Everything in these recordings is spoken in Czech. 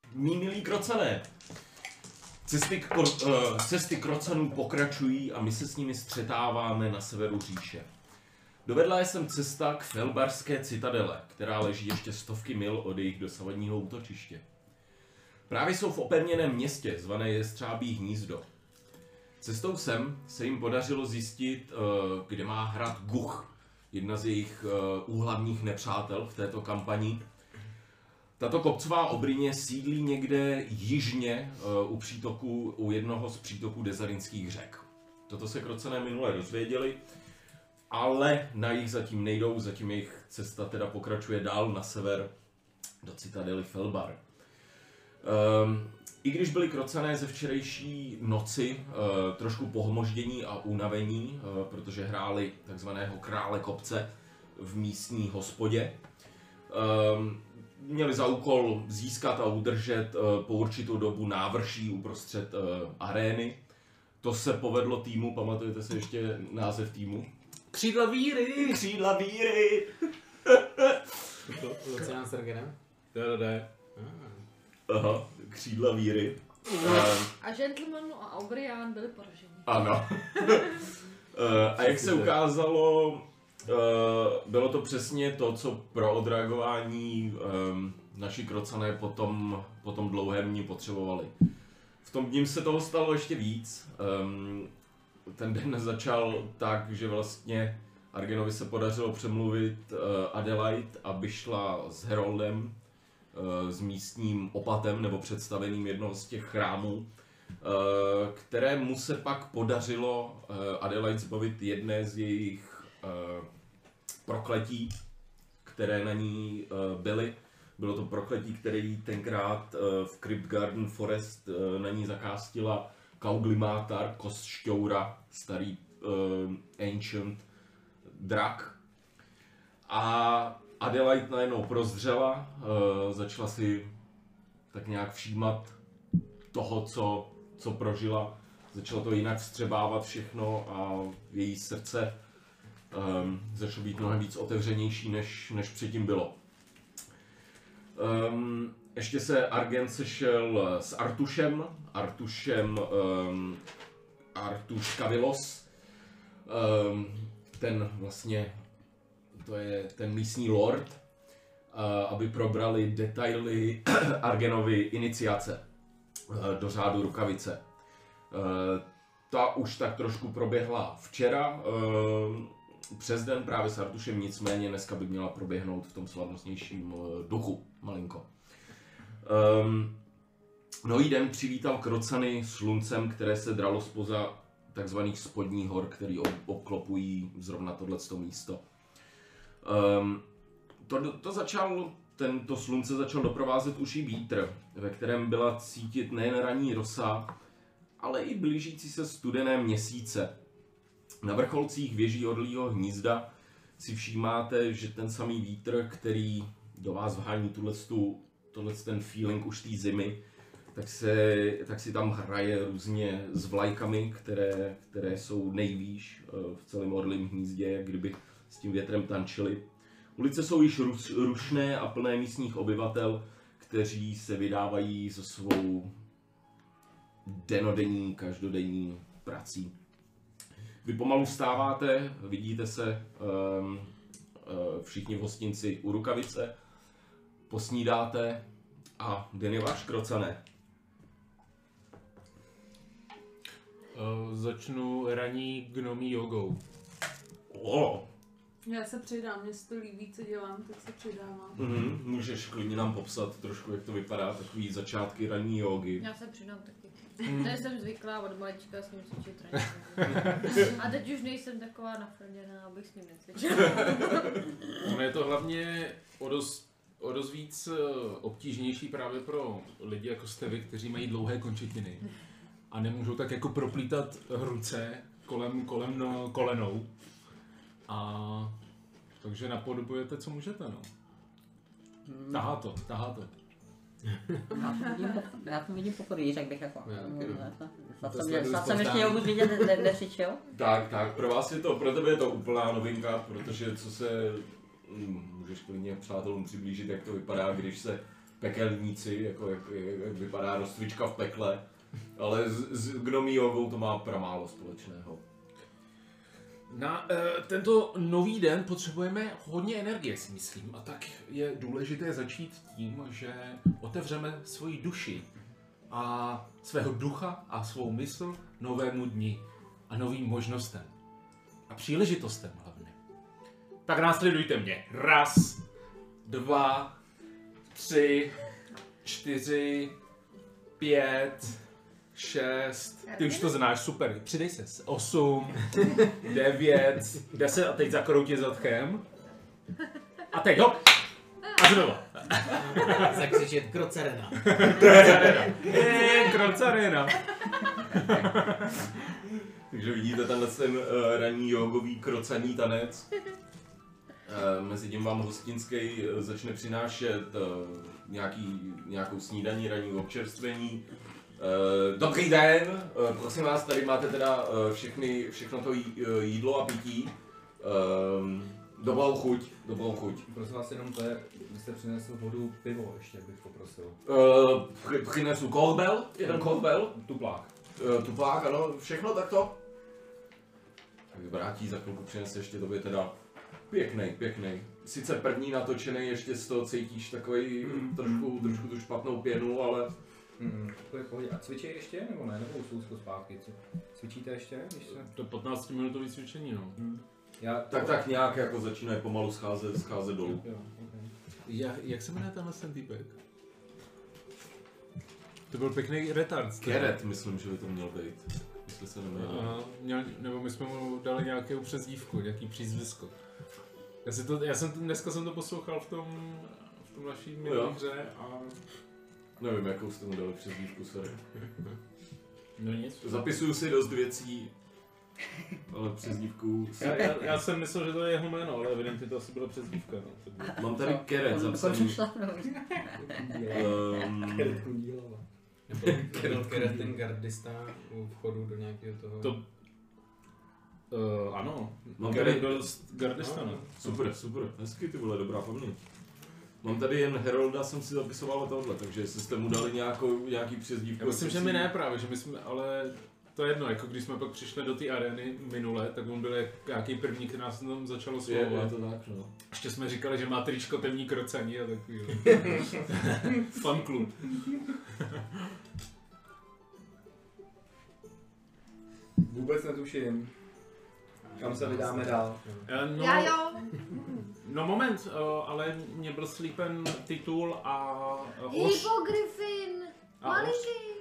Mí milí krocané, cesty krocanů pokračují a my se s nimi střetáváme na severu říše. Dovedla jsem cesta k Felbarské citadele, která leží ještě stovky mil od jejich dosavadního útočiště. Právě jsou v opevněném městě, zvané Jestřábí hnízdo. Cestou sem se jim podařilo zjistit, kde má hrad Guch, jedna z jejich úhlavních nepřátel v této kampani. Tato kopcová obryně sídlí někde jižně u jednoho z přítoků dezarinských řek. Toto se krocané minule dozvěděli, ale na jich zatím nejdou, zatím jejich cesta teda pokračuje dál na sever do citadely Felbar. I když byli krocané ze včerejší noci trošku pohmoždění a unavení, protože hráli takzvaného krále kopce v místní hospodě, měli za úkol získat a udržet po určitou dobu návrší uprostřed arény. To se povedlo týmu, pamatujete si ještě název týmu? Křídla víry! Křídla víry! Lucián Sergenem? Aha, křídla víry. A Gentleman a Aubrian byli poraženi. Ano. A jak se ukázalo, bylo to přesně to, co pro odreagování naši krocané po tom dlouhém dni potřebovali. V tom dním se toho stalo ještě víc. Ten den začal tak, že vlastně Argenovi se podařilo přemluvit Adelaide, aby šla s Heroldem, s místním opatem nebo představeným jednoho z těch chrámů, kterému se pak podařilo Adelaide zbavit jedné z jejich prokletí, které na ní byly. Bylo to prokletí, které tenkrát v Crypt Garden Forest na ní zakástila Kauglimátar, kostšťoura, starý ancient drak. A Adelaide najednou prozřela, začala si tak nějak všímat toho, co prožila. Začalo to jinak vstřebávat všechno a její srdce začalo být mnohem víc otevřenější, než předtím bylo. Ještě se Argent sešel s Artušem, Artuš Kavilos, ten vlastně, to je ten místní lord, aby probrali detaily Argenovy iniciace do řádu Rukavice. Ta už tak trošku proběhla včera, přes den právě s Artušem, nicméně dneska by měla proběhnout v tom slavnostnějším duchu malinko. Mnohý den přivítal krocany sluncem, které se dralo zpoza takzvaných spodních hor, které obklopují zrovna tohleto místo. Tento slunce začal doprovázet uší vítr, ve kterém byla cítit nejen ranní rosa, ale i blížící se studené měsíce. Na vrcholcích věží Orlího hnízda si všímáte, že ten samý vítr, který do vás vhání ten feeling už té zimy, tak si tam hraje různě s vlajkami, které jsou nejvýš v celém Orlím hnízdě, jak kdyby s tím větrem tančili. Ulice jsou již rušné a plné místních obyvatel, kteří se vydávají za svou denodenní, každodenní prací. Vy pomalu vstáváte, vidíte se všichni v hostinci u Rukavice, posnídáte a den je váš, krocané. Začnu ranní gnomí jogou. Já se přidám, mě se to líbí, co dělám, tak se přidávám. Můžeš klidně nám popsat trošku, jak to vypadá, takový začátky ranní jógy. Já se přidám taky. Tady jsem zvyklá od malička s ním cvičit ranní. A teď už nejsem taková nafrděná, abych s ním necvičila. No je to hlavně o dost víc obtížnější právě pro lidi jako jste vy, kteří mají dlouhé končetiny a nemůžou tak jako proplítat ruce kolem kolenou. A takže napodobujete, co můžete, no. Tahá to. Já to vidím poprvé, řekl bych jako. Snad jsem ještě jogu vidět, nepřičel. Tak, pro tebe je to úplná novinka, protože co se, můžeš klidně přátelům přiblížit, jak to vypadá, když se pekelníci, jako jak vypadá rozcvička v pekle, ale s gnomí jogou to má pramálo společného. Na tento nový den potřebujeme hodně energie, si myslím, a tak je důležité začít tím, že otevřeme svoji duši a svého ducha a svou mysl novému dni a novým možnostem a příležitostem hlavně. Tak následujte mě. 1, 2, 3, 4, 5, 6. Ty už to znáš, super. Přidej se. 8, 9, 10 a teď zakrouti zadkem. A teď hop. A znova. Zakřičet Krocarena. Krocarena. Takže vidíte tenhle ten ranní jogový krocaný tanec. Mezitím vám hostinský začne přinášet nějakou snídaní, ranní občerstvení. Dobrý den, prosím vás, tady máte teda všechno to jídlo a pití. Dobrou chuť. Prosím vás, jenom to je, byste přinesl vodu, pivo ještě bych poprosil. Přinesu kolbel, jeden kolbel. Tuplák, Ano, všechno takto. Tak vrátí, za chvilku přinese ještě tobě teda pěknej. Sice první natočený, ještě z toho cítíš takový trošku tu špatnou pěnu, ale... To je pohodě. A cvičí ještě, nebo ne? Nebo jsou zpátky? Cvičíte ještě? Když se... To 15-minutové cvičení, no. Tak nějak jako začínají pomalu scházet dolů. Jo, okay. Jak se jmenuje tenhle ten týpek? To byl pěkný retard. Keret, myslím, že by to měl být. Jestli se nemýlím. Nebo my jsme mu dali nějakou přezdívku, nějaký přízvisko. Dneska jsem to poslouchal v tom naší minulý hře a... Nevím, jakou jste mu dali přezdívku, sorry. No nic. Zapisuju si dost věcí, ale přezdívku... Já jsem myslel, že to je jeho jméno, ale evidentně to asi byla přezdívka. No. Mám tady Keret zapsaný. Keret Kundílova. Nebo Keret ten gardista u vchodu do nějakého toho... Ano, Keret byl gardista, no. Super, hezky, ty vole, dobrá paměť. Mám tady jen Herolda, jsem si zapisoval tohle, takže jestli jste mu dali nějaký přezdívku... Já myslím, že my ne právě, že my jsme, ale to je jedno, jako když jsme pak přišli do té arény minule, tak on byl nějaký první, který nás tam začal oslovovat. Je to tak, no. Ještě jsme říkali, že má tričko temní krocení a takový. Fan klub. Vůbec netuším. Kam se vydáme dál? No, Já jo. No moment, ale mě byl slípen titul a Hypogryfin. Malinký.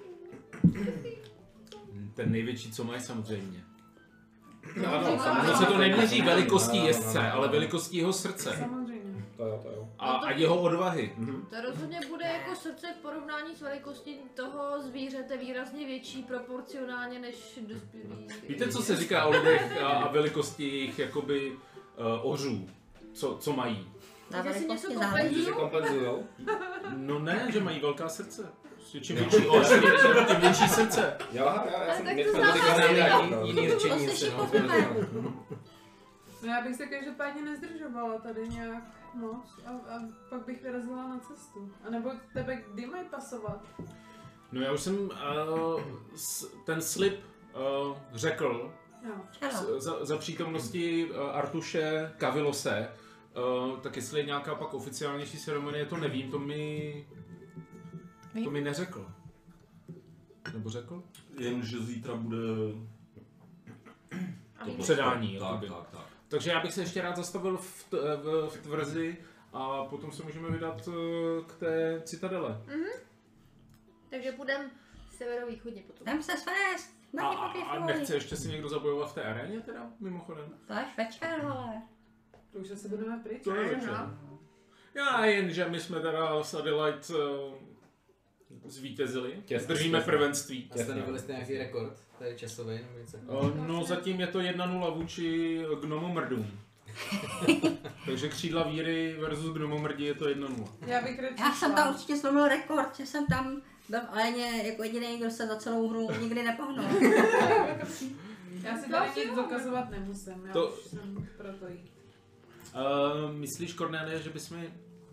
Ten největší, co mají samozřejmě. Ano, Ono se to neměří velikostí jezdce, ale velikostí jeho srdce. Samozřejmě. To jo. A jeho odvahy. To rozhodně bude jako srdce v porovnání s velikostí toho zvířete výrazně větší proporcionálně než dospělý. Víte, co se říká o lidech a velikosti jejich jakoby ořů? Co mají? Na Takže si něco velikosti Že se kompenzují? kompenzujou? No ne, že mají velká srdce. Prostě čím větší oř, tím větší srdce. Já jsem tak my to jsme zná říkali zase nějaký jiný To řečení. si asi, no. šikupíme. No já bych se každopádně nezdržovala tady nějak moc a pak bych vyrazila na cestu. A nebo tebe kdy mají pasovat? No já už jsem ten slib řekl Jo. za přítomnosti Artuše Kavilose, tak jestli je nějaká pak oficiálnější ceremonie, to nevím, to mi neřekl. Nebo řekl? Jen, že zítra bude... Předání. Tak. Takže já bych se ještě rád zastavil v tvrzi a potom se můžeme vydat k té citadele. Takže půjdeme severovýchodně potom. Tam se svést. A nechce ještě si někdo zabojovat v té aréně teda, mimochodem? To až večer, vole. To už se budeme pryč. To je večer. Já jen, že my jsme teda s Adelaide zvítězili, držíme prvenství. A stanovili jste nějaký rekord? To je časový nebo něco? No zatím je to 1-0 vůči Gnomomrdům. Takže křídla víry versus Gnomomrdí je to 1-0. Já bych radši Já jsem šla. tam určitě slomil rekord, že jsem tam byl v aréně jako jediný, kdo se za celou hru nikdy nepohnul. Já si tady nic dokazovat nemusím, já To- už jsem proto jít. Myslíš, Cornélie, že bychom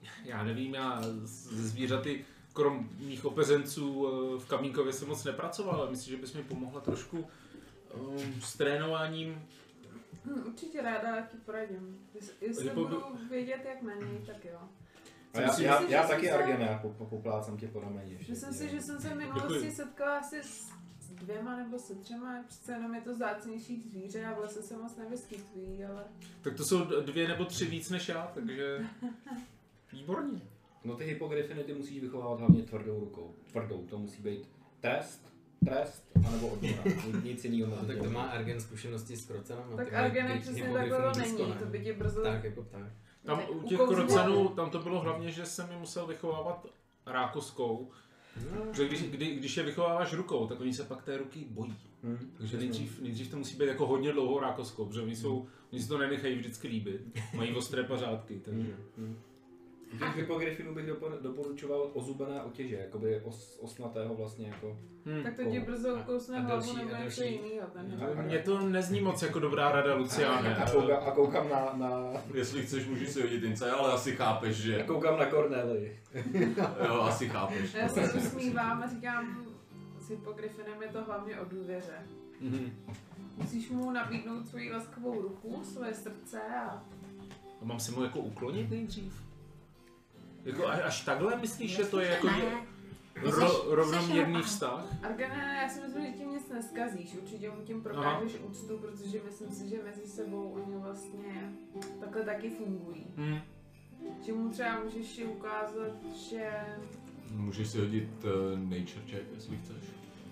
já nevím, já ze zvířaty, krom mých opeřenců v Kamínkově jsem moc nepracoval, ale myslím, že bys mi pomohla trošku s trénováním. Určitě ráda ti poradím. Jestli budu vědět, jak na něj, tak jo. A já taky Argena poplácám tě po rameni. Myslím si, že jsem se v minulosti setkala asi s 2 nebo se 3, přece jenom je to vzácnější zvíře a v lese se moc nevyskytují, ale... Tak to jsou 2 nebo 3 víc než já, takže výborně. No ty hypogryfiny ty musíš vychovávat hlavně tvrdou rukou. Tvrdou, to musí být trest, anebo odmora. Nic jiného. Tak to má Argen zkušenosti s krocenama. Tak Argen přesně takhle to není, to by tě brzo... Tak jako pták. Tam u těch krocenů, tam to bylo hlavně, že jsem je musel vychovávat rákoskou. Protože když je vychováváš rukou, tak oni se pak té ruky bojí. Takže nejdřív to musí být jako hodně dlouhou rákoskou, protože oni si to nenechají vždycky líbit. Mají ostré pařádky, takže... Těch hypogryfinů bych doporučoval ozubené otěže, jakoby osnatého vlastně jako... Tak to ti brzo kousne hlavu nebo něco jinýho. Mně to nezní moc jako dobrá rada, Luciáne. A koukám na... Jestli chceš, můžeš si hodit ince, ale asi chápeš, že... A koukám na Corneli. Jo, asi chápeš. Já se usmívám a říkám, s hypogryfinem je to hlavně o důvěře. Musíš mu nabídnout svoji laskavou ruku, svoje srdce a mám se mu jako uklonit nejdřív? Jako až takhle myslíš, že to je jako rovnoměrný vztah? Argene, já si myslím, že tím nic neskazíš, určitě mu tím prokážeš úctu, protože myslím si, že mezi sebou oni vlastně takhle taky fungují. Že mu třeba můžeš ukázat, že... Můžeš si hodit nature check, jestli chceš.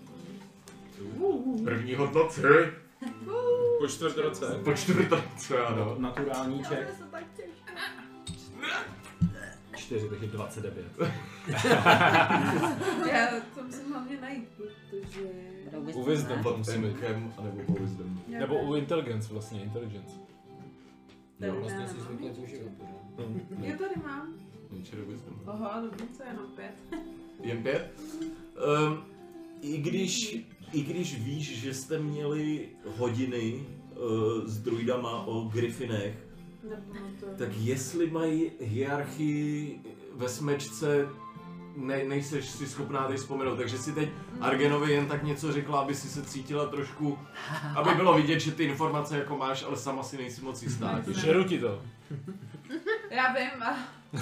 První hodnoty. Po čtvrtroce. Po čtvrtroce, ano. Naturální check. Já to tak těžké. 4, takže 29. Já to musím hlavně najít, protože... U wisdom Pod musím být. tenkem, anebo po wisdom. Nebo u intelligence vlastně, intelligence. Jo, vlastně si zvykle používat. Já tady mám. Nature wisdom. Aha, dobrý, co jenom 5. Jen 5? I když víš, že jste měli hodiny s druidama o gryfinech, tak jestli mají hierarchii ve smečce, nejseš si schopná teď vzpomenout, takže si teď Argenovi jen tak něco řekla, aby si se cítila trošku, aby bylo vidět, že ty informace jako máš, ale sama si nejsi moc jistá. Šeru ti to. Já vím a...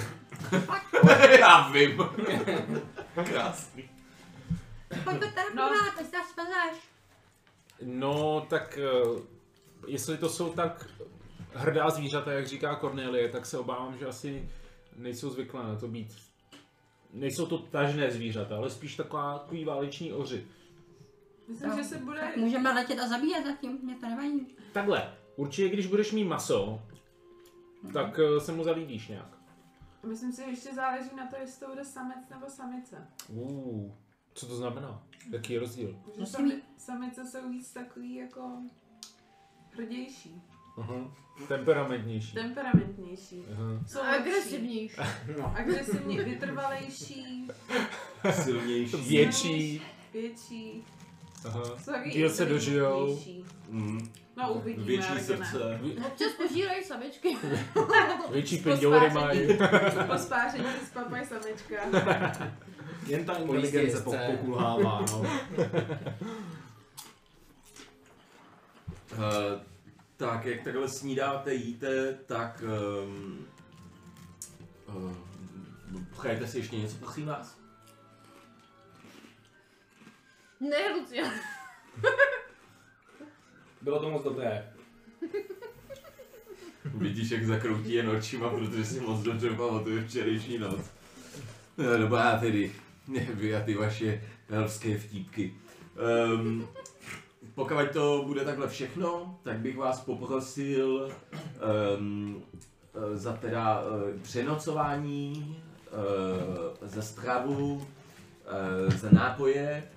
Já vím. Krásný. Pojď to teda pořád, ty se spazeš. No tak, jestli to jsou tak hrdá zvířata, jak říká Cornelie, tak se obávám, že asi nejsou zvyklé na to být. Nejsou to tažné zvířata, ale spíš takový váleční oři. Myslím, že se bude... Tak můžeme letět a zabíjet zatím, mě to nevadí. Takhle, určitě když budeš mít maso, tak se mu zalíbíš nějak. Myslím si, že ještě záleží na to, jestli to bude samec nebo samice. Co to znamená? Jaký je rozdíl? Samice jsou víc takový jako hrdější. Temperamentnější. Temperamentnější. Jsou agresivnější. Agresivně vytrvalejší. Silnější. Větší. Díl se dožijou. No uvidíme. Větší srdce. Občas požírají samičky. Větší pindory mají. Po spáření spapají samička. Jen ta inteligence pokulhává, no. Tak, jak takhle snídáte, jíte, tak přejete si ještě něco, prosím vás? Ne, Lucian. Bylo to moc dobré. Vidíš, jak zakroutí jen očima, protože si moc dobře pamatuje včerejší noc. No, dobrá tedy, vy a ty vaše elfské vtípky. Pokud to bude takhle všechno, tak bych vás poprosil za teda přenocování, za stravu, za nápoje.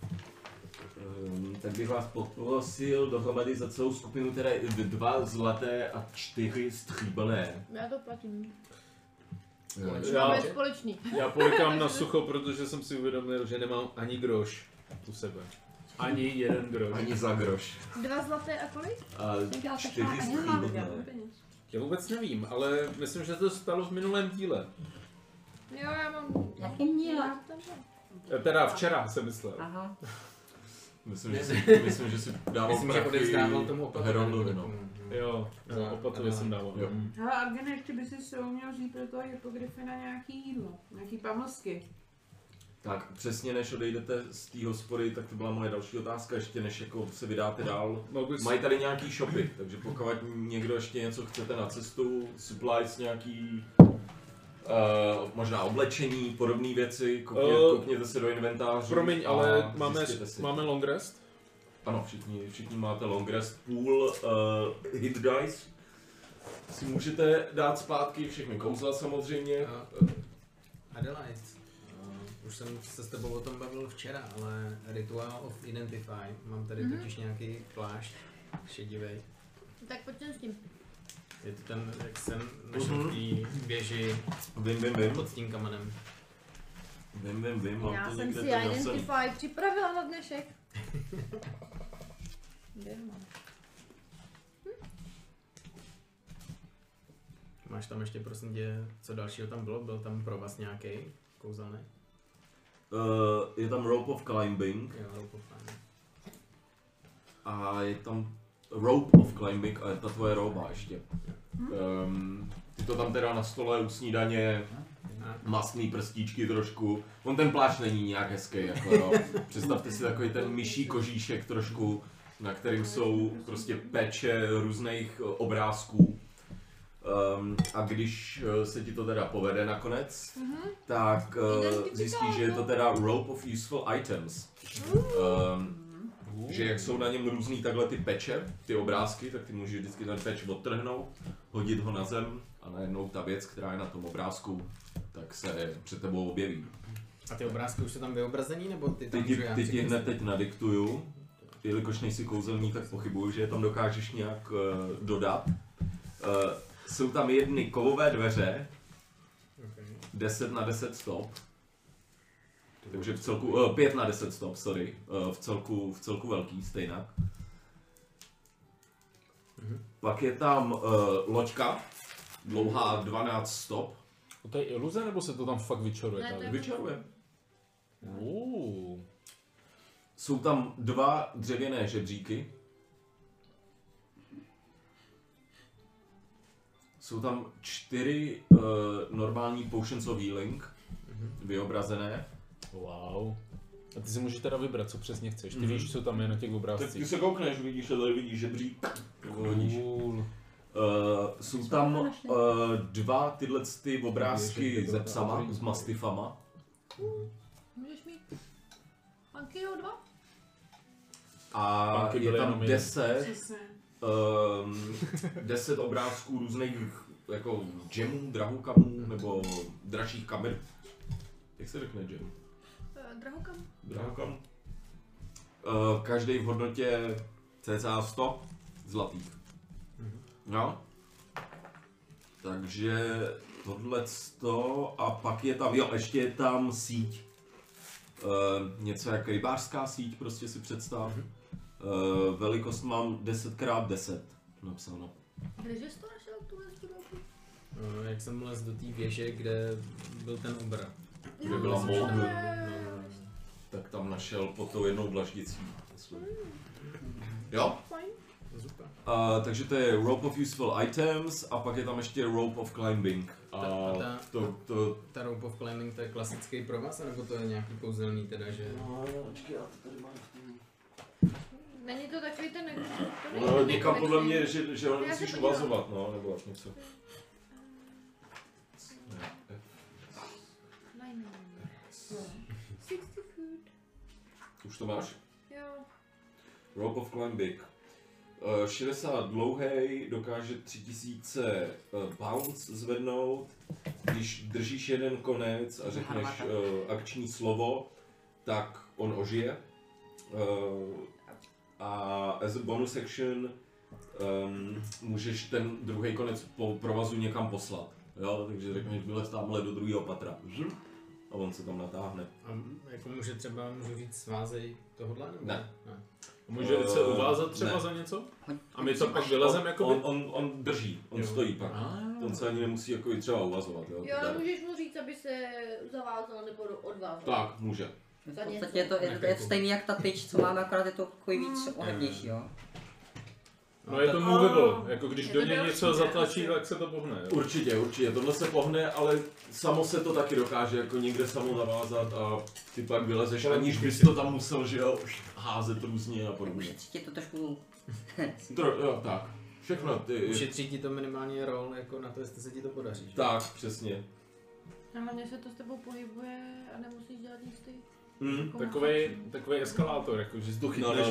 Tak bych vás poprosil dohromady za celou skupinu teda 2 zlaté a 4 stříbrné. Já to platím. Já, Společný. já polikám na sucho, protože jsem si uvědomil, že nemám ani groš u sebe. Ani jeden groš. Ani za groš. 2 zlaté a kolik? A 4 stříbrné. Já vůbec nevím, ale myslím, že to stalo v minulém díle. Jo, já mám... Jaký měla? Teda včera jsem myslel. Aha. Myslím, že si dával Myslím, že odevzdával tomu prachy Herondovi, no. Jo, opatově jsem dával. Jo. Hele, Argen, ještě by si se uměl říct pro toho hypogryfina nějaký jídlo, nějaký pamlsky. Tak přesně než odejdete z té hospody, tak to byla moje další otázka, ještě než jako se vydáte dál. Mají tady nějaký shopy, takže pokud někdo ještě něco chcete na cestu, supplies nějaký, možná oblečení, podobné věci, koukněte se do inventářů. Promiň, ale máme long rest? Ano, všichni máte long rest, půl hit dice. Si můžete dát zpátky všechny kouzla samozřejmě. Adelaide, už jsem se s tebou o tom bavil včera, ale Ritual of Identify, mám tady totiž nějaký plášť šedivej. Tak pojďme s tím. Je to ten, jak jsem našel v té věži pod tím kamenem. Vím, mám Já to jsem někde si tady Identify připravila na dnešek. Kde mám? Máš tam ještě prosím tě, co dalšího tam bylo? Byl tam provaz nějaký kouzelný? Je tam rope of climbing. Jo, rope of climbing. A je tam rope of climbing a je ta tvoje roba ještě. Ty to tam teda na stole u snídaně, mastný prstíčky trošku. On ten plášť není nějak hezký, jako jo. Představte si takový ten myší kožíšek trošku, na kterým jsou prostě peče různých obrázků. A když se ti to teda povede nakonec, tak zjistíš, že je to teda rope of useful items. Že jak jsou na něm různý takhle ty peče, ty obrázky, tak ty můžeš vždycky ten peč odtrhnout, hodit ho na zem a najednou ta věc, která je na tom obrázku, tak se před tebou objeví. A ty obrázky už jsou tam vyobrazený, nebo ty tam Ty ti hned teď nadiktuju, jelikož nejsi kouzelník, tak pochybuju, že je tam dokážeš nějak dodat. Jsou tam jedny kovové dveře, 10 na 10 stop. Takže v celku, 5 na 10 stop, sorry, v celku velký, stejnak. Pak je tam loďka, dlouhá 12 stop. To je iluze, nebo se to tam fakt vyčaruje? Ne, to je Vyčaruje. Uh. Jsou tam 2 dřevěné žebříky. Jsou tam 4 normální potions of healing, vyobrazené. Wow. A ty si můžeš teda vybrat, co přesně chceš. Ty víš, co tam je na těch Tak obrázcích. ty se koukneš, vidíš, že tady vidíš žebřík. Cool. Jsou tam 2 tyhle ty obrázky ze psama, s mastifama. Můžeš mít Pankio 2? A je tam 10 Přesně. 10 obrázků různých jako gemů, drahokamů nebo dražších kamer. Jak se řekne gem? Drahokam. Drahokam. Každý v hodnotě cca 100 zlatých. No. Takže tohleto a pak je tam, jo, ještě je tam síť. Něco jak rybářská síť, prostě si představ. Velikost mám 10x10 napsáno. Kdeže jsi to našel, tuhle studovku? Jak jsem lez do té věže, kde byl ten obrat. Kde byla mohl, tak tam našel pod tou jednou dlaždicí. Jo? Super. Takže to je rope of useful items a pak je tam ještě rope of climbing. Ta rope of climbing, to je klasický provaz, nebo to je nějaký kouzelný teda, že... Počkej, já to tady mám. Není to takový ten... Někam podle mě, že ho musíš uvazovat, no, nebo něco. Už to máš? Jo. Rope of climbing. 60 dlouhej, dokáže 3000 pounds zvednout. Když držíš jeden konec a řekneš akční slovo, tak on ožije. A as a bonus action můžeš ten druhý konec po provazu někam poslat. Jo? Takže řekneš, vylez tamhle do druhého patra. A on se tam natáhne. A jako můžu říct svázej tohodle? Nebo? Ne. Může se uvázat třeba za něco? A my to pak vylezem jako On drží, on stojí pak. On se ani nemusí jako i třeba uvazovat. Jo, ale můžeš mu říct, aby se zavázal nebo odvázal. Tak, může. V podstatě je to stejný jak ta tyč, co máme, akorát je to takový víc ohebnější, jo. No je to movable, jako když do něj něco zatlačí, tak se to pohne. Jo? Určitě, tohle se pohne, ale samo se to taky dokáže jako někde samo zavázat a ty pak vylezeš, aniž bys to tam musel, že jo, házet různě a podobně. Určitě to trošku... Jo, tak. Všechno ty... Ušetří ti to minimálně rol, jako na to, jestli se ti to podaří. Že? Tak, přesně. A hlavně se to s tebou pohybuje a nemusíš dělat nic ty. Takový eskalátor, jako že jsi to chytneš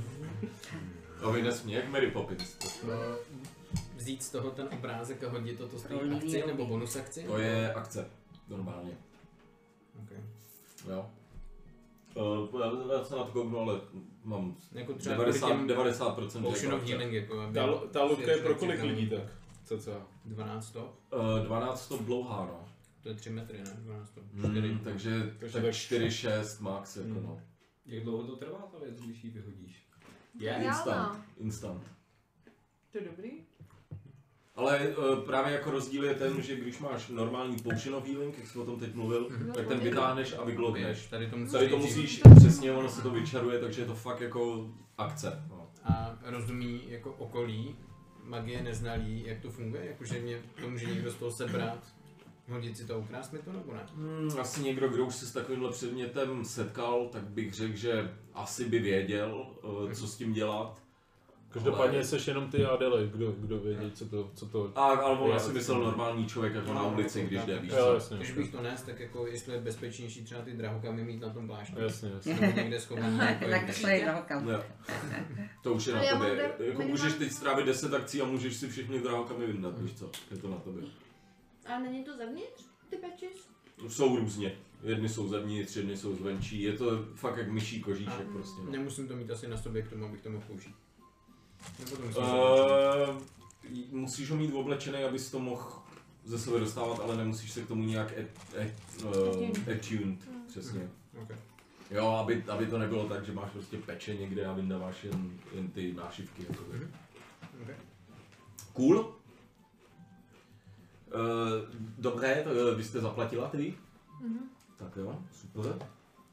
A vy nesmí, jak Mary Poppins. Vzít z toho ten obrázek a hodit to stojí akci nebo bonus akci? To je akce, normálně. Okay. Jo. Já se na to kouknu, ale mám jako 90% potion of healing, jako ta lubka je pro kolik lidí tak? Co? 12 stop? 12 stop dlouhá, no. To je 3 metry, ne? 12 stop. 4. Takže 4-6 max, jako no. Jak dlouho to trvá ta věc, když ji vyhodíš? Instant. To je dobrý. Ale právě jako rozdíl je ten, že když máš normální potion of healing, jak jsi o tom teď mluvil, tak ten vytáhneš a vyglokneš. Tady to musíš, přesně, ono se to vyčaruje, takže je to fakt jako akce. No. A rozumí jako okolí, magie neznalý, jak to funguje? Jakože mě to může někdo z toho sebrat, hodit si to, ukrást mi to nebo ne? Asi někdo, kdo už se s takovýmhle předmětem setkal, tak bych řekl, že asi by věděl, co s tím dělat. Každopádně jsi jenom ty Adely, kdo vědí, co to... Ale on asi myslel normální člověk jako na ulici, když jde, víš co? Když bych to nes, tak jako jestli je bezpečnější třeba ty drahokamy mít na tom plášti. Jasně. Nebo někde schovaný. Tak to šli drahokam. To už je na tobě. Jako můžeš teď strávit 10 akcí a můžeš si všechny drahokamy vyndat, víš co? Je to na tobě. A není to zevnitř, ty patches? Jsou různě. Jedny jsou zevnitř, jedny jsou zvenčí. Je to fakt jak myší kožíšek prostě. No. Nemusím to mít asi na sobě k tomu, abych to mohl použít. Musíš ho mít oblečený, abys to mohl ze sebe dostávat, ale nemusíš se k tomu nějak attuned, přesně. Okay. Jo, aby to nebylo tak, že máš prostě peče někde a vyndáváš jen ty nášivky. Okay. Cool. Dobré, vy jste zaplatila tedy? Tak jo, super.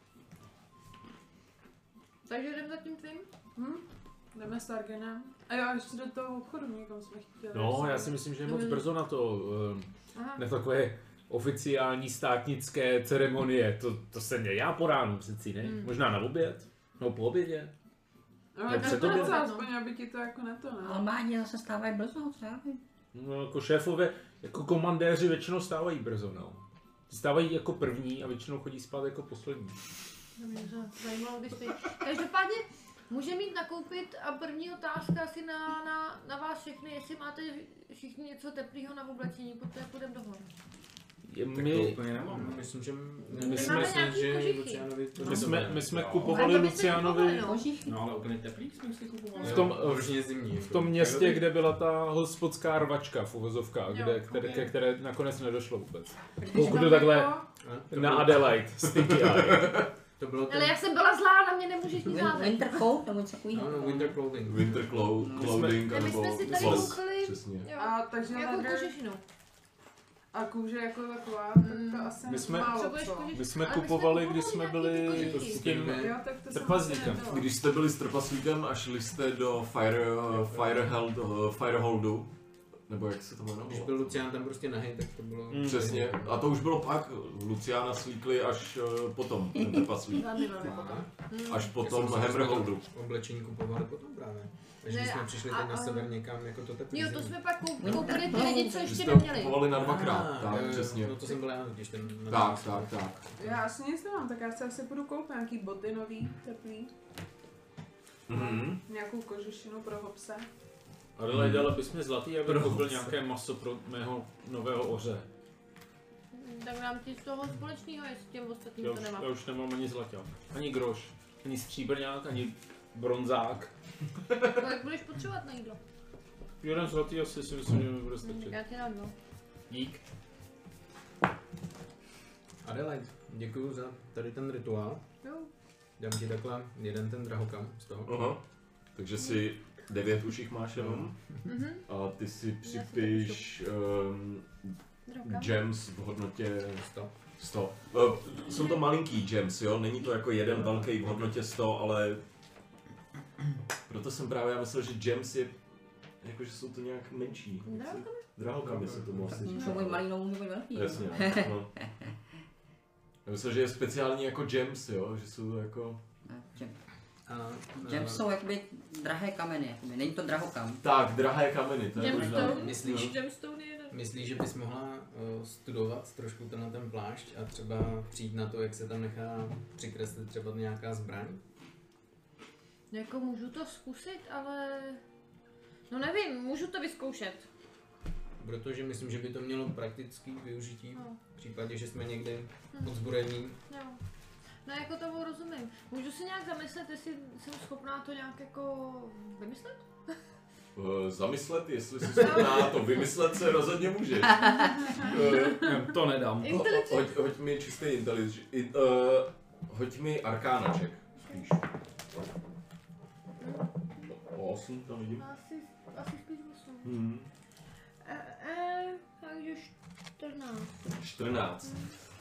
Takže jdem za tím tvým? Jdeme s Targenem. A jo, ještě do toho obchodu někam jsme chtěli. No, já si myslím, že je moc brzo na to. Na takové oficiální státnické ceremonie. To se nedělá po ránu přeci, ne? Možná na oběd? No po obědě? Ale před oběd, aspoň, aby ti to jako ne. Ale máni zase stávají brzo, co já vím. No, jako šéfové, jako komandéři většinou stávají brzo, no. Stávají jako první a většinou chodí spát jako poslední. Mě to zajímalo, když ty... Každopádně může mít nakoupit a první otázka asi na vás všechny, jestli máte všichni něco teplého na oblečení, protože půjdeme dohod. Tak to úplně nemám. Myslím, že my jsme kupovali Lucianovi. No ale úplně teplý jsme si kupovali. V tom městě, kde byla ta hospodská rvačka v uvozovkách, ke které nakonec nedošlo vůbec. Pokud to takhle na Adelaide, Sticky Eye. Ale jak jsem byla zlá, na mě nemůžeš nic házet. Winter coat nebo něco takového. No, winter clothing. Winter clothing, my jsme si tady koupili a takže nějakou kožešinu. A kůže jako taková, tak to asi my jsme kupovali, když jsme byli s tím trpaslíkem. Když jste byli s trpaslíkem a šli jste do Fireholdu, nebo jak se to jmenovalo? Když byl Lucián tam prostě nahej, tak to bylo... Přesně, a to už bylo pak, Luciána slíkli až potom, ten trpaslík. Až potom Hammerholdu. Oblečení kupovali potom právě. Takže jsme přišli teď na sever někam jako to teplý. Jo, to jsme pak koupili ty lidi, co ještě neměli. neměli. Kupovali na dvakrát, tak přesně. No to jsem byl já, když ten... Tak. Já asi nic nemám, tak já si asi budu koupit nějaký boty nový, teplý. Nějakou kožešinu pro hopse. Adelaide, ale bys mi zlatý, aby koupil nějaké maso pro mého nového oře. Tak dám ti z toho společného, jestli těm ostatním to nemám. Já už nemám ani zlaťák, ani groš, ani stříbrňák, ani bronzák. Kolik budeš potřebovat na jídlo? Jeden zlatý asi si myslím, že mi bude stačit. Já ti dám, no. Dík. Adelaide, děkuju za tady ten rituál. Jo. Dám ti takhle jeden ten drahokam z toho. Takže si 9 už jich máš jenom. A ty si připiš gems v hodnotě 100. Jsou to malinký gems, jo? Není to jako jeden velký v hodnotě 100, ale proto jsem právě myslel, že gems je jakože jsou to nějak menší. Drahokamy se tomu asi říká. Můžou být malý, no můžou být velký. Jasně, no. Já myslím, že je speciální jako gems, jo? Že jsou jako... Gems jsou jakoby drahé kameny, jakoby. Není to drahokam. Tak, drahé kameny, to je možná... Myslíš, že bys mohla studovat trošku ten plášť a třeba přijít na to, jak se tam nechá přikreslit třeba nějaká zbraň? Jako můžu to zkusit, ale... No nevím, můžu to vyzkoušet. Protože myslím, že by to mělo praktické využití v případě, že jsme někde odzbrojení. Jo. No jako tomu rozumím. Můžu si nějak zamyslet, jestli jsem schopná to nějak jako vymyslet? Zamyslet, jestli jsi schopná to vymyslet, se rozhodně můžeš. To nedám. Hoď mi čistý intelligence. Hoď mi arkánaček, spíš. 8 tam vidím. Asi spíš 8. Takže 14.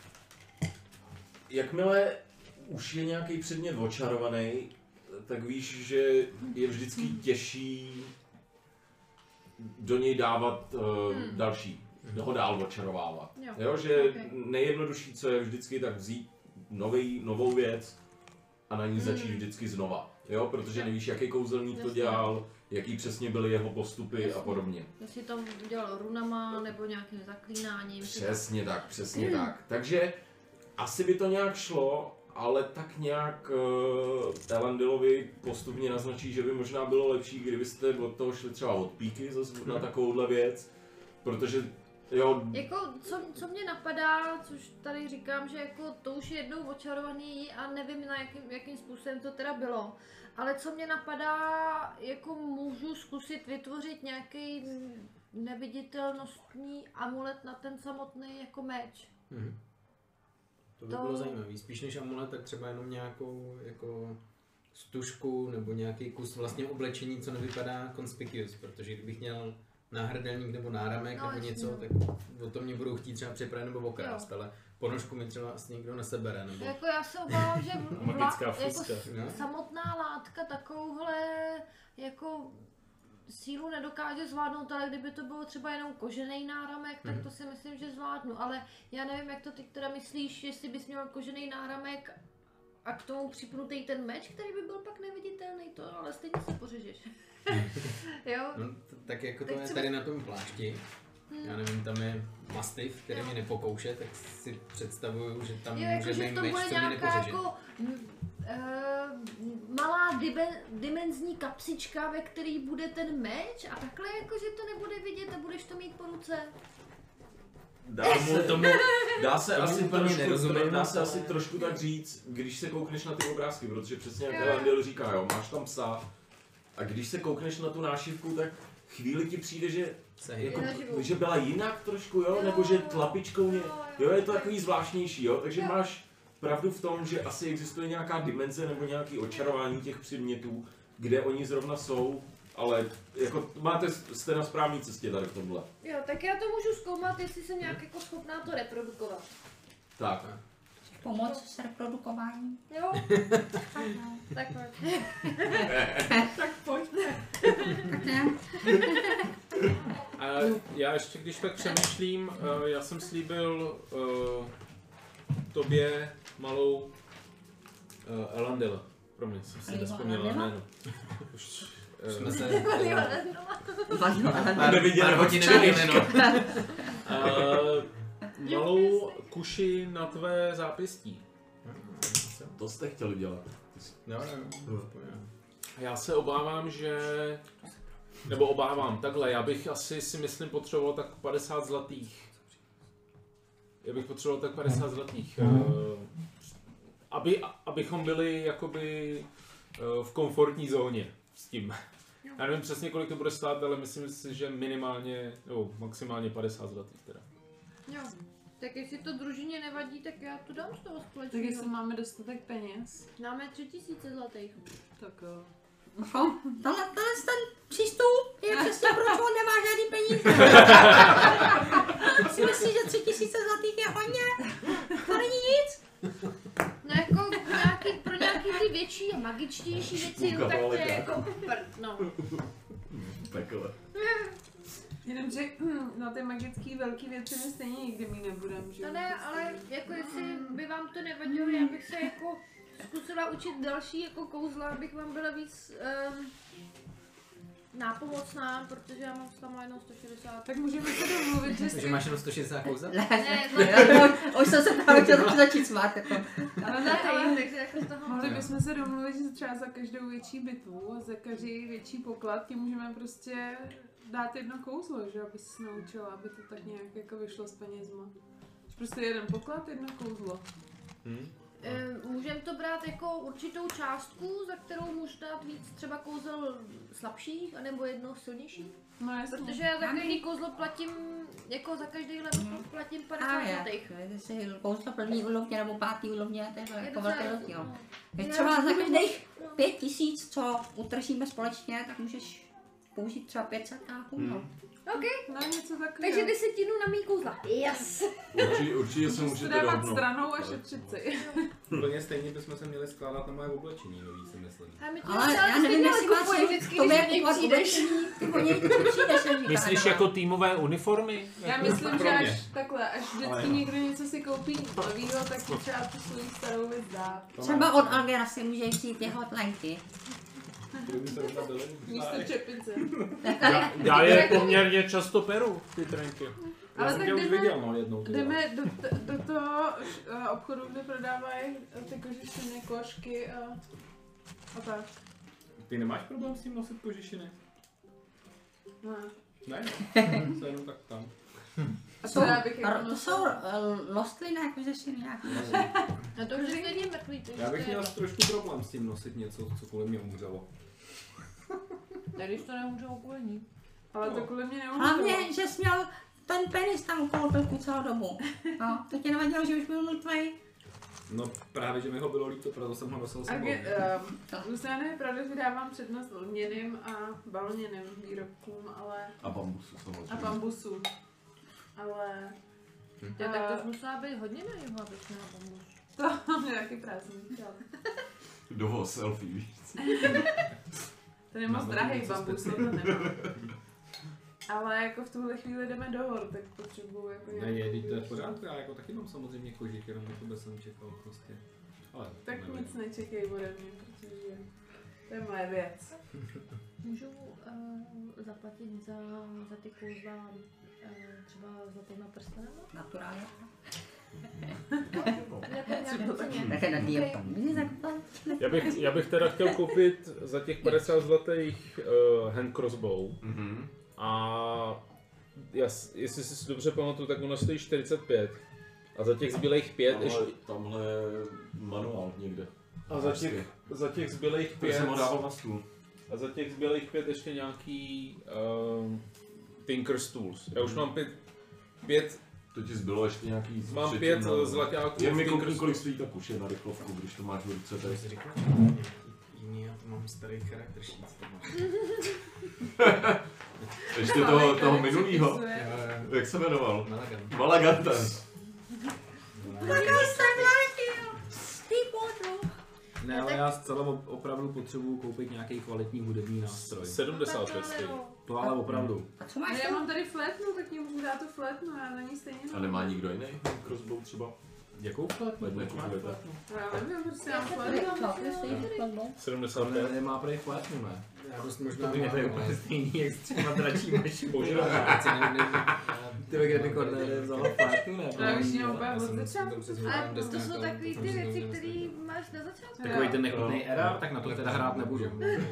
Jakmile už je nějaký předmět očarovaný, tak víš, že je vždycky těžší do něj dávat další, ho dál očarovávat. Jo, že nejjednodušší, co je vždycky, tak vzít novou věc a na ní začít vždycky znova. Jo, protože nevíš, jaký kouzelník to dělal, jaký přesně byly jeho postupy a podobně. Jestli to dělal runama nebo nějakým zaklínáním. Přesně tak. Takže asi by to nějak šlo, ale tak nějak Elandilovi postupně naznačí, že by možná bylo lepší, kdybyste od toho šli třeba od píky zase na takovouhle věc, protože jo... Jako, co mě napadá, což tady říkám, že jako to už je jednou očarovaný a nevím na jakým způsobem to teda bylo, ale co mě napadá, jako můžu zkusit vytvořit nějaký neviditelnostní amulet na ten samotný jako meč. To by bylo zajímavé. Spíš než amulet, tak třeba jenom nějakou jako stužku nebo nějaký kus vlastně oblečení, co nevypadá conspicuous, protože kdybych měl náhrdelník nebo náramek nebo něco, tak o tom mě budou chtít třeba připravit nebo okrást, ale ponožku mi třeba asi někdo nesebere. Nebo... Jako já se obávám, že jako samotná látka takovouhle jako sílu nedokáže zvládnout, ale kdyby to bylo třeba jenom kožený náramek, tak to si myslím, že zvládnu, ale já nevím, jak to ty teda myslíš, jestli bys měl kožený náramek a k tomu připnutý ten meč, který by byl pak neviditelný, to ale stejně se pořežeš. Jo? No, tak jako to je tady na tom plášti, já nevím, tam je mastiff, který mě nepokouše, tak si představuju, že tam může být meč, co mě nepořeže. Jako, malá dimenzní kapsička, ve který bude ten meč a takhle jako, že to nebude vidět a budeš to mít po ruce. Dá se asi trošku tak říct, když se koukneš na ty obrázky, protože přesně jak Elandil říká, jo, máš tam psa a když se koukneš na tu nášivku, tak chvíli ti přijde, že, jako, že byla jinak trošku, jo, nebo že tlapičkou jo, je to takový zvláštnější, jo, takže máš pravdu v tom, že asi existuje nějaká dimenze nebo nějaký očarování těch předmětů, kde oni zrovna jsou, ale jako jste na správné cestě tady v tomhle. Jo, tak já to můžu zkoumat, jestli jsem nějak jako schopná to reprodukovat. Tak. Pomoc s reprodukováním. Jo? Tak pojď. Tak pojďte. A já ještě když tak přemýšlím, já jsem slíbil tobě malou Elandila. Promiň, jsem si nespomněla jméno. Jsme se... Malou kuši na tvé zápěstí. To jste chtěli dělat. Já se obávám, že... Nebo obávám, takhle, já bych asi si myslím potřeboval tak 50 zlatých. Abychom byli jakoby v komfortní zóně s tím. Já nevím přesně, kolik to bude stát, ale myslím si, že minimálně, nebo maximálně 50 zlatých teda. Jo, tak jestli to družině nevadí, tak já to dám z toho společného. Tak jestli máme dostatek peněz. Máme 3000 zlatých. Tak Tenhle ten přístup je přesně proč on nemá žádný peníze. Si myslíš, že 3000 zlatých je hodně? To není nic. No jako pro nějaký ty větší a magičtější věci, no, tak to je jako prd, no. Takhle. Jenomže na ty magické velké věci my stejně nikdy mít nebudeme, že? To ne, ale jako jestli by vám to nevadilo, já bych se jako zkusila učit další jako kouzla, abych vám byla víc nápomocná, protože já mám tam jenom 160. Tak můžeme se domluvit, že Takže máš jenom 160 kouzel? Ne, už jsem se právě chtěla začít smát. Jako. ale ne, takže jako z toho... mohli bychom se domluvit, že třeba za každou větší bitvu a za každý větší poklad ti můžeme prostě dát jedno kouzlo, že aby se naučila, aby to tak nějak jako vyšlo s penězma. Prostě jeden poklad, jedno kouzlo. Můžeme to brát jako určitou částku, za kterou můžu dát víc třeba kouzel slabších, anebo jednou silnější. No jasně. Protože já za každý kouzlo platím, jako za každý level platím 50 zlatých. Jestli kouzlo první úlovně nebo pátý úlovně, to je jako velký rozdíl. No. Třeba za každých 5000, co utržíme společně, tak můžeš použít třeba 500 a OK, No něco takového. takže 10 na mý kouzla. Yes! Určitě se Můžeš můžete to dávat dohodnout. stranou a šetřit si. Úplně stejně bychom se měli skládat na moje oblečení nový, si myslím. Ale já nevím, jestli máš to kupovat oblečení, ty po něj přijdeš. Myslíš jako týmové uniformy? Já Jako myslím, pro že mě. až takhle, až vždycky někdo něco si koupí novýho, tak si třeba tu svou starou věc dá. Třeba od Algera si může vzít jeho tlenky. Místo čepice. Já je poměrně často peru, ty trenky. Já Ale jsem tak tě už jdeme- viděl, no, jednou. ty jo. Jdeme do toho obchodu, kde prodávají ty kožešiny, košky a tak. Ty nemáš problém s tím nosit kožešiny? No. Ne? To jenom tak tam. A to já bych jako To jsou lostlinné kožešiny nějaký. No to už je stejně mrtvý. Já bych měl trošku problém s tím nosit něco, co kvůli mě umřelo. Když to neumřou kvůli ní. Ale to kvůli mě neumřelo. Hlavně, že jsi měl ten penis tam okolo pilku celou dobu. No, to tě nevadilo, že už byl mrtvej. No právě, že mi ho bylo líto, proto jsem ho nosil sebou. Luciane, je pravda, že dávám přednost lněným a balněným výrobkům, ale... A bambusu samozřejmě. A bambusu. Ale... Tak to musela být hodně na jihu, abych měla bambus. To mě taky prázdný. Dovoz selfie, víc. To je moc drahý bambus, to nemám. Ale jako v tuhle chvíli jdeme do hor, tak potřebuju jako Ne, nějakou je, to je v výrobu. pořádku, já jako taky mám samozřejmě kožík, jenom na tebe jsem čekal prostě. Ale Tak nevím. nic nečekej ode mě, protože to je moje věc. Můžu zaplatit za ty kouzla třeba zlatýma prstenama? Naturálně. Já bych teda chtěl koupit za těch 50 zlatých hand crossbow. A jestli si dobře pamatuju, tak ono stojí 45. A za těch zbylých 5 ještě... Tamhle manuál někde. A za těch zbylých To 5... jsem ho dával na stůl. A za těch zbylých 5 ještě nějaký Tinker's Tools. Já už mám 5 To ti zbylo ještě nějaký... mám 5 zlaťáků. Jen mi koukni, kolik stojí ta kuše na rychlovku, když to máš v ruce. To Tak. jsi říkal? Jiný, já to mám starý charakter sheet. to máš. Ještě toho minulýho. Jak se jmenoval? Malagan. Malaganta. Ne, ale já zcela opravdu potřebuju koupit nějaký kvalitní hudební nástroj. 75 stojí. To ale opravdu. A co A máš já tam? mám tady flétnu, tak mě můžu dát tu flétnu, já na ní stejně A nemá nikdo jiný crossbow třeba? Jakou flétnu? Ať nekupujete. Já nevím, prostě Já mám se flétnu. podívám, Co, kde stojí skladbou? 75. To nemá prej flétnu, ne? Já dost To možná by mě to je mám, úplně ale... stejný, jak s těma dračíma šipou. Ty kde by Cornélie vzala flétnu, ne? Já už ji mám úplně Já od jsem začátku. tam přesně Ale tam to desktop, jsou takový tam ty jsem si věci, to které nestavil. máš na začátku. Takový ten nechutný error, tak na to teda hrát nebudu.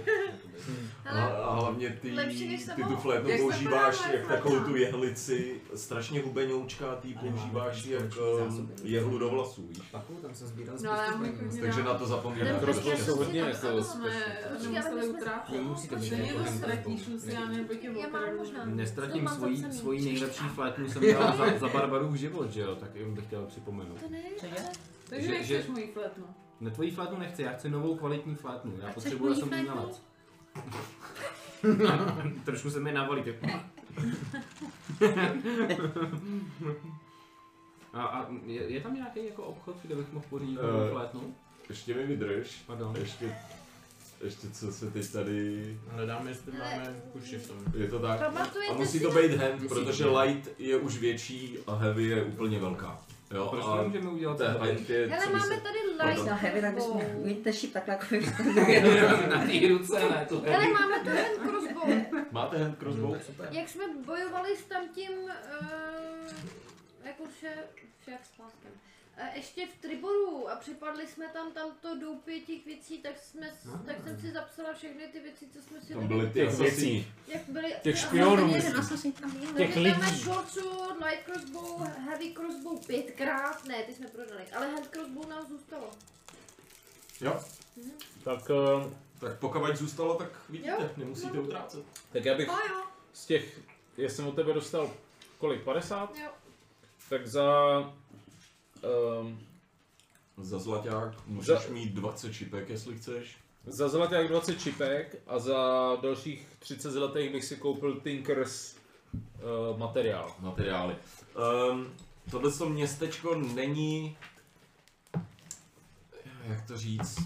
A hlavně ty lepší než tu samou- flétnu Jak se používáš prodává jak takovou flétna? tu jehlici, strašně hubenoučká, ty používáš jak jehlu do vlasů, víš. Paku, tam jsem sbíral No, ale spoustu já peněz. mám Takže na to zapomínáš. Crossbow jsou hodně A jako to jsme nemuseli jsme- utrácet. Nemusí to být Není jako to ten ztratíš, crossbow. Luciane, nebo tě Já mám možná. Nestratím To mám zapsaný. svoji nejlepší flétnu, jsem dal za Barbaru v život, že jo, tak jim bych chtěl připomenout. To ne, Takže Že- nechceš mojí flétnu. Ne, tvoji flétnu nechci, já chci novou kvalitní flétnu, já A chceš potřebuji, já mojí jsem flétnu? umělec. Trošku se mi navolí. A je tam nějaký jako obchod, kde bych mohl pořídit flétnu? Ještě mi vydrž. Pardon. Ještě co se teď tady... Hledáme, jestli máme kuši v tom. Je to tak? Pamatujete A musí si to na- být hand, protože light je už větší a heavy je úplně velká. Jo, Proč a nemůžeme udělat ten to? hand je... Hele, co by máme se- tady Na light heavy, tak crossbow. bychom víte šip takhle jako Na té ruce, ne? To Hele, máme tu hand crossbow. Máte hand crossbow? Jak jsme bojovali s tamtím, jako vše jak s pláskem. Ještě v Triboru a připadli jsme tam to doupě těch věcí, tak jsem si zapsala všechny ty věci, co jsme si Tam byly ty věcí. Jak byly, Těch špionů. těch lidí. Short sword, light crossbow, heavy crossbow 5krát, ne, ty jsme prodali, ale hand crossbow nám zůstalo. Jo, Tak, tak pokud zůstalo, tak vidíte, Jo, nemusíte mám to. utrácet. tak já bych No jo, z těch, já jsem od tebe dostal kolik, 50? jo. Tak za... Za zlaťák můžeš mít 20 čipek, jestli chceš. Za zlaták 20 čipek a za dalších 30 zlatých bych si koupil Tinkers Materiály. Tohle městečko není... Jak to říct?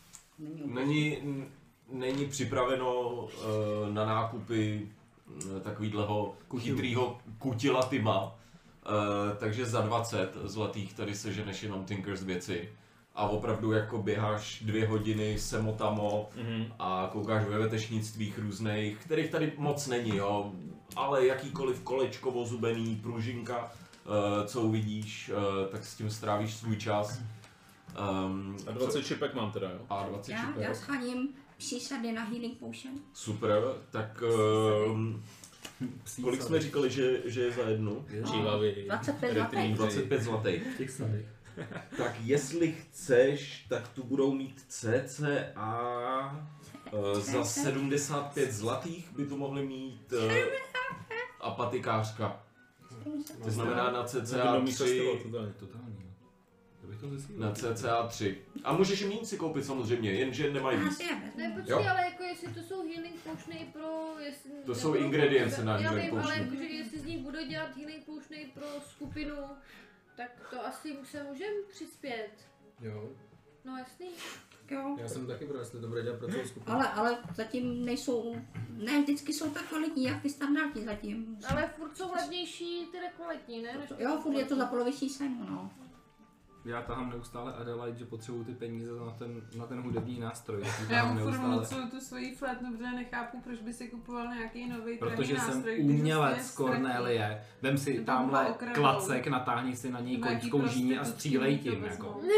Není připraveno na nákupy takovýhleho chytrýho kutila Tima. Takže za 20 zlatých tady seženeš jenom Tinkers věci. A opravdu jako běháš 2 hodiny semotamo a koukáš ve vetešnictvích různých, kterých tady moc není, jo. Ale jakýkoliv kolečko ozubený, pružinka, co uvidíš, tak s tím strávíš svůj čas. A 20 čipek mám teda, jo? A 20 Já čipek. sháním přísady na healing potion. Super, tak kolik jsme říkali, že je za jednu? Čívavý. 25 zlatých. 25 zlatých. Těch samých. Tak jestli chceš, tak tu budou mít cca za 75 zlatých by tu mohli mít a patikářka. To znamená na cca 3. Totální. Na cca 3. A můžeš jim si koupit samozřejmě, jenže nemají víc. Ne, počkej, Jo. ale jako jestli to jsou healing potiony pro... Jestli, To jsou ingredience na já healing vím, ale potion. jakože jestli z nich budu dělat healing potiony pro skupinu, tak to asi se můžem přispět. Jo, No jasný. Jo. já jsem taky pro, jestli to bude dělat pro celou skupinu. Ale zatím nejsou, ne vždycky jsou tak kvalitní, jak ty standardní zatím. Ale furt jsou levnější ty nekvalitní, ne? Než ty Jo, furt je to za kvalitní. poloviční cenu, no. Já tahám neustále Adelaide, že potřebuju ty peníze na ten hudební nástroj. Já mu furt vnucuju tu svoji flétnu, protože nechápu, proč by si kupoval nějaký nový Protože drahý jsem nástroj, když umělec zase z Cornélie. Vem si Nebo tamhle ho okradou. klacek, natáhni si na něj Nebo jaký koňskou žíní a prostitutky střílej to tím. vezmou. Jako.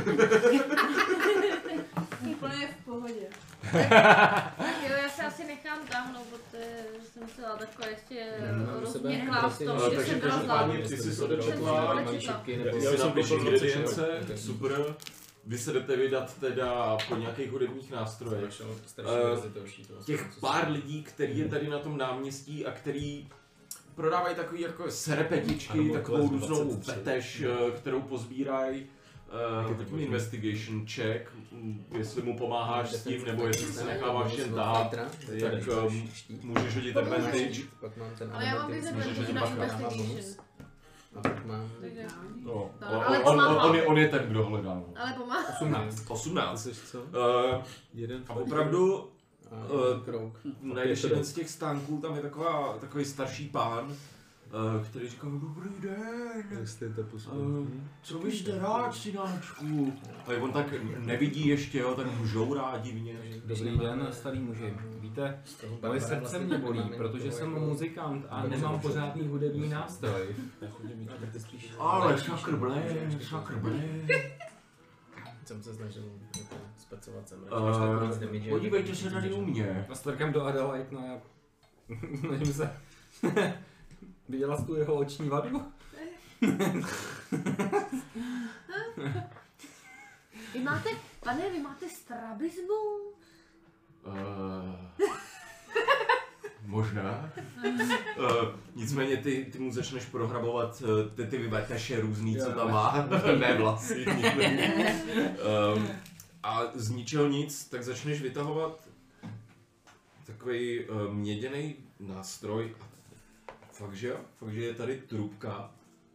Úplně v pohodě. Tak jo, já se asi nechám táhnout, protože jsem si dala takové ještě Nemám u sebe rozměklá v tom, prosím. že Takže jsem byla každopádně zvládnout. ty jsi Jsem odečetla, si odečetla. ty Já si jsem napiš koupil ingredience, noci. super. Vy se jdete vydat teda po nějakých hudebních nástrojech. Strašně mrzitouší to. Těch pár lidí, který je tady na tom náměstí a který prodávají takový jako serepetičky, Ano, takovou kles různou 23. veteš, kterou pozbírají. Takový investigation check, jestli mu pomáháš s tím, nebo jestli se necháváš jen tahat, tak můžeš hodit advantage. Pak mám ten Ale já mám disadvantage na investigation. A pak mám... Takže, No, No, ale ale pomáhá. on je ten, kdo hledá. No. ale pomáhá. 18. Jsi co? Eh, a opravdu Krouk. najdeš jeden z těch stánků, tam je takový starší pán, který říká, dobrý den, Jestli to co byste rád, synáčku? A on tak nevidí ještě, jo, tak žourá divně. Dobrý den, starý muži. Víte, moje srdce mě bolí, protože jsem muzikant a nemám pořádný hudební nástroj. Ale sakr blé. Jsem se snažil jako speciovat sem. Podívejte se tady u mě. A strkám do Adelaide, no já... Snažím se... Viděla jsi tu jeho oční vadu? Vy máte strabismus? Možná. Nicméně ty mu začneš prohrabovat ty veteše různý, co tam má. Ne vlasy. A z ničeho nic, tak začneš vytahovat takový měděný nástroj. Fakt, že je tady trubka.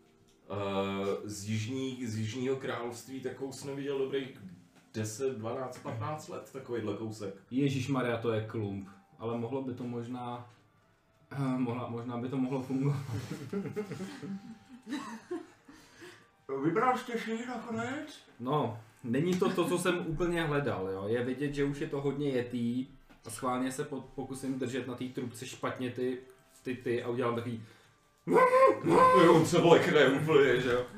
Z jižního království takovou jsem neviděl dobrých 10, 12, 15 let, takovýhle kousek. Ježišmarja, to je klump, ale mohlo by to možná by to mohlo fungovat. Vybral jste si ji nakonec? No, není to to, co jsem úplně hledal, jo. Je vidět, že už je to hodně jetý a schválně se pokusím držet na té trubce špatně ty a udělám takový... On se vlekne úplně, že jo?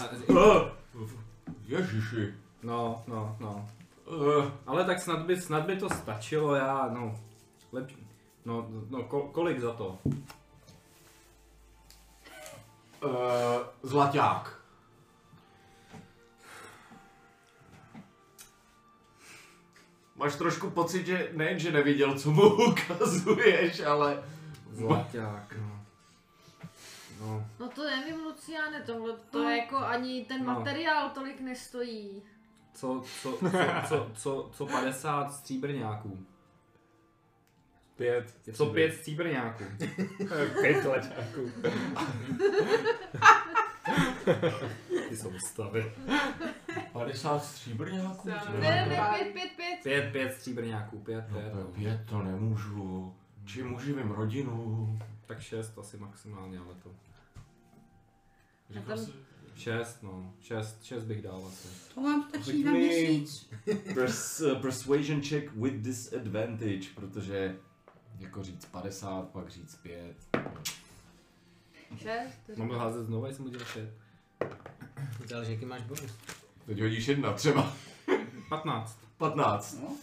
Ježiši. No. Ale tak snad by to stačilo, kolik za to? Zlaťák. Máš trošku pocit, že nejen, že neviděl, co mu ukazuješ, ale... Zlaťák, no. No to nevím, Luciane, tohle to jako ani ten materiál tolik nestojí. Co 50 stříbrňáků? 5. Co 5 stříbrňáků? 5 zlaťáků. Ty jsou stavy. 50 stříbrňáků? Ne, 5. 5 stříbrňáků, 5. No, 5 to nemůžu. Čím uživím rodinu? Tak 6 asi maximálně, ale to... Říkal jsi? 6 bych dal asi. To vám stačí na měsíc. Persuasion check with disadvantage, protože jako říct 50, pak říct 5. 6. Mám házet znovu, jestli mu dělal 6. Záleží, jaký máš bonus. Teď hodíš 1 třeba. 15. 15. No.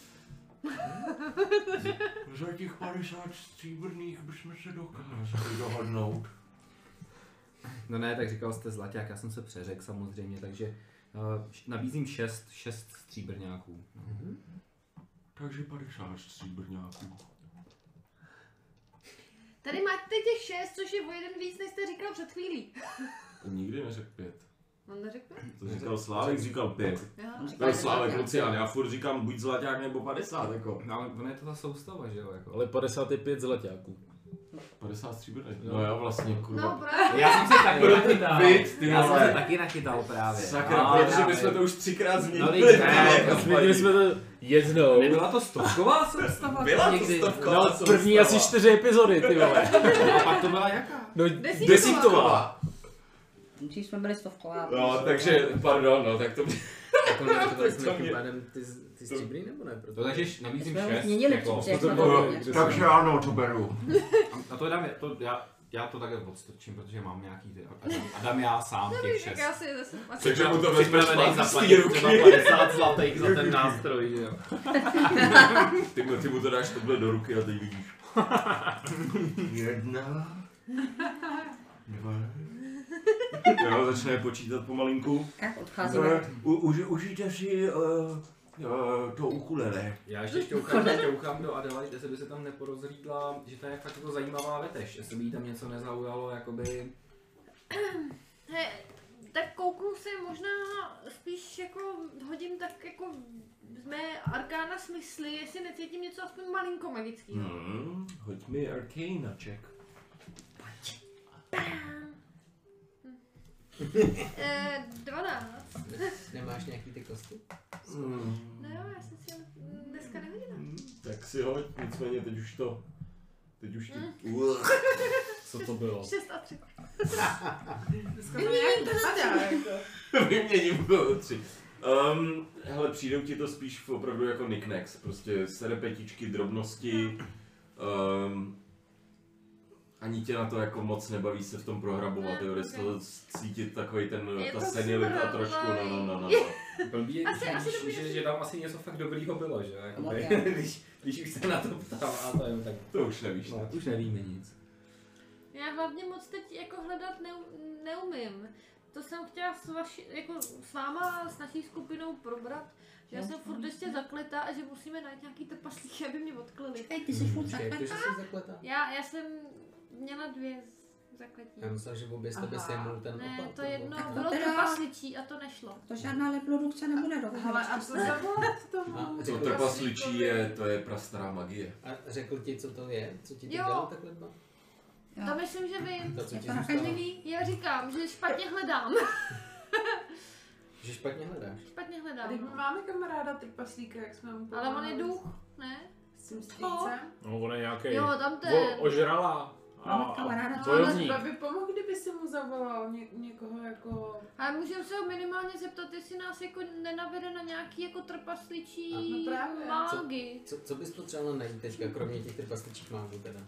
Za těch 50 stříbrných bychom se dokázali dohodnout. No ne, tak říkal jste zlaťák, já jsem se přeřekl samozřejmě, takže nabízím 6 stříbrňáků. Takže 50 stříbrňáků. Tady máte těch 6, což je o jeden víc, než jste říkal před chvílí. Nikdy neřekl 5. On neřekl? To říkal Slávek, říkal 5. Jo. No Slávek, Lucián, já furt říkám buď zlaťák nebo 50 jako. No ale ono je to ta soustava, že jo? Jako. Ale 55 zlaťáků. 50 stříbrných. No jo, vlastně, kurva. No právě. Já jsem se taky nachytal. Byt, ty Já jsem vole. se taky nachytal právě. Sakra, No, protože já my jsme vím. to už 3krát zmínili. No, teď ne, Změnili jsme to jednou. Nebyla to stovková soustava? Byla to někdy? stovková No, soustava. první asi 4 epizody, ty vole. A pak to byla jaká? No, Desítková. desítková. Dřív jsme byli stovková. No, takže, pardon, no, tak to mě... Jako nenatovali jsme To tím mě- pádem ty stříbrý nebo ne? To takže nabízím My jsme 6. změnili Jako, přece, jak to jsme bylo- to měli. Takže ano, to beru. a to dám, já to takhle odstrčím, protože mám nějaký ty, a dám já sám těch 6. Tak já si zase Takže mu to vezmeš Připravený zpátky z zaplatit té ruky. třeba 50 zlatých za ten nástroj, že jo. Ty mu to dáš tohle do ruky a teď vidíš. 1, 2. Jo, začne počítat pomalinku. Tak odcházíme. Užijte si to ukulele. Já ještě šťouchám do Adelaide, jestli by se tam neporozřídla, že to je fakt jako zajímavá vetež, jestli by jí tam něco nezaujalo, jakoby... tak kouknu se možná spíš jako hodím tak jako z mé arkána smysly, jestli necítím něco aspoň malinko magického. Hoď mi Arcana check. 12. Nemáš nějaký ty kosti? No jo, já jsem si ho dneska nehodila. Tak si hoď, nicméně teď už ty... Co to bylo? 6 a 3. Dneska to nějak nepadá, jako. Vyměním 3. Hele, přijdou ti to spíš opravdu jako knickknacks, prostě serepetičky, drobnosti. Ani tě na to jako moc nebaví se v tom prohrabovat, jo, jde to cítit takový ten, Je ta to senilita super, trošku, no. Blbý je, Asi to bude- že tam asi něco fakt dobrýho bylo, že? Jakoby, No, když už se na to ptám, a to je tak... To už nevíš, No, už nevíme nic. Já hlavně moc teď jako hledat neumím. To jsem chtěla s váma, s naší skupinou probrat, že já jsem furt ještě zakletá a že musíme najít nějaký trpaslíky, aby mě odklili. Hej, ty jsi furt Jak to, že zakletá? jsi zakletá? Já jsem měla 2 zakletí. Já myslel, že obě z tebe sejmul ten Ne, opat. to jedno Tak to bylo teda- trpasličí a to nešlo. To žádná reprodukce nebude dobře. Hele, a co zavolat tomu? A Co trpasličí je, to je prastará magie. A řekl ti, co to je? Co ti to Jo. dělal takhle dva? To myslím, že vím. To, co Je ti to zůstalo? nakažlivý? Já říkám, že špatně hledám. Že špatně hledáš. Špatně A hledám. teď máme kamaráda trpaslíka, jak jsme mu Ale on je duch, ne? S tím strýcem. No, on je nějaký Jo, tam ten. ožrala. Máme kamaráda, co Ale bojovník. třeba by pomohl, kdyby si mu zavolal někoho jako... Ale můžeme se ho minimálně zeptat, jestli nás jako nenavede na nějaký jako trpasličí No právě. mágy. Co bys potřeboval najít teďka, kromě těch trpasličích mágů teda?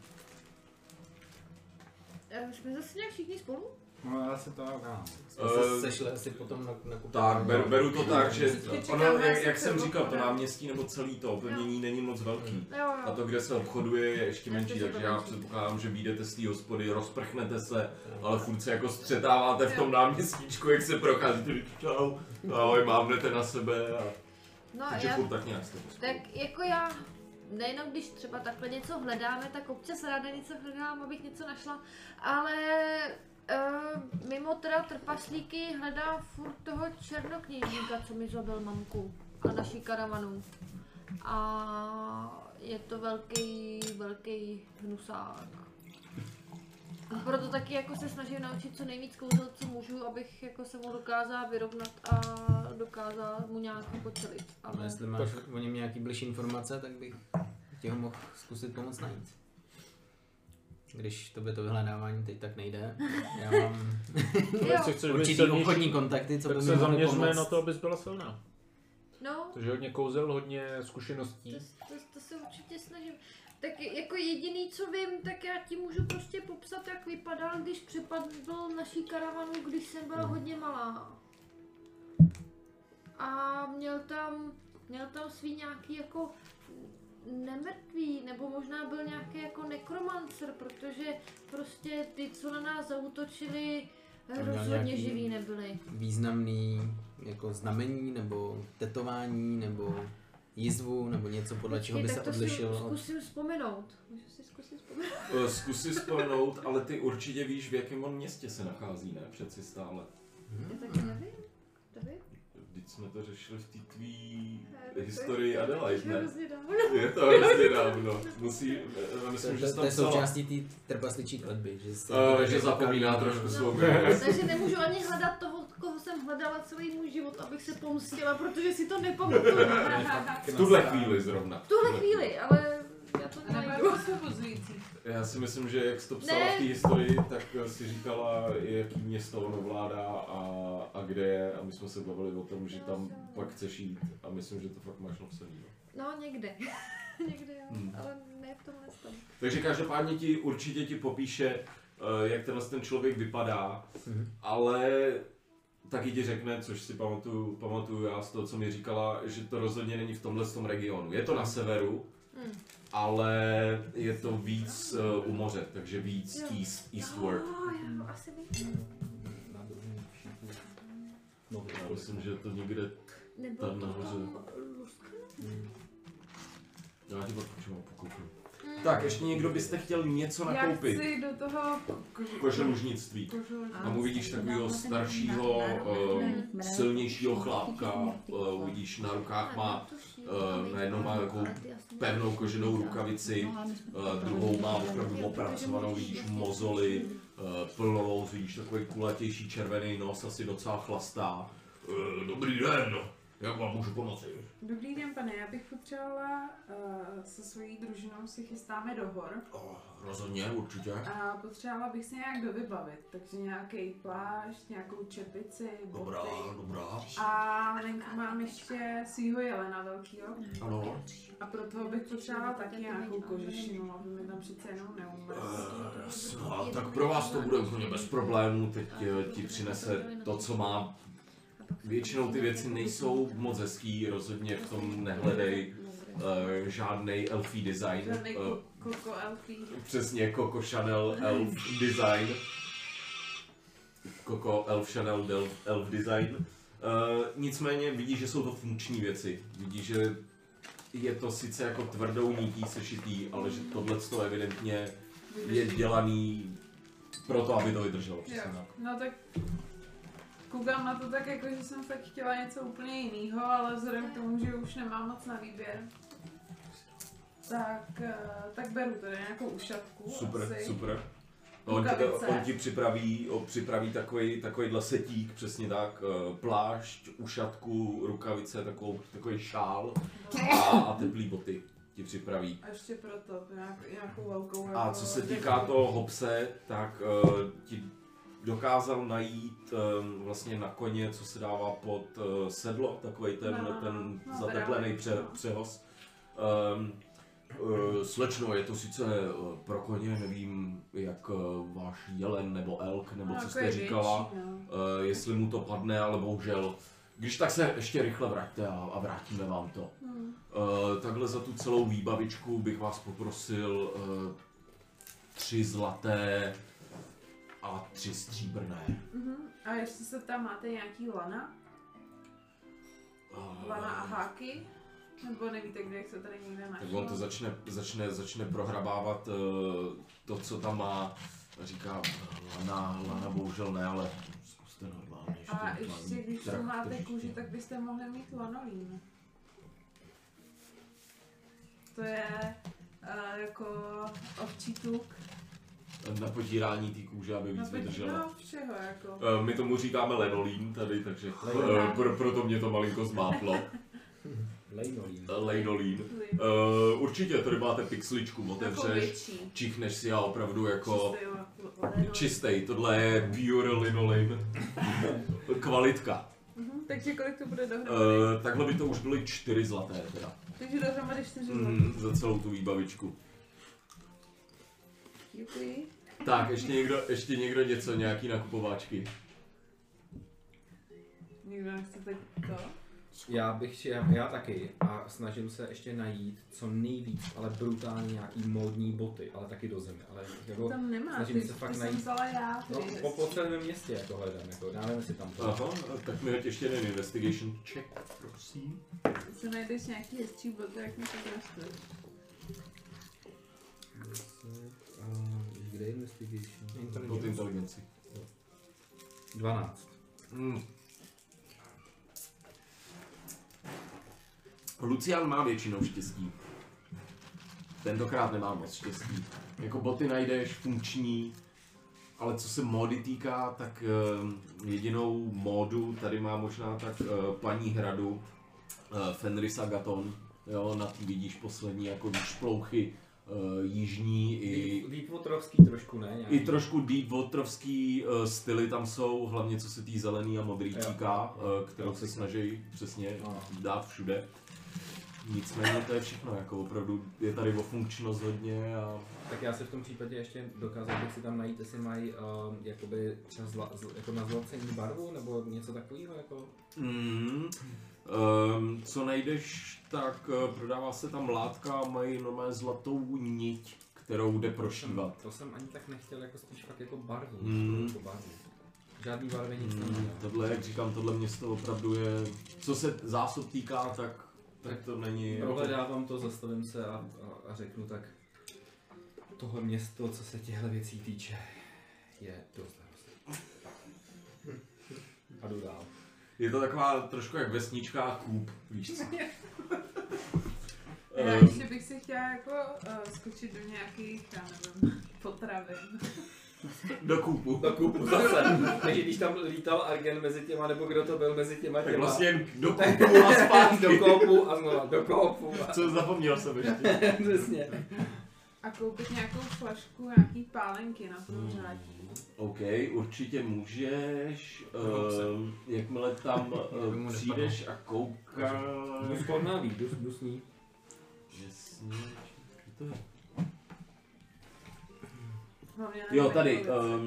Jsme zase nějak všichni spolu? No já si to udělám. Jsme se sešli asi potom na kupu. Tak, beru to tak, že ono, čekáme, jak jestli jsem se říkal, to obchoduje. náměstí nebo celý to opevnění není moc velký. Jo, A jo. to, kde se obchoduje, je ještě menší, Ještě takže to já menší. předpokládám, že vyjdete z té hospody, rozprchnete se, ale furt se jako střetáváte v tom náměstíčku, jak se procházíte, čau, ahoj, mávnete na sebe a No takže já, furt tak nějak jste pospolu. tak jako já, nejenom když třeba takhle něco hledáme, tak občas ráda něco hledám, abych něco našla, ale mimo teda trpaslíky hledá furt toho černokněžníka, co mi zabil mamku a naší karavanu. A je to velký hnusák. A proto taky jako se snažím naučit co nejvíc kouzel, co můžu, abych jako se mu dokázala vyrovnat a dokázala mu nějak počelit. Ale Ale jestli máš o něm nějaký bližší informace, tak bych ti ho mohl zkusit pomoct najít. Když tobě to vyhledávání teď tak nejde, já mám Jestli chceš být určitý silnější, obchodní kontakty, co by tak mi se mohly zaměřme pomoct. na to, abys byla silná. no, Takže hodně kouzel, hodně zkušeností. to se určitě snažím. Tak jako jediný, co vím, tak já ti můžu prostě popsat, jak vypadal, když přepadl naší karavanu, když jsem byla hodně malá. A měl tam svý nějaký jako nemrtvý, nebo možná byl nějaký jako nekromancer, protože prostě ty, co na nás zaútočili, měl rozhodně nějaký- živí nebyli. Významný jako znamení, nebo tetování, nebo jizvu, nebo něco, podle čeho by Počkej, se tak to si odlišil od... zkusím vzpomenout. Můžu si zkusit vzpomenout? Zkus si vzpomenout, ale ty určitě víš, v jakém on městě se nachází, ne? Přeci stále. Já taky nevím. To vím. Vždyť jsme to řešili v té tvý To je- historii to je Adelaide, ne? hrozně dávno. Je to hrozně dávno. Musí, myslím, že jsi To tam je psala, součástí té trpasličí kletby, že se... že zapomíná trošku svou Takže nemůžu ani hledat toho, koho jsem hledala celý můj život, abych se pomstila, protože si to nepamatuju. V tuhle chvíli zrovna. V tuhle chvíli, ale já to A nebo najdu. jako osvobozující. Já si myslím, že jak jsi to psala Ne. v té historii, tak si říkala, jaký město ono vládá a kde je. A my jsme se bavili o tom, že tam pak chceš jít. A myslím, že to fakt máš napsaný. No. No někde. Někde jo, ale ne v tomhle stavu. Takže každopádně určitě ti popíše, jak ten člověk vypadá, ale taky ti řekne, což si pamatuju já z toho, co mi říkala, že to rozhodně není v tomhle regionu. Je to na severu, ale je to víc u moře, takže víc eastward. Jo, asi vím. Já myslím, že to někde Nebo tam to nahoře. tam luskne? Já ti pak potřebuji pokouknu. Tak, ještě někdo byste chtěl něco Já nakoupit? chci do toho koželužnictví. Tam uvidíš takového staršího, silnějšího chlápka, uvidíš na rukách má, najednou má takovou pevnou koženou rukavici, druhou má opravdu opracovanou, vidíš mozoly, plnou, vidíš takový kulatější červený nos, asi docela chlastá. Dobrý den, jak vám můžu pomoci? Dobrý den, pane, já bych potřebovala se svojí družinou si chystáme do hor Rozhodně, určitě. a potřebovala bych se nějak dovybavit, takže nějaký plášť, nějakou čepici, boty. Dobrá. A venku mám ještě svýho jelena velkýho Ano. a pro toho bych potřebovala taky nějakou kožešinu, aby mi tam přece jenom neumrzl. No, tak pro vás to bude úplně bez problémů, teď ti přinese to, co má. Většinou ty věci nejsou moc hezký, rozhodně v tom nehledej žádnej elfí design. Žádnej Coco elfí. Přesně Coco Chanel elf design. Coco elf Chanel elf design. Nicméně vidíš, že jsou to funkční věci. Vidíš, že je to sice jako tvrdou nití sešitý, ale že tohleto evidentně je dělaný Proto, aby to vydrželo. Přesně tak. No tak koukám na to tak jako, že jsem fakt chtěla něco úplně jiného, ale vzhledem k tomu, že už nemám moc na výběr, tak beru tady nějakou ušatku. Super, asi. super. On ti připraví takovýhle setík, přesně tak, plášť, ušatku, rukavice, takový šál a teplý boty ti připraví. A ještě proto, nějakou velkou. A jako co se týká toho hopse, tak ti dokázal najít vlastně na koně, co se dává pod sedlo, takový ten zateplený přehoz. Slečno, je to sice pro koně, nevím jak váš jelen nebo elk, nebo co jste říkala, jestli mu to padne, ale bohužel. Když tak se ještě rychle vraťte a vrátíme vám to. Takhle za tu celou výbavičku bych vás poprosil 3 zlaté a 3 stříbrné. A jestli se tam máte nějaký lana? Lana a háky? Nebo nevíte, kde se tady někde našlo? Tak on to začne prohrabávat to, co tam má. Říká, lana bohužel ne, ale zkuste normálně. A ještě když tu máte kůži, tak byste mohli mít lanolín. To je jako ovčí tuk. Na potírání té kůže, aby víc vydržela. No, všeho jako. My tomu říkáme lenolín tady, takže proto mě to malinko zmátlo. Lejnolín. Určitě, tady máte pixličku, otevřeš, čichneš si a opravdu jako čistý. Tohle je pure linolein. Kvalitka. Takže kolik to bude dohromady? Takhle by to už byly 4 zlaté teda. Takže dohromady 4 zlaté. Za celou tu výbavičku. Děkuji. Tak, ještě někdo něco, nějaký nakupováčky. Nikdo nechce teď to? Já taky a snažím se ještě najít co nejvíc, ale brutálně nějaký módní boty, ale taky do země. Ale jako tam nemá, snažím se fakt najít. Jsem já, no, po celém městě jako hledám, jako dáme si tam to. Aha, tak mi hoď ještě jeden investigation check, prosím. Když se najdeš nějaký hezčí boty, jak mi to dostat. Kde je investigation? Pod inteligenci. 12. Lucian má většinou štěstí. Tentokrát nemá moc štěstí. Jako boty najdeš funkční, ale co se módy týká, tak jedinou módu tady má možná tak paní hradu Fenrisa Gaton. Jo, na tý vidíš poslední jako výšplouchy jižní i... Deepwaterovský trošku, ne? Nějaký. I trošku deepwaterovský styly tam jsou, hlavně co se tý zelený a modrý týká, kterou se snaží přesně dát všude. Nicméně to je všechno, jako opravdu je tady o funkčnost hodně a... Tak já se v tom případě ještě dokázal bych si tam najít, jestli mají jakoby třeba jako na zlacení barvu nebo něco takového jako... Co najdeš, tak prodává se tam látka, mají normálně zlatou niť, kterou jde prošívat. To jsem ani tak nechtěl, jako spíš fakt jako barvu. Jako barvu. Žádný barvy nic není. Tohle, jak říkám, tohle město opravdu je, co se zásob týká, tak to není... Prohledávám to, zastavím se a řeknu tak, tohle město, co se těchto věcí týče, je dost hrozné. A jdu dál. Je to taková trošku jak vesnička Kůp, víš co? Já ještě bych si chtěla jako skočit do nějakých, já nevím, potravin. Do Kůpu. Do Kůpu zase. Takže když tam lítal Argen mezi těma, nebo kdo to byl mezi těma tak vlastně do Kůpu a zpátky. Do Kůpu a znova do Kůpu. Co zapomněl jsem ještě. Přesně. A koupit nějakou flašku, nějaký pálenky na tom řádí. OK, určitě můžeš, jakmile tam přijdeš a koukáš... Jdu skornávý, jdu s ní. Jasně, to je? Jo, tady,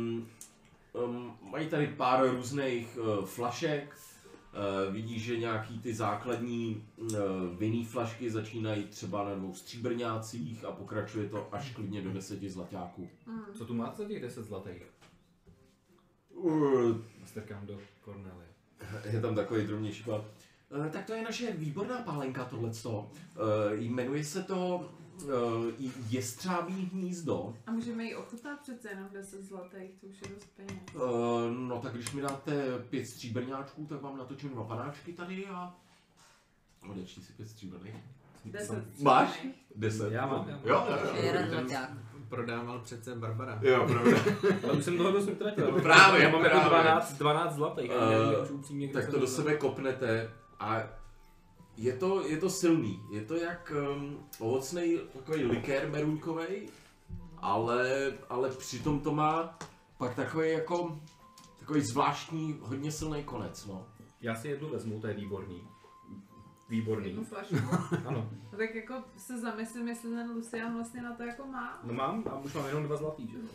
mají tady pár různých flašek, vidíš, že nějaký ty základní vinný flašky začínají třeba na 2 stříbrňácích a pokračuje to až klidně do 10 zlaťáků. Co tu máte za těch 10 zlatých? Strkám do Cornelie. Je tam takový drobnější pár. Tak to je naše výborná pálenka tohleto. Jmenuje se to Jestřábí hnízdo. A můžeme ji ochutnat přece jenom 10 zlatých, to už je dost peněz. No tak když mi dáte 5 stříbrňáčků, tak vám natočím 2 panáčky tady a... Odečti si 5 stříbrných. 10. Máš? 10. Já mám. Jo. Prodával přece Barbara. Jo, pravda. Ale už jsem toho dost utratil. Právě, já mám jako právě. 12 zlatých. Tak to do sebe kopnete a je to silný. Je to jak ovocnej takový likér meruňkovej, ale přitom to má pak takový zvláštní, hodně silný konec, no. Já si jednu vezmu, to je výborný. Výborný. Jednu flašku. Ano. No tak jako se zamyslím, jestli ten Lucian vlastně na to jako má. No mám a už mám jenom 2 zlatý, že jo?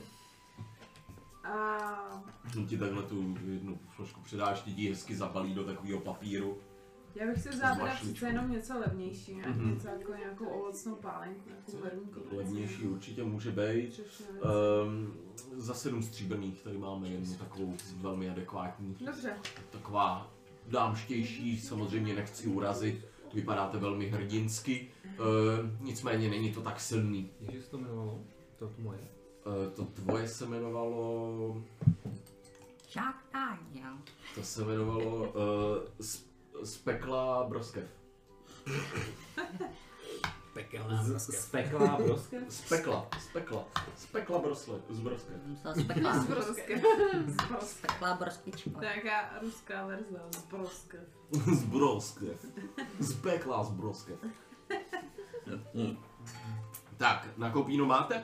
A Ti takhle tu jednu flašku předáš, ti hezky zabalí do takového papíru. já bych si vzala teda Zvláštní. přece jenom něco levnějšího, Mhm. něco jako nějakou ovocnou pálenku, nějakou meruňku. Levnější určitě může být. Za 7 stříbrných tady máme jednu takovou velmi adekvátní. Dobře. Taková dámštější, samozřejmě nechci urazit, vypadáte velmi hrdinsky, nicméně není to tak silný. Jak se to jmenovalo? To moje? To tvoje se jmenovalo... Žák Daniel. To se jmenovalo z pekla broskev. Pekelná broskev. Speklá broskev? Z pekla broskev. Spekla. Zbroskev. Spekla broskička. To je nějaká ruská verze, zbroskev. Z broskev. Z pekla z broskev. Tak, na kopínu máte?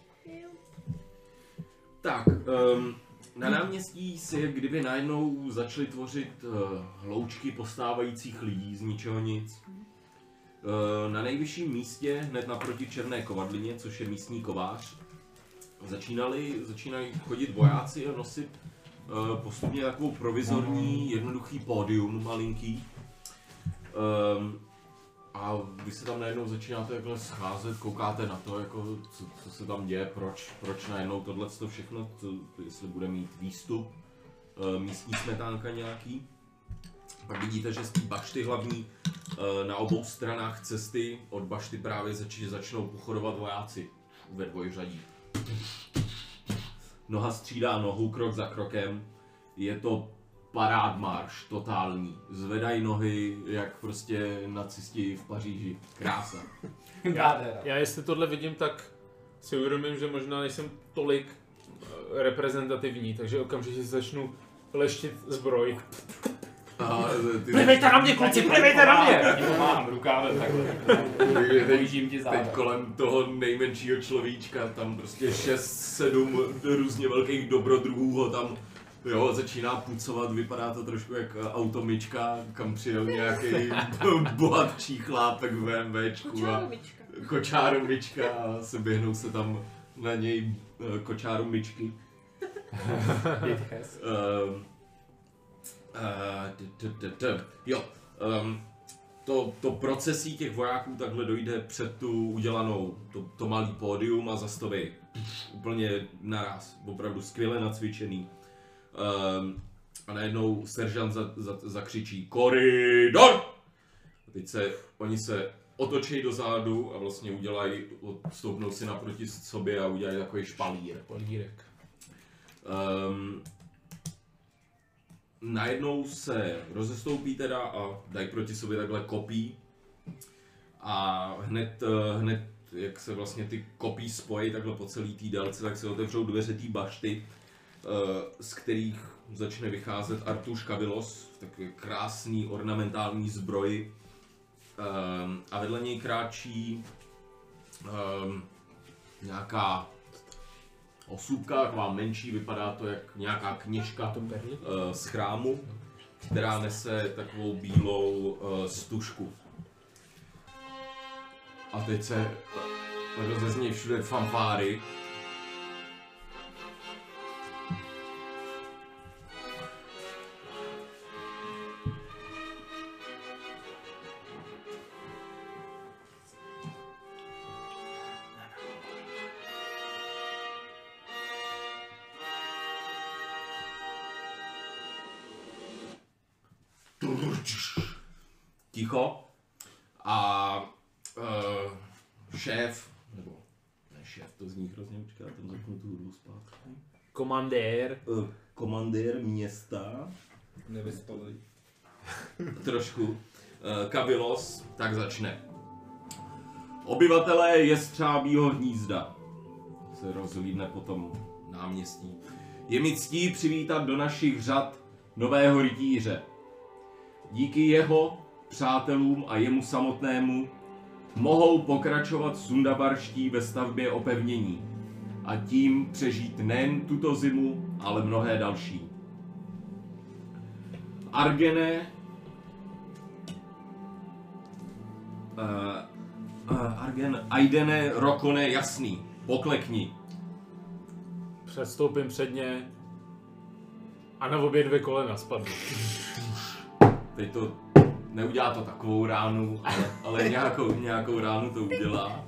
Tak, na náměstí se jak kdyby najednou začaly tvořit hloučky postávajících lidí z ničeho nic. Na nejvyšším místě, hned naproti Černé kovadlině, což je místní kovář, začínají chodit vojáci a nosit postupně takovou provizorní, jednoduchý pódium malinký. A vy se tam najednou začínáte takhle scházet, koukáte na to, jako, co se tam děje, proč najednou tohleto všechno, jestli bude mít výstup, místní smetánka nějaký. Pak vidíte, že z té bašty hlavní na obou stranách cesty od bašty právě začnou pochodovat vojáci ve dvojřadí. Noha střídá nohu krok za krokem, je to parádmarš totální. Zvedají nohy, jak prostě nacisti v Paříži. Krása. Já jestli tohle vidím, tak si uvědomím, že možná nejsem tolik reprezentativní, takže okamžitě začnu leštit zbroj. Plivejte na mě, kluci, plivejte na mě! Já ti pomáhám rukávem takhle. Pojížím ti záda. Teď kolem toho nejmenšího človíčka, tam prostě 6-7 různě velkých dobrodruhů ho tam začíná pucovat, vypadá to trošku jak automyčka, kam přijel nějaký bohatší chlápek v BMWčku a kočáromyčka a se běhnou se tam na něj kočáromyčky. To procesí těch vojáků takhle dojde před tu udělanou, to malý pódium a zastaví úplně naraz, opravdu skvěle nacvičený. A najednou seržant zakřičí koridor! A teď oni se otočí dozadu a vlastně stoupnou si naproti sobě a udělají takový špalír. Palírek. Najednou se rozestoupí teda a dají proti sobě takhle kopí. A hned jak se vlastně ty kopí spojí takhle po celý té délce, tak se otevřou dveře té bašty, z kterých začne vycházet Artuš Kavilos v takové krásný ornamentální zbroji. A vedle něj kráčí nějaká osůbka, taková menší, vypadá to jak nějaká kněžka z chrámu, která nese takovou bílou stužku. A teď se rozezní všude fanfáry. ticho a šéf, nebo ne šéf, to zní hrozně, počkej, já tam zapnu tu hudbu zpátky. Komandér města. Nevyspalý. Trošku. Kavilos, tak začne. Obyvatelé Jestřábího hnízda. Se rozhlídne po tom náměstí. Je mi ctí přivítat do našich řad nového rytíře. Díky jeho přátelům a jemu samotnému mohou pokračovat Sundabarští ve stavbě opevnění a tím přežít nejen tuto zimu, ale mnohé další. Aidene Rokone Jasný, poklekni. Předstoupím před ně a na obě 2 kolena spadnu. Teď to neudělá to takovou ránu, ale nějakou ránu to udělá.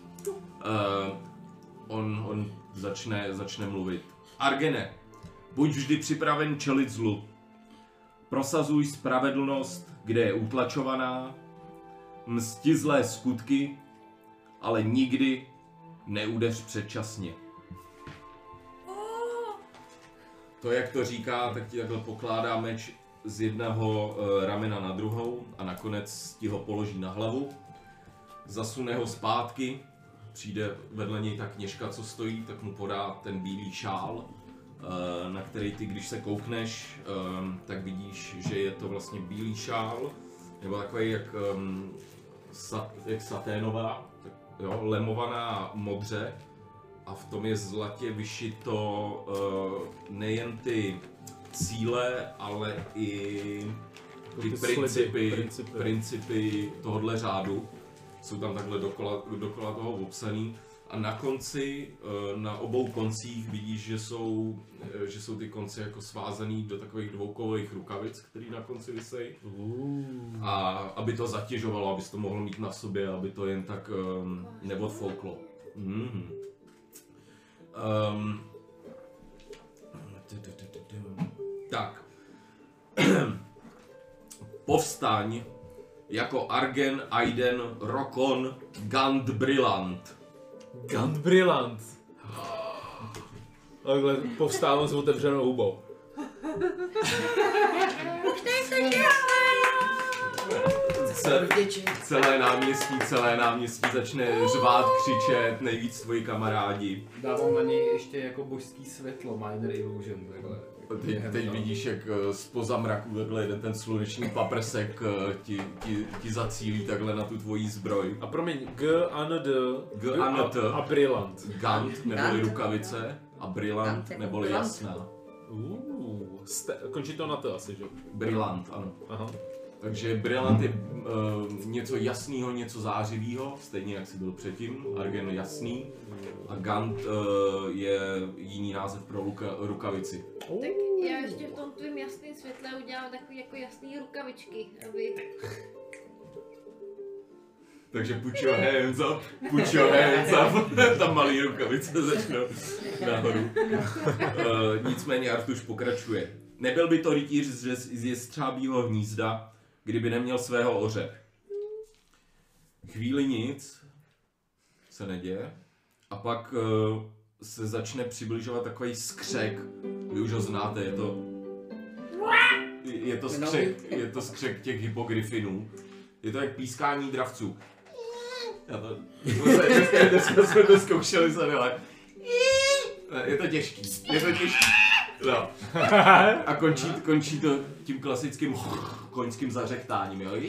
On začne mluvit. Argene, buď vždy připraven čelit zlu. Prosazuj spravedlnost, kde je utlačovaná, msti zlé skutky, ale nikdy neudeř předčasně. To, jak to říká, tak ti takhle pokládá meč z jednoho ramena na druhou a nakonec ti ho položí na hlavu. Zasune ho zpátky, přijde vedle něj ta kněžka, co stojí, tak mu podá ten bílý šál, na který ty, když se koukneš, tak vidíš, že je to vlastně bílý šál, nebo takový jak saténová, tak, jo, lemovaná modře, a v tom je zlatě vyšito nejen ty cíle, ale i ty principy tohohle řádu. Jsou tam takhle dokola toho obsaný. A na konci, na obou koncích vidíš, že jsou ty konce jako svázaný do takových dvoukových rukavic, který na konci visejí. A aby to zatěžovalo, abys to mohl mít na sobě, aby to jen tak neodfouklo. Tak. Povstaň jako Argen Aiden Rokon Gand Brillant. Gand Brillant. Takhle povstávám s otevřenou hubou. Celé náměstí začne řvát, křičet, nejvíc tvoji kamarádi. Dávám na něj ještě jako božský světlo, minor illusion, takhle. Teď vidíš, jak zpoza mraku takhle jeden ten sluneční paprsek ti zacílí takhle na tu tvoji zbroj. A promiň, G a Brillant. Gant neboli rukavice a Brillant neboli jasná. Končí to na to asi, že? Brillant, ano. Aha. Takže Brillant je něco jasného, něco zářivého, stejně jak jsi byl předtím, Argen jasný. A Gant je jiný název pro rukavici. Tak já ještě v tom tvým jasným světle udělám takový jako jasný rukavičky, aby... Takže put your hands up, tam malý rukavice začnou nahoru. Nicméně Artuš pokračuje. Nebyl by to rytíř z Jestřábího hnízda, kdyby neměl svého oře. Chvíli nic se neděje a pak se začne přibližovat takový skřek. Vy už ho znáte, je to skřek těch hypogryfinů. Je to jak pískání dravců. Dneska jsme to zkoušeli se ale je to těžký. No. A končí to tím klasickým koňským zařechtáním, jo?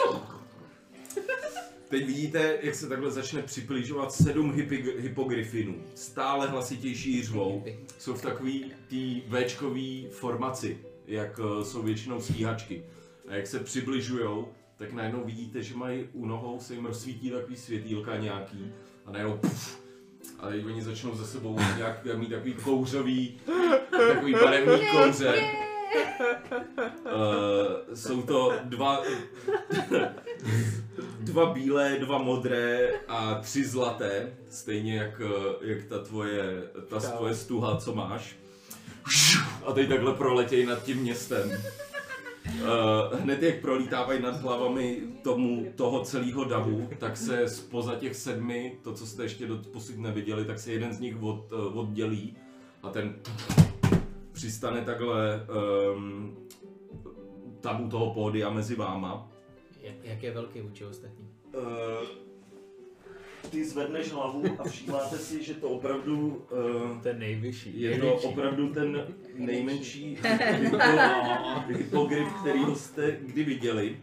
Teď vidíte, jak se takhle začne přibližovat 7 hypogryfinů. Stále hlasitější řvou. Jsou v takový tý véčkový formaci, jak jsou většinou stíhačky. A jak se přibližujou, tak najednou vidíte, že mají u nohou, se jim rozsvítí takový světýlka nějaký. A najednou a teď oni začnou za sebou mít takový kouřový, takový barevný kouře. Jsou to dva bílé, 2 modré a 3 zlaté, stejně jak ta tvoje stuha, co máš. A teď takhle proletěj nad tím městem. Hned jak prolítávají nad hlavami toho celého davu, tak se spoza těch 7, to co jste ještě doposud neviděli, tak se jeden z nich oddělí a ten přistane takhle tabu toho pódia mezi váma. Jak je velký vůči ostatním? Ty zvedneš hlavu a všímáte si, že to opravdu ten nejvyšší. Je to opravdu ten nejmenší hypogryf, kterýho jste kdy viděli.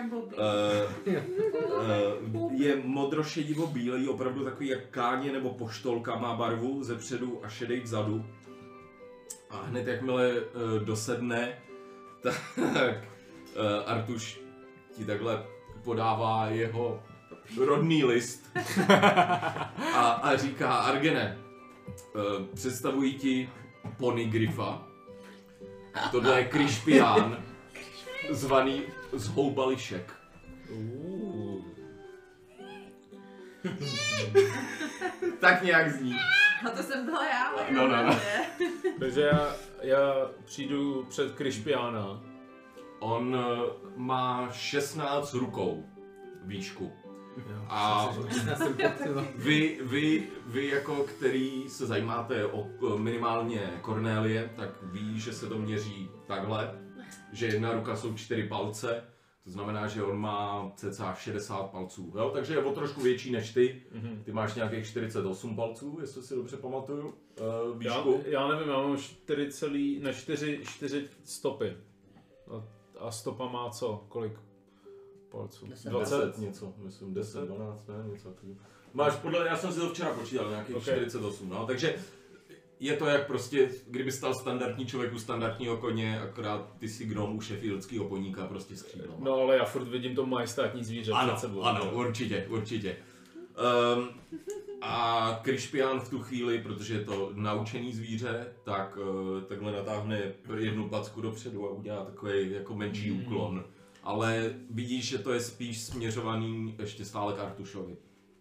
Je modrošedivo-bílý, opravdu takový jak káně nebo poštolka, má barvu ze předu a šedej vzadu. A hned jakmile dosedne, tak Artuš ti takhle podává jeho rodný list a říká: Argene, představuji ti Ponygryfa. Tohle je Kryšpián, zvaný Zhoubališek. Tak nějak zní. A to jsem byla já. No. Takže já přijdu před Kryšpiána. On má 16 rukou výšku. A vy jako který se zajímáte o minimálně Cornélie, tak ví, že se to měří takhle, že jedna ruka jsou 4 palce, to znamená, že on má cca 60 palců, jo? Takže je o trošku větší než ty. Ty máš nějakých 48 palců, jestli si dobře pamatuju, výšku. Já nevím, já mám 4 stopy. A stopa má co? Kolik palců? 10 něco, myslím 10, 12, ne, něco takového. Máš já jsem si to včera počítal, nějakých 48, no, takže je to jak prostě, kdyby stal standardní člověk u standardního koně, akorát ty si gnom u sheffieldského poníka prostě s křídlama. No ale já furt vidím to majestátní zvíře před sebou. Ano, určitě. A Kryšpián v tu chvíli, protože je to naučený zvíře, tak takhle natáhne jednu placku dopředu a udělá takový jako menší úklon. Ale vidíš, že to je spíš směřovaný ještě stále k Artušovi.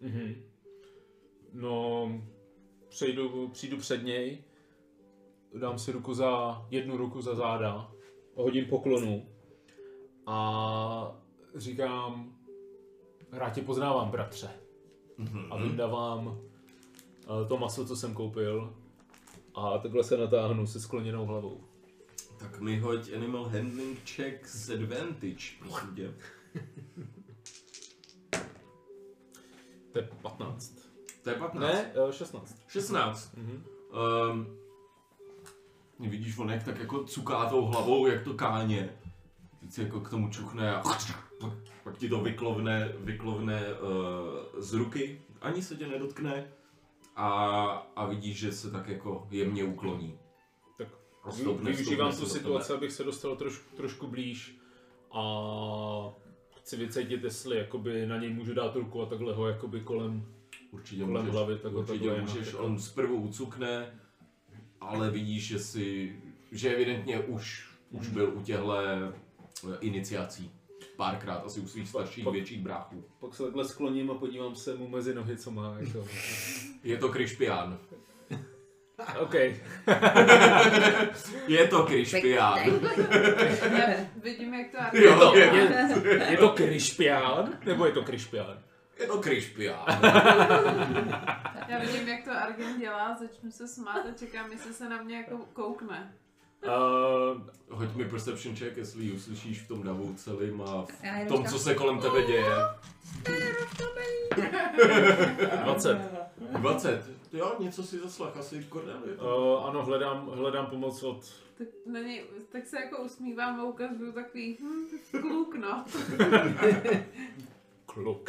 No, přijdu před něj, dám si jednu ruku za záda, hodím poklonu a říkám: rád tě poznávám, bratře. A vyndávám to maso, co jsem koupil, a takhle se natáhnu se skloněnou hlavou. Tak mi hoď Animal Handling check s advantage, prosím tě. To je 15. To je 15? Ne, 16. 16. Vidíš, on jak tak jako cuká tou hlavou, jak to káně. Teď si jako k tomu čuchne a pak ti to vyklovne z ruky. Ani se tě nedotkne a vidíš, že se tak jako jemně ukloní. Tak využívám tu situaci, abych se dostal trošku blíž a chci vycítit, jestli jakoby na něj můžu dát ruku a takhle ho jakoby kolem hlavy. Určitě můžeš, on zprvu ucukne, ale vidíš, že evidentně už byl u těchto iniciací. Párkrát, asi u svých starších, větších bráchů. Pak se takhle skloním a podívám se mu mezi nohy, co má. Jako. Je to Kryšpián. OK. Je to Kryšpián. Vidím, jak to je to Kryšpián? Nebo je to Kryšpián? Je to Kryšpián. Já vidím, jak to Argen dělá, začnu se smát a čekám, jestli se na mě jako koukne. Hoď mi perception check, jestli ji uslyšíš v tom davu celým a v tom, co se kolem tebe děje. 20. Jo, něco si zaslech, asi Cornélie. Ano, hledám pomoc od... Tak se jako usmívám a ukazuju takový kluk, no. Kluk.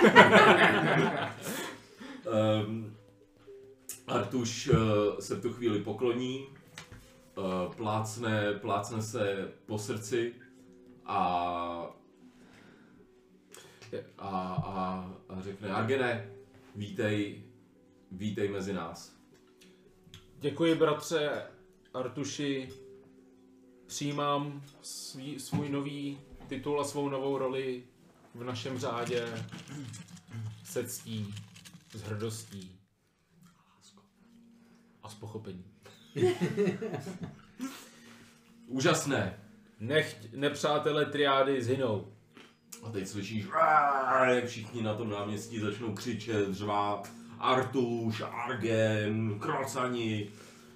Artuš se v tu chvíli pokloní, plácne se po srdci a řekne: Argene, vítej mezi nás. Děkuji, bratře Artuši. Přijímám svůj nový titul a svou novou roli v našem řádě se ctí, s hrdostí a s pochopením. Úžasné. Nechť nepřátelé triády zhynou. A teď slyšíš, jak všichni na tom náměstí začnou křičet, řvát. Artuš, Argen, Krocani.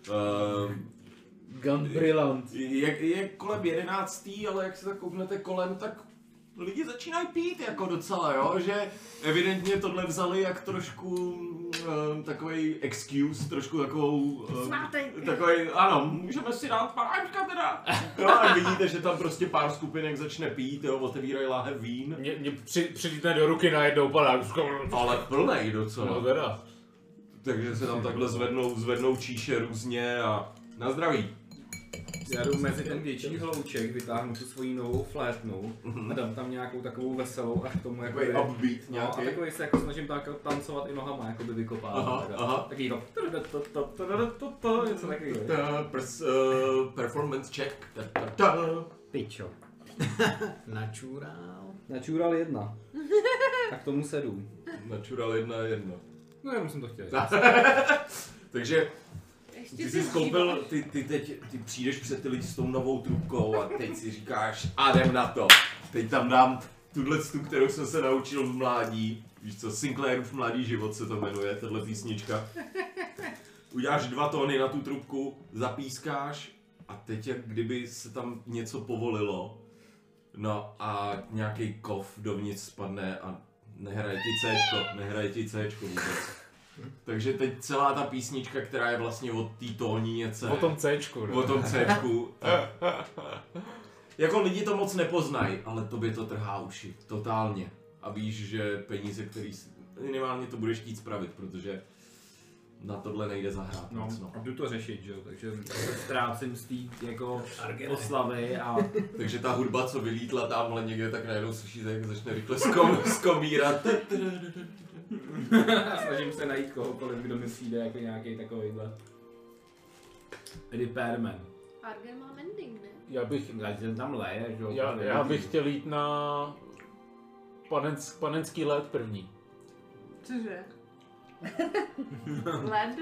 Gunbrillant. Je kolem 11, ale jak se tak kouknete kolem, tak lidi začínají pít jako docela, jo, že evidentně tohle vzali jak trošku takovej excuse, trošku takovou... takovej, ano, můžeme si dát páčka teda. Jo, a vidíte, že tam prostě pár skupinek začne pít, jo, otevírají láhev vín. Mě přilítne do ruky najednou padá. Ale plnej docela. No teda. Takže se tam takhle zvednou číše různě a na zdraví. Já jdu mezi ten větší hlouček, vytáhnu tu svoji novou flétnu a dám tam nějakou takovou veselou a k tomu jako Takový upbeat no, nějaký. a takový se jako snažím tak tancovat i nohama, jako by vykopávat. Taký to, něco takového. Performance check. Pičo. Natural. Načural 1. A k tomu 7. Natural 1. No já jsem to chtěl. Takže ty jsi skoupil, ty přijdeš před ty lidi s tou novou trubkou a teď si říkáš a jdem na to. Teď tam dám tuto, kterou jsem se naučil v mládí. Víš co, Sinclairův mladý život se to jmenuje, tahle písnička. Uděláš 2 tóny na tu trubku, zapískáš a teď jak kdyby se tam něco povolilo. No a nějaký kov dovnitř spadne a nehraje ti Cčko vůbec. Takže teď celá ta písnička, která je vlastně od té tónice. O tom Cčku, ne? O tom Cčku. Jako lidi to moc nepoznají, ale tobě to trhá uši. Totálně. A víš, že peníze, který minimálně to budeš chtít spravit, protože na tohle nejde zahrát. No, moc, no. jdu to řešit, že jo, takže ztrácím z té jako oslavy a... Takže ta hudba, co vylítla tamhle někde, tak najednou slyšíte, jak začne rychle zkomírat. Snažím se najít kohokoliv, kdo mi přijde jako nějaký takovýhle repairman. Argen má mending, ne? Já jsem tam leje, že jo. Já bych chtěl jít na panenský let první. Cože? Led?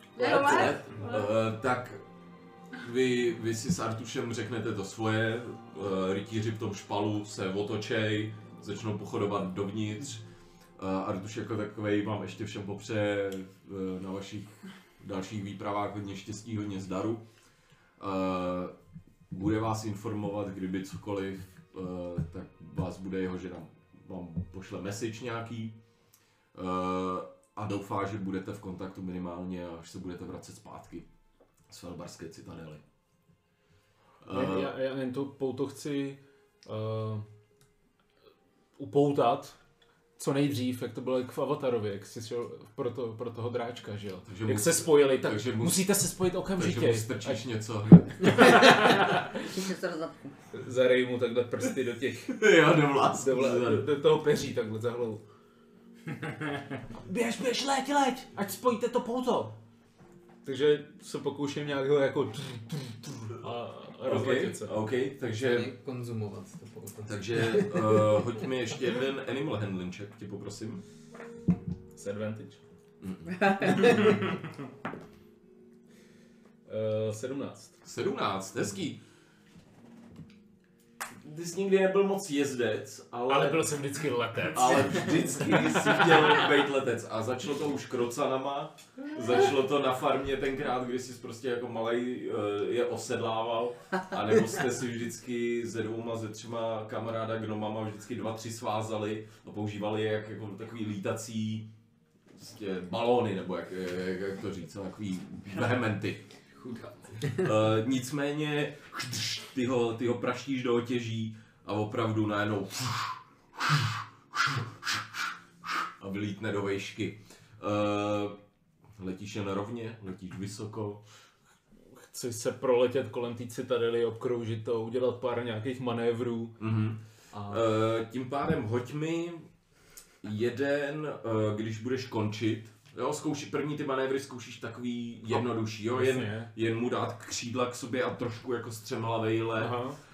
Tak vy si s Artušem řeknete to svoje, rytíři v tom špalu se otočej, začnou pochodovat dovnitř. Artuš jako takovej vám ještě všem popřeje na vašich dalších výpravách hodně štěstí, hodně zdaru. Bude vás informovat, kdyby cokoliv, tak vás bude jeho žena vám pošle message nějaký a doufá, že budete v kontaktu minimálně, až se budete vracet zpátky z Felbarské citadely. Já jen to pouto chci upoutat co nejdřív, jak to bylo jak v Avatarovi, jak jsi šel pro toho dráčka, že jo? Takže jak se spojili, tak musíte se spojit okamžitě. Takže mu strčíš něco. Zarej mu takhle prsty do těch... Jo, do toho peří, takhle za hlavu. Běž, leď, ať spojíte to pouto. Takže se pokouším nějak ho jako... a rozletět se. OK, takže... konzumovat to pouto. Takže hoď mi ještě jeden animal handling check, tě poprosím. S advantage. 17, hezký. Ty jsi nikdy nebyl moc jezdec, ale byl jsem vždycky letec. Ale vždycky jsi chtěl být letec a začalo to už krocanama, začalo to na farmě tenkrát, kdy jsi prostě jako malej je osedlával, a nebo jste si vždycky se 2, se 3 kamaráda gnomama vždycky 2, 3 svázali a používali je jako takový lítací prostě balóny, nebo jak to říct, takový vehementy. Nicméně ty ho praštíš do otěží a opravdu najednou a vylítne do vejšky. Letíš jen rovně, letíš vysoko. Chci se proletět kolem té citadely, obkroužit to, udělat pár nějakých manévrů. Tím pádem hoď mi jeden, když budeš končit. Jo, první ty manévry zkoušíš takový jednodušší, jo, jen mu dát křídla k sobě a trošku jako střemlavej let.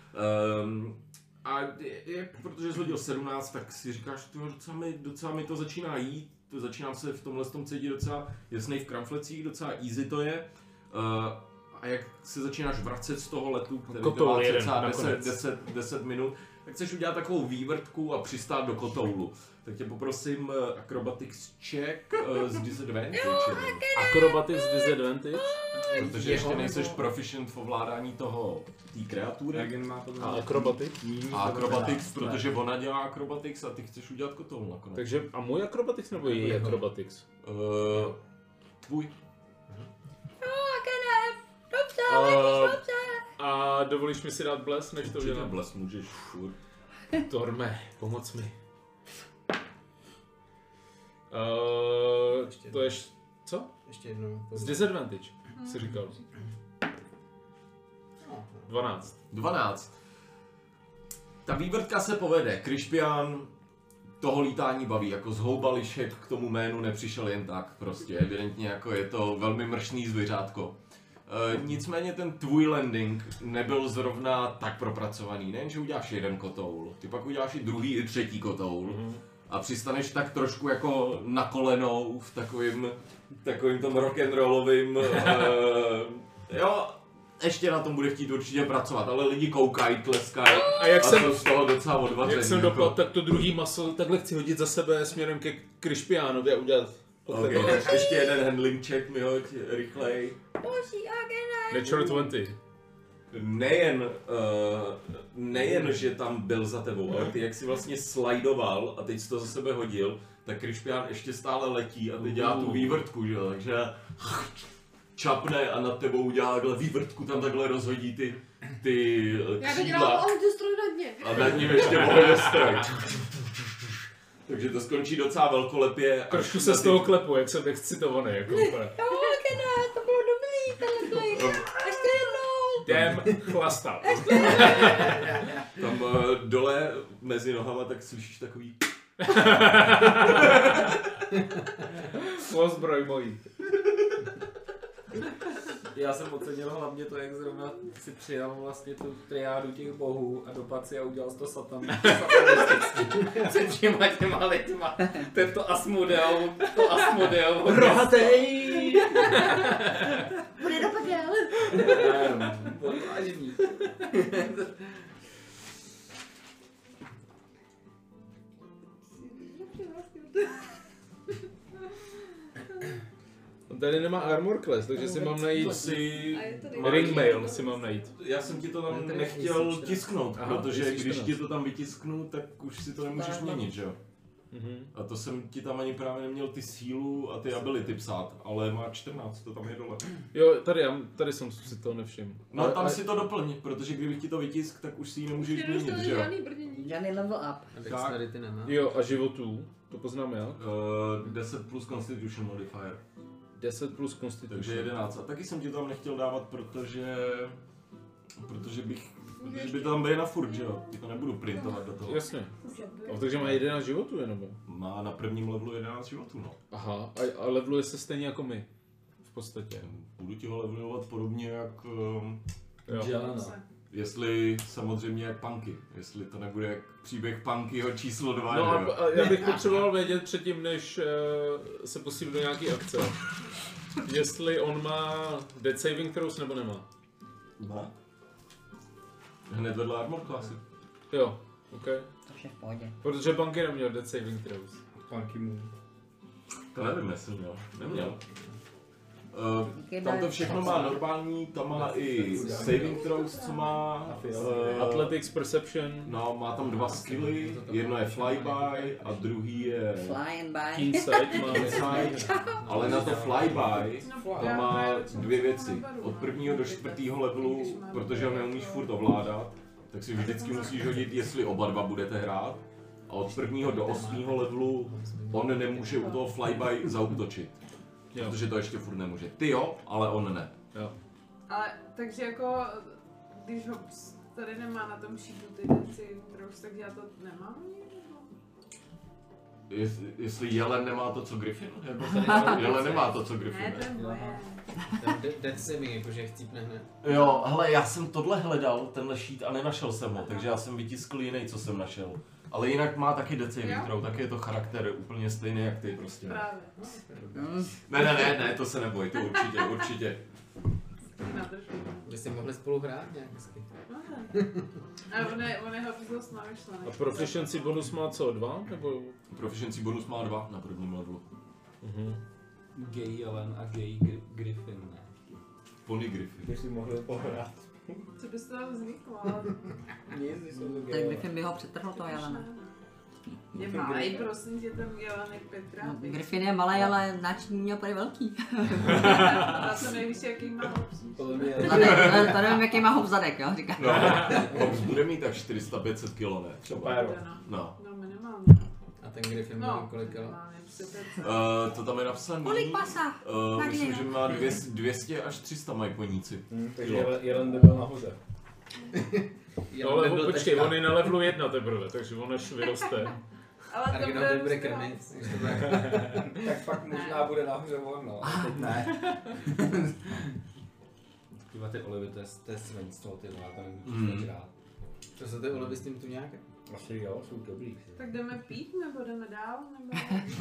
A protože jsi hodil 17, tak si říkáš, docela mi to začíná jít, začínám se v tomhle cítit docela jasnej v kramflecích, docela easy to je. a jak se začínáš vracet z toho letu, který Kotoul trvá jeden, cca nakonec. 10 minut, tak chceš udělat takovou vývrtku a přistát do kotoulu. Tak tě poprosím acrobatics check z disadvantage. Acrobatics disadvantage. Protože ještě nejseš proficient v ovládání té kreatury. Ergen má to A acrobatics. A acrobatics, protože ona dělá acrobatics a ty chceš udělat kotoul nakonec. Takže a můj acrobatics nebo její acrobatics? Tvůj. Dobře. A dovolíš mi si dát bles, než to Určitě udělám? bles můžeš furt. Torme, pomoc mi. To je... Co? Ještě jednou. Z disadvantage, jsi říkal. 12. 12. Ta vývrtka se povede. Krišpián toho lítání baví, jako zhouba lišek k tomu jménu nepřišel jen tak prostě. Evidentně jako je to velmi mršný zvířátko. Nicméně ten tvůj landing nebyl zrovna tak propracovaný. Nejen, že uděláš jeden kotoul, ty pak uděláš i druhý i třetí kotoul. A přistaneš tak trošku jako na kolenou v takovým tom rock'n'rollovým, jo, ještě na tom bude chtít určitě pracovat, ale lidi koukají, tleskají A jak jsem, jsou z toho docela odvaření. jak jsem dopadl, tak to druhý maso takhle chci hodit za sebe směrem ke Krišpiánovi a udělat Okay. Ještě jeden handling check mi hoď rychlej. Boží agene. Natural 20. Nejen, že tam byl za tebou, ale ty jak si vlastně slidoval a teď jsi to za sebe hodil, tak Krišpián ještě stále letí a teď dělá tu vývrtku, že jo, takže čapne a nad tebou udělá takhle vývrtku, tam takhle rozhodí ty Já to dělám křídla autostroj na dně. a nad ním ještě vodostroj. Takže to skončí docela velkolepě. Trošku se z toho klepu, jak jsem excitovaný, jako úplně. Jo, agene, to bylo dobrý, tenhle klik. Ještě jednou. Jdem chlastat. Tam dole mezi nohama tak slyšíš takový... Pozbroj mojí. Já jsem ocenil hlavně to, jak zrovna si přijal vlastně tu triádu těch bohů a dopadl si a udělal to satanistický. Se všema těma lidma. Tento Asmodeum, to Asmodeum. Rohatej! Bude do pekel. Vážný. Tady nemá armor class, takže si mám najít ring mail, si mám najít. Já jsem ti to tam nechtěl tisknout, Aha, protože tisíc když 14. ti to tam vytisknu, tak už si to nemůžeš měnit, že jo? A to jsem ti tam ani právě neměl ty sílu a ty ability psát, ale má 14, to tam je dole. Jo, tady jsem si to nevšiml. No tam si to doplň, protože kdybych ti to vytisk, tak už si ji nemůžeš měnit, že jo? Žádný brnění. Žádný level up. A dexterity nemá. Jo, a životů, to poznám já. 10 plus Constitution modifier, 10 plus Constitution. takže 11. A taky jsem ti to tam nechtěl dávat, protože by to tam bylo na furt, že jo? Ti to nebudu printovat do toho. Jasně. Takže má 11 životů jenom. Má na prvním levelu 11 životů, no. Aha, a leveluje se stejně jako my. V podstatě. Budu ti ho levelovat podobně jak... Jo. Jestli samozřejmě jak Punky, jestli to nebude jak příběh Punkyho číslo 2, No jo? a já bych potřeboval vědět předtím, než se pustím do nějaký akce. Jestli on má Death Saving Throws nebo nemá. Má. Hned vedle Armor Classy. Jo, ok. To vše v pohodě. Protože Bunky neměl Death Saving Throws. Punky Moon. To nevím, jestli měl. Neměl. Tam to všechno má normální, tam má i saving throws, co má. Athletics, Perception. No, má tam 2 skilly, jedno je flyby a druhý je Flying by. Keen Sight má. insight, ale na to flyby tam má 2 věci. Od 1. do 4. levelu, protože ho neumíš furt ovládat, tak si vždycky musíš hodit, jestli oba dva budete hrát. A od 1. do 8. levelu on nemůže u toho flyby zaútočit. Jo. Protože to ještě furt nemůže. Ty jo, ale on ne. Jo. Ale takže jako, když ho tady nemá na tom sheetu ty věci, tak já to nemám? Jestli Jelen nemá to, co Griffin? Jelen nemá to, co Griffin. Ne, to je moje. Death saving, jakože chcípne hned. Jo, hele, já jsem tohle hledal, tenhle sheet a nenašel jsem ho, takže já jsem vytiskl jiný, co jsem našel. Ale jinak má taky Death Saving Throw, taky je to charakter úplně stejný jak ty prostě. Právě. Ne, to se neboj, to určitě. na držku. Že si mohli spolu hrát nějak hezky. A on je hodně dost namyšlený. A proficiency bonus má co, 2? Nebo... Proficiency bonus má 2 na prvním levelu. Gay Jelen a Gay Griffin, ne? Pony Griffin. Když si mohli pohrát. Co bys toho zvyklo, ale... Nic, nejsou to Tak gay. Griffin by ho přetrhl toho jelena. Je malej, prosím tě, ten jelenek Petra. No, Griffin je malý, ale náčení měl prý velký. A to nevíš, jaký má obsluh. Podle mě To nevím, jaký má hop zadek, jo, říká. No, Hobbs bude mít tak 400-500 kg, ne? Třeba. No. No, minimálně. A ten Griffin má kolik kilo? To tam je napsaný. Kolik pasa? Myslím, že má 200 až 300 mají poníci. takže Jelen by byl nahoře. No ale počkej, on je na levelu 1 teprve, takže on až vyroste. Ale to Argino bude bude krmit. Tak pak možná bude nahoře on, no. Teď ne. Tyba ty olivy, to je svenstvo, ty vole, to nemůžu rád. To jsou ty olivy s tím tuňákem? Asi jo, jsou dobrý. Tak jdeme pít, nebo jdeme dál, nebo...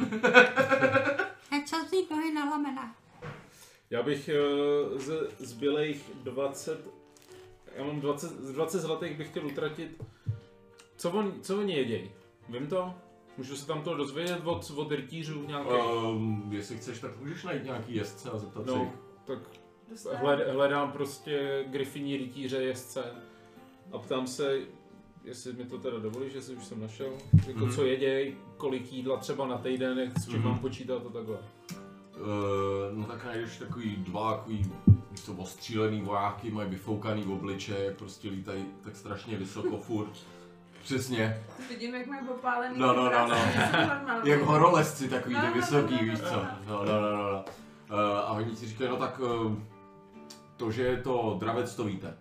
Je čas vzít nohy na lamena. Já bych ze zbylejch 20... Já mám 20 zlatých bych chtěl utratit. Co oni jedějí? Vím to? Můžu se tam to dozvědět od rytířů nějakých? Jestli chceš, tak můžeš najít nějaký jezdce a zeptat se No, jich. tak hledám prostě Griffiní rytíře jezdce a ptám se, jestli mi to teda dovolíš, jestli už jsem našel, jako co jeděj, kolik jídla třeba na týden, s čím mám počítat a takhle. No tak najdeš takový dva takový ostřílený vojáky, mají vyfoukaný obličeje, prostě lítají tak strašně vysoko furt. Přesně. Vidím, jak mají popálený. No. Jak horolezci takový ty vysoký, víš co. No. A oni si říkají, no tak to, že je to dravec, to víte.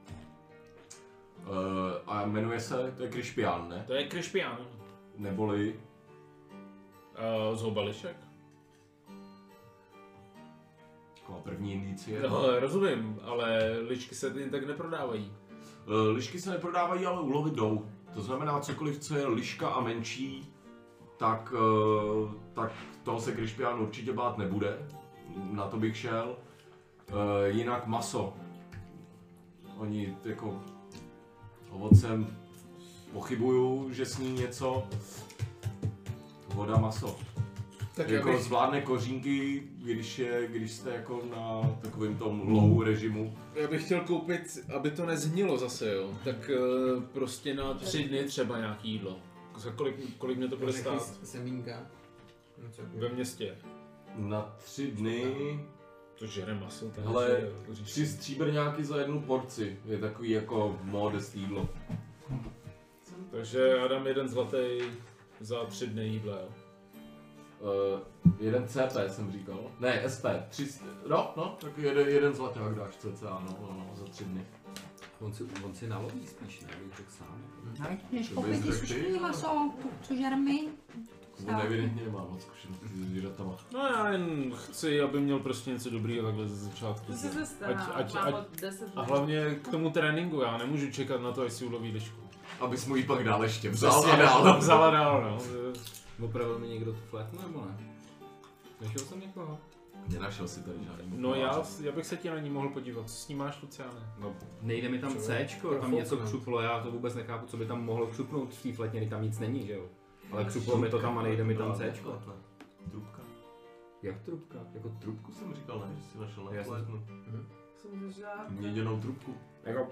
A jmenuje se, to je Krišpián, ne? To je Krišpián. Neboli... Zhoubališek? Taková první indicie. No, rozumím, ale lišky se jen tak neprodávají. Lišky se neprodávají, ale úlovy jdou. To znamená, cokoliv, co je liška a menší, tak toho se Krišpián určitě bát nebude. Na to bych šel. Jinak maso. Oni jako ovocem pochybuju, že sní něco. Voda, maso. Tak jako zvládne kořínky, když jste jako na takovém tom low režimu. Já bych chtěl koupit, aby to nezhnilo zase, jo. Tak prostě na 3 dny třeba nějaký jídlo. Za kolik mě to bude stát? Semínka. Ve městě. Na 3 dny... To žere maso. Hele, 3 stříbrňáky za 1 porci. Je takový jako modest jídlo. Takže já dám 1 zlatý za 3 dny jídla, jo. 1 CP jsem říkal. Ne, SP. 3, no, tak 1 zlaták dáš cca, no, za 3 dny. On si naloví spíš, ne? Bych řekl sám. Než koupit ty sušený maso, co žermy. On evidentně nemá moc zkušeností se zvířatama. No já jen chci, aby měl prostě něco dobrýho takhle ze začátku. To se stává, A hlavně k tomu tréninku, já nemůžu čekat na to, až si uloví lišku. Abys mu ji pak dál ještě vzal a dál. Vzal a dál, no. Opravil mi někdo tu flétnu, nebo ne? Našel jsem někoho? Nenašel si tady žádný. No já bych se ti na ní mohl podívat, co s ní máš, Luciane? No, nejde mi tam Cčko, tam něco křuplo, já to vůbec nechápu, co by tam mohlo křupnout v té flétně, když tam nic není, že jo? Ale křuplo mi to tam a nejde mi tam Cčko. Trubka. Jak trubka? Jako trubku jsem říkal, ne? Že jsi našel na Jasně. flétnu. Jsem žádná. Měděnou trubku. Jako...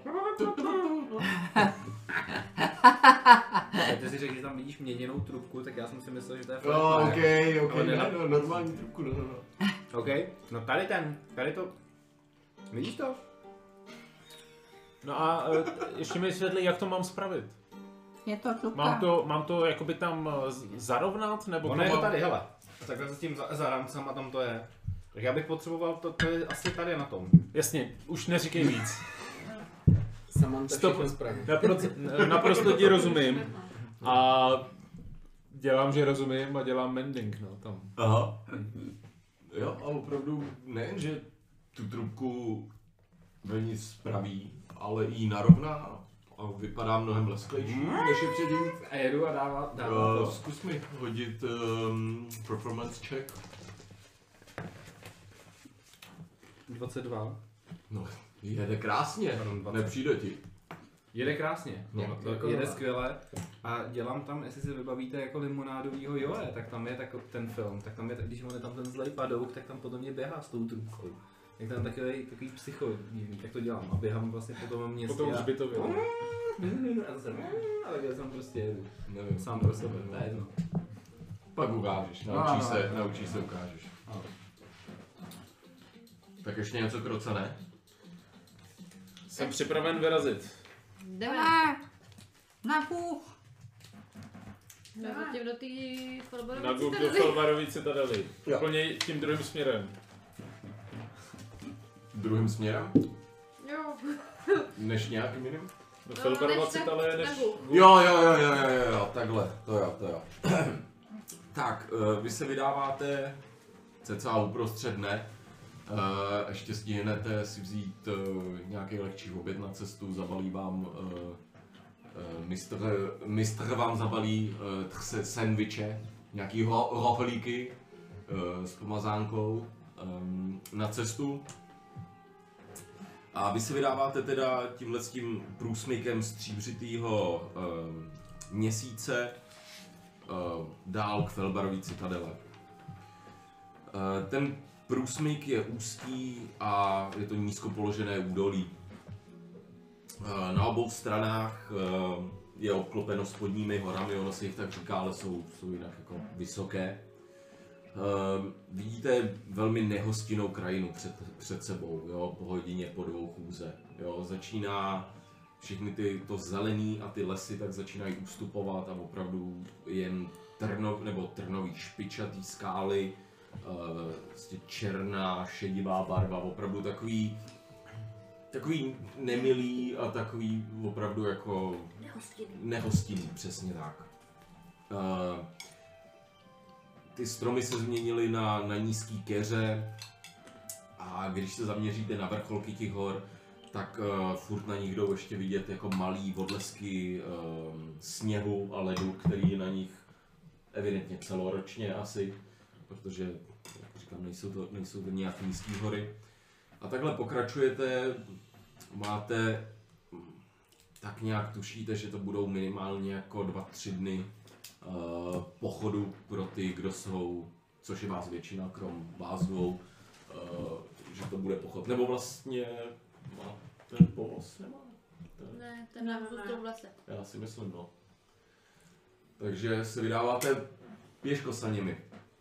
Ty si řekl, že tam vidíš měděnou trubku, tak já jsem si myslel, že to je flétna. Ok, no, normální trubku, no. Ok, no tady to, vidíš to? No a ještě mi vysvětli, jak to mám spravit. Je to trubka. Mám to jakoby tam zarovnat, nebo Ono to je to mám... tady, hele. Takhle se s tím za rámcem a tam to je. Tak já bych potřeboval, to je asi tady na tom. Jasně, už neříkej víc. Samantha všechno spraví. Naprosto ti rozumím. A dělám, že rozumím a dělám mending, no tam. Aha. Jo, a opravdu nejen, že tu trubku velmi spraví, ale i narovná a vypadá mnohem lesklejší, než je předtím. A jedu a dává to. Zkus mi hodit performance check. 22. No, Jede krásně, nepřijde ti. Jede krásně, No, to jako jede skvěle a dělám tam, jestli si vybavíte jako limonádovýho Joe, tak tam je ten film, tak tam je, když on je tam ten zlej padouk, tak tam potom mě běhá s tou trubkou. Jak tam takový psycho divný, tak to dělám a běhám vlastně po tom městě. Po tom hřbitově. A zase, ale já jsem prostě jedu. Nevím, sám pro sebe, to je jedno. Pak ukážeš, naučíš se, ukážeš. No. Tak ještě něco krocené? Jsem připraven vyrazit. Jdeme. Na Bůh. Zatím do té Na Felbarovy Google citadely. Felbarovy citadely. Úplně tím druhým směrem. Druhým směrem? Jo. Než nějakým jiným? No, Felbarova citadel je než... Jo, takhle, to jo. Tak, vy se vydáváte cca uprostřed dne. Ještě stihnete si vzít nějaký lehčí oběd na cestu, zabalí vám, mistr vám zabalí sendviče, nějaký rohlíky s pomazánkou na cestu. A vy se vydáváte teda tímhletím průsmykem stříbřitýho měsíce dál k Felbarový citadele. Ten průsmyk je úzký a je to nízko položené údolí. Na obou stranách je obklopeno spodními horami, ono se jich tak říká, ale jsou jinak jako vysoké. Vidíte velmi nehostinnou krajinu před sebou, jo, po hodině, po 2 chůze. Jo, začíná všechny to zelený a ty lesy tak začínají ustupovat a opravdu jen trnový špičatý skály, vlastně černá, šedivá barva, opravdu takový nemilý a takový opravdu jako nehostinný, přesně tak. Ty stromy se změnily na nízký keře a když se zaměříte na vrcholky těch hor, tak furt na nich jdou ještě vidět jako malý odlesky sněhu a ledu, který je na nich evidentně celoročně asi, protože, jak říkám, nejsou to nějak nízký hory. A takhle pokračujete, máte, tak nějak tušíte, že to budou minimálně jako 2-3 dny pochodu pro ty, kdo jsou, což je vás většina, krom vás dvou, že to bude pochod. Nebo vlastně ten povoz nemá? Ne, ten nám zůstal v lese. Já si myslím, no. Takže se vydáváte pěškosaněmi.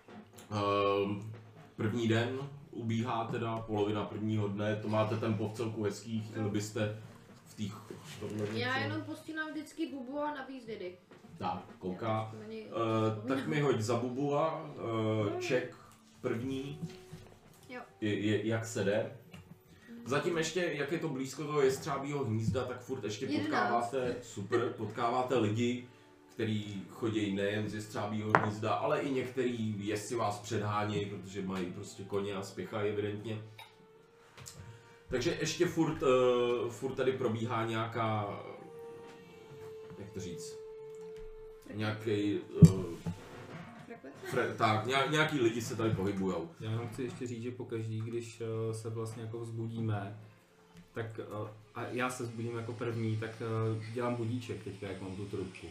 První den ubíhá teda, polovina prvního dne, to máte tempo v celku hezký, chtěli byste v těch... Já jenom postínám vždycky Bubua na výzvědy. Tak, kouká. Tak mi hoď za Bubua, check první, Jo. jak se jde. Zatím ještě, jak je to blízko toho jestřábího hnízda, tak furt ještě 11. potkáváte lidi, kteří chodí nejen z jestřábího hnízda, ale i některý jezdci vás předhánějí, protože mají prostě koně a spěchají evidentně. Takže ještě furt tady probíhá nějaká, jak to říct, nějaký, nějaký lidi se tady pohybujou. Já jenom chci ještě říct, že pokaždý, když se vlastně jako vzbudíme, tak a já se vzbudím jako první, tak dělám budíček teďka, jak mám tu trubku.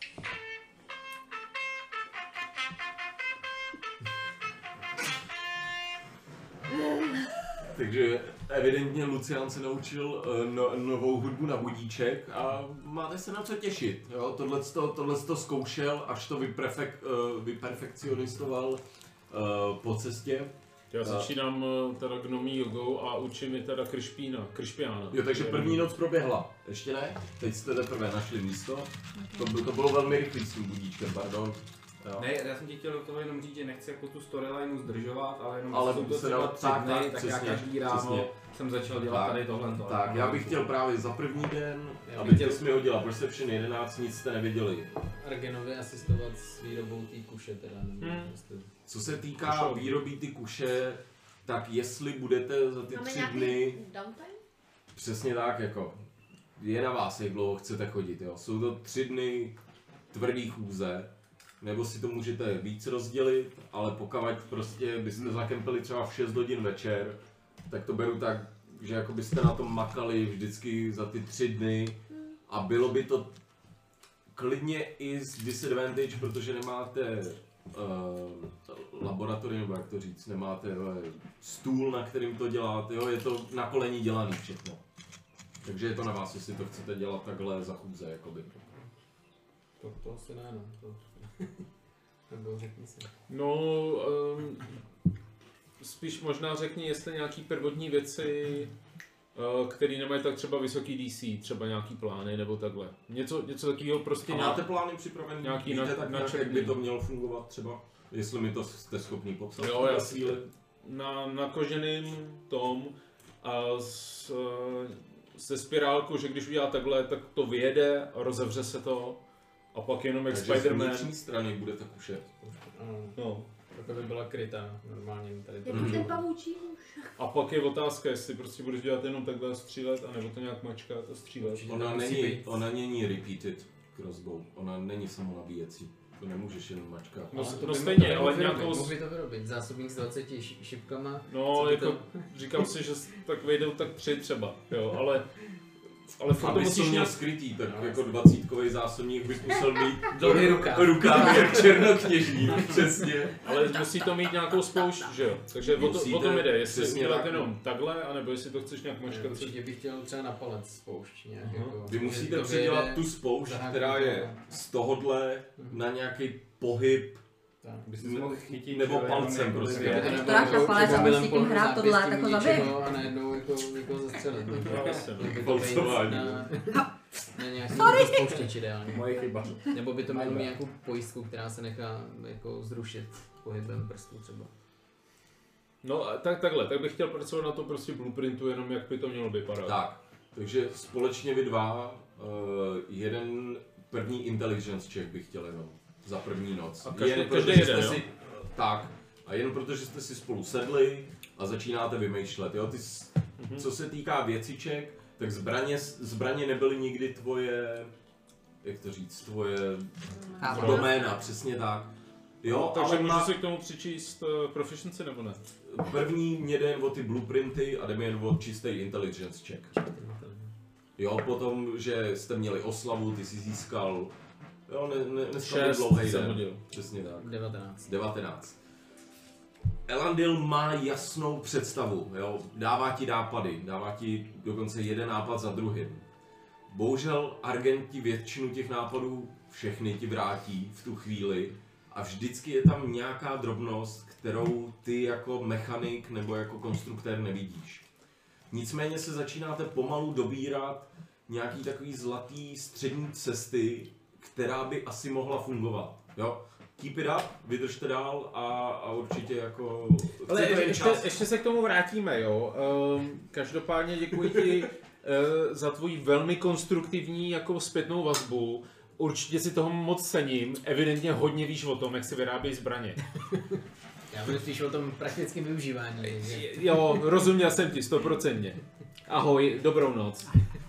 Takže evidentně Lucián se naučil novou hudbu na budíček a máte se na co těšit. Jo? Tohleto zkoušel, až to vyperfekcionistoval po cestě. Já začínám teda gnomí jogou a učím je teda kršpiána. Jo, takže první noc proběhla, ještě ne? Teď jste teprve našli místo. To bylo velmi rychlý s tím budíčkem, pardon. Jo. Ne, já jsem ti chtěl do toho jenom říct, že nechci jako tu storyline zdržovat, ale jenom ale to třeba 3 dny, tak já každý ráno přesně. jsem začal dělat tady tohle. Tak, já bych chtěl právě za první den, aby jsi mi udělal Perception 11, nic jste nevěděli. Argenovi asistovat s výrobou té kuše teda. Co se týká výroby ty kuše, tak jestli budete za ty 3 dny... Downtime? Přesně tak, jako je na vás, jak dlouho chcete chodit, jo. Jsou to 3 dny tvrdý chůze, nebo si to můžete víc rozdělit, ale pokud prostě byste zakempili třeba v 6 hodin večer, tak to beru tak že jako byste na tom makali vždycky za ty 3 dny a bylo by to klidně i z disadvantage, protože nemáte laboratorium, nebo jak to říct, nemáte stůl, na kterým to děláte, jo, je to na koleni dělaný všechno. Takže je to na vás, jestli to chcete dělat takhle za chůdze, jakoby. To asi ne, no. To... Nebo řekni si. No, spíš možná řekni, jestli nějaký prvotní věci, který nemají tak třeba vysoký DC, třeba nějaký plány nebo takhle. Něco takového prostě. A máte plány připravený? Nějaký víte tak nějak, jak by to mělo fungovat třeba? Jestli mi to jste schopný popsat? Jo, na koženým tom a se spirálkou, že když udělá takhle, tak to vyjede a rozevře se to. A pak jenom jak Spider-Man. Takže z vnitřní strany budete kušet. No. To by byla krytá normálně tady. Jak ten pavoučí muž. A pak je otázka, jestli prostě budeš dělat jenom takhle střílet, anebo to nějak mačkat a střílet. Ona není repeated crossbow, ona není samonabíjecí. To nemůžeš jen mačkat. No stejně, ale nějakou... Mohl by to vyrobit, zásobník s 20 šipkama. No, jako říkám si, že tak vejdou tak 3 třeba, jo, ale furt to musíš měl skrytý, tak jako 20kový zásobník bys musel mít dlouhý rukávy jak černokněžník, přesně. Ale musí to mít nějakou spoušť, že jo? Takže o tom jde, jestli dělat jenom takhle, anebo jestli to chceš nějak mačkat. Určitě bych chtěl třeba na palec spoušť nějak. Jako, vy musíte předělat tu spoušť, která je z tohohle na nějaký pohyb. Nebo palcem prostě. Když to dáš na palec a musí tím hrát tohle, tak ho zabij. A najednou jako někoho zastřelit. Palcování. Na nějaký spouštěč ideálně. Moje chyba. Nebo by to mělo mít nějakou pojistku, která se nechá jako zrušit pohybem prstů třeba. No takhle, tak bych chtěl pracovat na tom prostě blueprintu, jenom jak by to mělo vypadat. Tak, takže společně vy dva, jeden první intelligence check bych chtěl jenom. Za první noc. A každý jeden, jo? Tak. A jen protože jste si spolu sedli a začínáte vymýšlet, jo? Co se týká věciček, tak zbraně nebyly nikdy tvoje, jak to říct, tvoje doména, přesně tak. Jo, no, takže můžu si k tomu přičíst proficiency nebo ne? První mě jde jen o ty blueprinty a jde mi jen o čistý intelligence check. Jo, potom, že jste měli oslavu, ty jsi získal. Jo, dneska byl dlouhý den. Přesně tak. 19. Elandil má jasnou představu, jo? Dává ti nápady, dává ti dokonce jeden nápad za druhým. Bohužel Argent ti většinu těch nápadů všechny ti vrátí v tu chvíli a vždycky je tam nějaká drobnost, kterou ty jako mechanik nebo jako konstruktér nevidíš. Nicméně se začínáte pomalu dobírat nějaký takový zlatý střední cesty, která by asi mohla fungovat, jo? Keep it up, vydržte dál a určitě jako... Ale ještě se k tomu vrátíme, jo? Každopádně děkuji ti za tvoji velmi konstruktivní jako zpětnou vazbu. Určitě si toho moc cením, evidentně hodně víš o tom, jak se vyrábějí zbraně. Já budu spíš o tom praktickém využívání. Jo, rozuměl jsem ti, 100%. Ahoj, dobrou noc.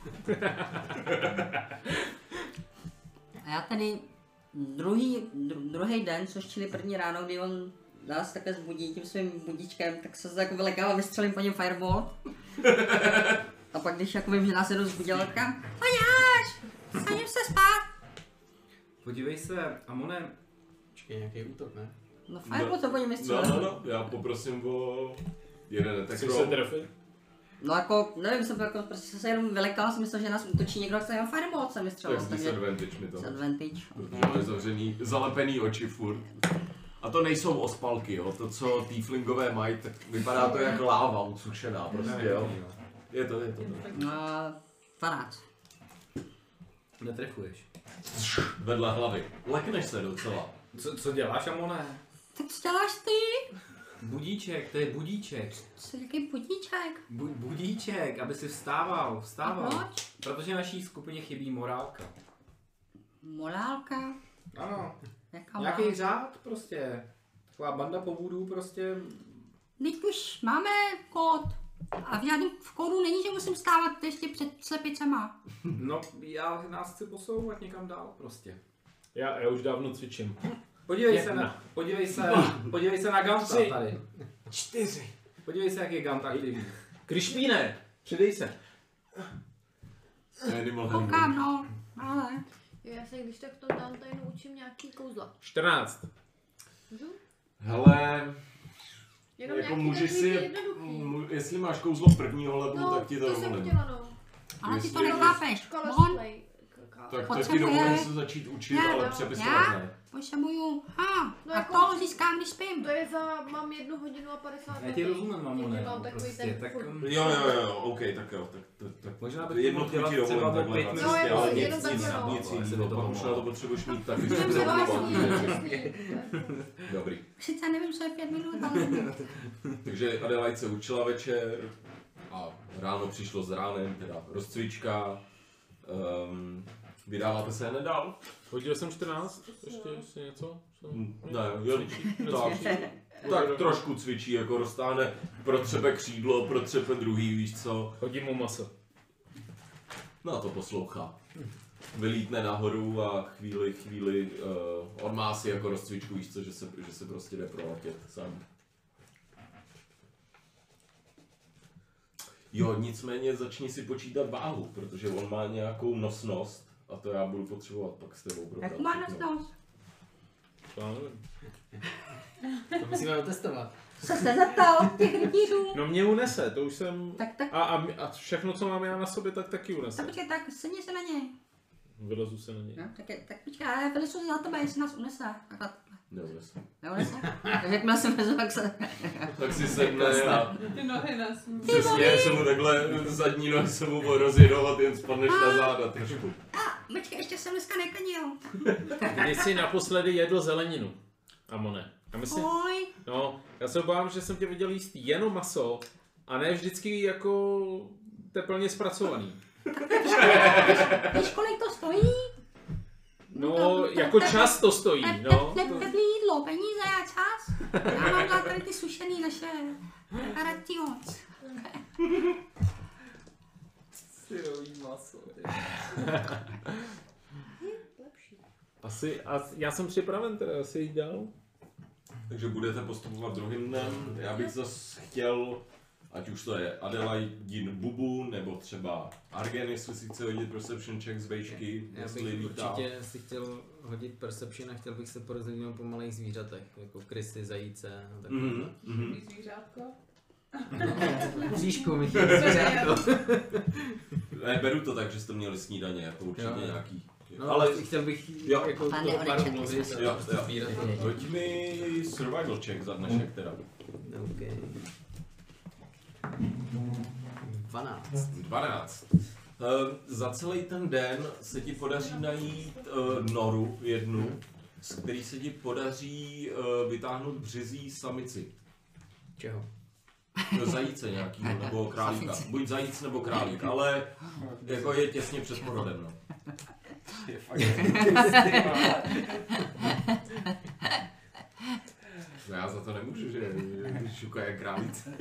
A já tady druhý den, což čili první ráno, kdy on nás takhle zbudí tím svým budíčkem, tak se jako vylekám a vystřelím po něm fireball. A pak když jako vím, že nás jednou zbudil, tak říkám, Paňáš, snažím se spát. Podívej se, Amone. Počkej, nějaký útok, ne? No fireball to po něm vystřelil. No, já poprosím o jeden attack Chci roll. se trefit? No jako, nevím, jsem jako, prostě se jenom vylekal, jsem myslel, že nás útočí někdo, chce jenom fireball jsem vystřelil. Tak disadvantage mi to. Disadvantage. Protože máš zavřený, zalepený oči furt. A to nejsou ospalky, jo, to co tieflingové mají, tak vypadá to jak láva usušená prostě, jo. Je to. No, 12. Netrefuješ. Vedle hlavy. Lekneš se docela. Co děláš, Amone? Tak co děláš ty? Budíček, to je budíček. Co jaký budíček? Budíček, aby si vstával. A proč? Protože naší skupině chybí morálka. Morálka? Ano. Jaká Nějaký řád prostě. Taková banda povůdů prostě. Teď už máme kód. A v žádném kódu není, že musím stávat ještě před slepicema. No, já nás chci posouvat někam dál prostě. Já už dávno cvičím. Podívej se na Ganta Tři. tady. 4. Podívej se, jak je Gant aktivní. Krišpíne, Přidej se. Animal Koukám, no, ale... Jo, já se když tak to dám tady naučím nějaký kouzla. 14. Můžu? Hele, Jenom jako nějaký můžeš takový si, jednoduchý. jestli máš kouzlo prvního levelu, No, tak ti to to jsem dovolím. chtěla, no. Ale ty to Jestli- nechápeš. Color On play. Tak to ti Potřebuje- dovolím se začít učit, Já, ale no, přepisovat já? ne. potřebuju, No a jako- to získám, když spím. To je mám 1 hodinu a 50 Já ti rozumím, mamone, Mám takový prostě, ten tak... furt- Jo, OK, tak jo, tak Možná bych to jednotku mohl ti dělat třeba dovolím o takhle 5 na minut. cestě, No, ale jako nic, jenom nic, takhle, no. nic Jestli by jiného, to pak už pomohlo. na to potřebuješ mít taky No, specializovaný. jasný. Dobrý. Sice nevím, co je 5 minut, ale... Takže Adelaide se učila večer a ráno přišlo s ránem, teda rozcvička. Vydáváte se hned dál? Hodil jsem 14? Ještě si něco? Ne, jen tak trošku cvičí, jako roztáhne, protřepe křídlo, protřepe druhý, víš co. Hodím mu maso. No a to poslouchá. Vylítne nahoru a chvíli on má si jako rozcvičku, víš co, že se prostě jde proletět sám. Jo, nicméně začni si počítat váhu, protože on má nějakou nosnost a to já budu potřebovat pak s tebou probrat. Jak má nosnost? Já nevím. To musíme otestovat. Co se zeptal těch rytířů? No mě unese, to už jsem... Tak, A všechno, co mám já na sobě, tak taky unese. tak počkej, tak sedni se na něj. Vylezu se na něj. No, tak počkej, já vylezu za tebe, jestli nás unese. Takhle. Neunese. Neunese? Jakmile se vezu, tak se... Tak si sedne a Ty nohy nás mluví. přesně se mu takhle zadní nohy se mu rozjedou a ty jen spadneš na záda trošku. Počkej, ještě jsem dneska nekrnil. Kdy jsi naposledy jedl zeleninu, Amone? A myslím, Oj, no, já se obávám, že jsem tě viděl jíst jenom maso a ne vždycky jako teplně zpracovaný. víš, kolik to stojí? No, jako čas to stojí, no. Teplý jídlo, peníze a čas. Já mám dát tady ty sušený naše ratios. Syrový maso. Já jsem připraven teda, asi jít dál. Takže budete postupovat druhým dnem. Já bych zase chtěl, ať už to je Adelaide Bubu, nebo třeba Argen, jestli si chce hodit Perception check z vejšky, Já jestli bych vítá. určitě si chtěl hodit Perception a chtěl bych se porozhodnout po malých zvířatech, jako krysy, zajíce a takové. Zvířátko? Bříšku mi chybí zvířátko. Ne, beru to tak, že jste měli snídaně, jako určitě Jo. nějaký. No, Ale ale chtěl bych Jo. jako Pane, toho pár odečet. mluvit a Jo, prostě jo. zvířata. hoď mi survival check za dnešek teda. OK. 12. 12. Za celý ten den se ti podaří najít noru jednu, z který se ti podaří vytáhnout březí samici. Čeho? Zajíce nějaký, nebo králíka. Buď zajíc nebo králík, ale jako je těsně před porodem. No. Je fakt. No já za to nemůžu, že šuka je králíce.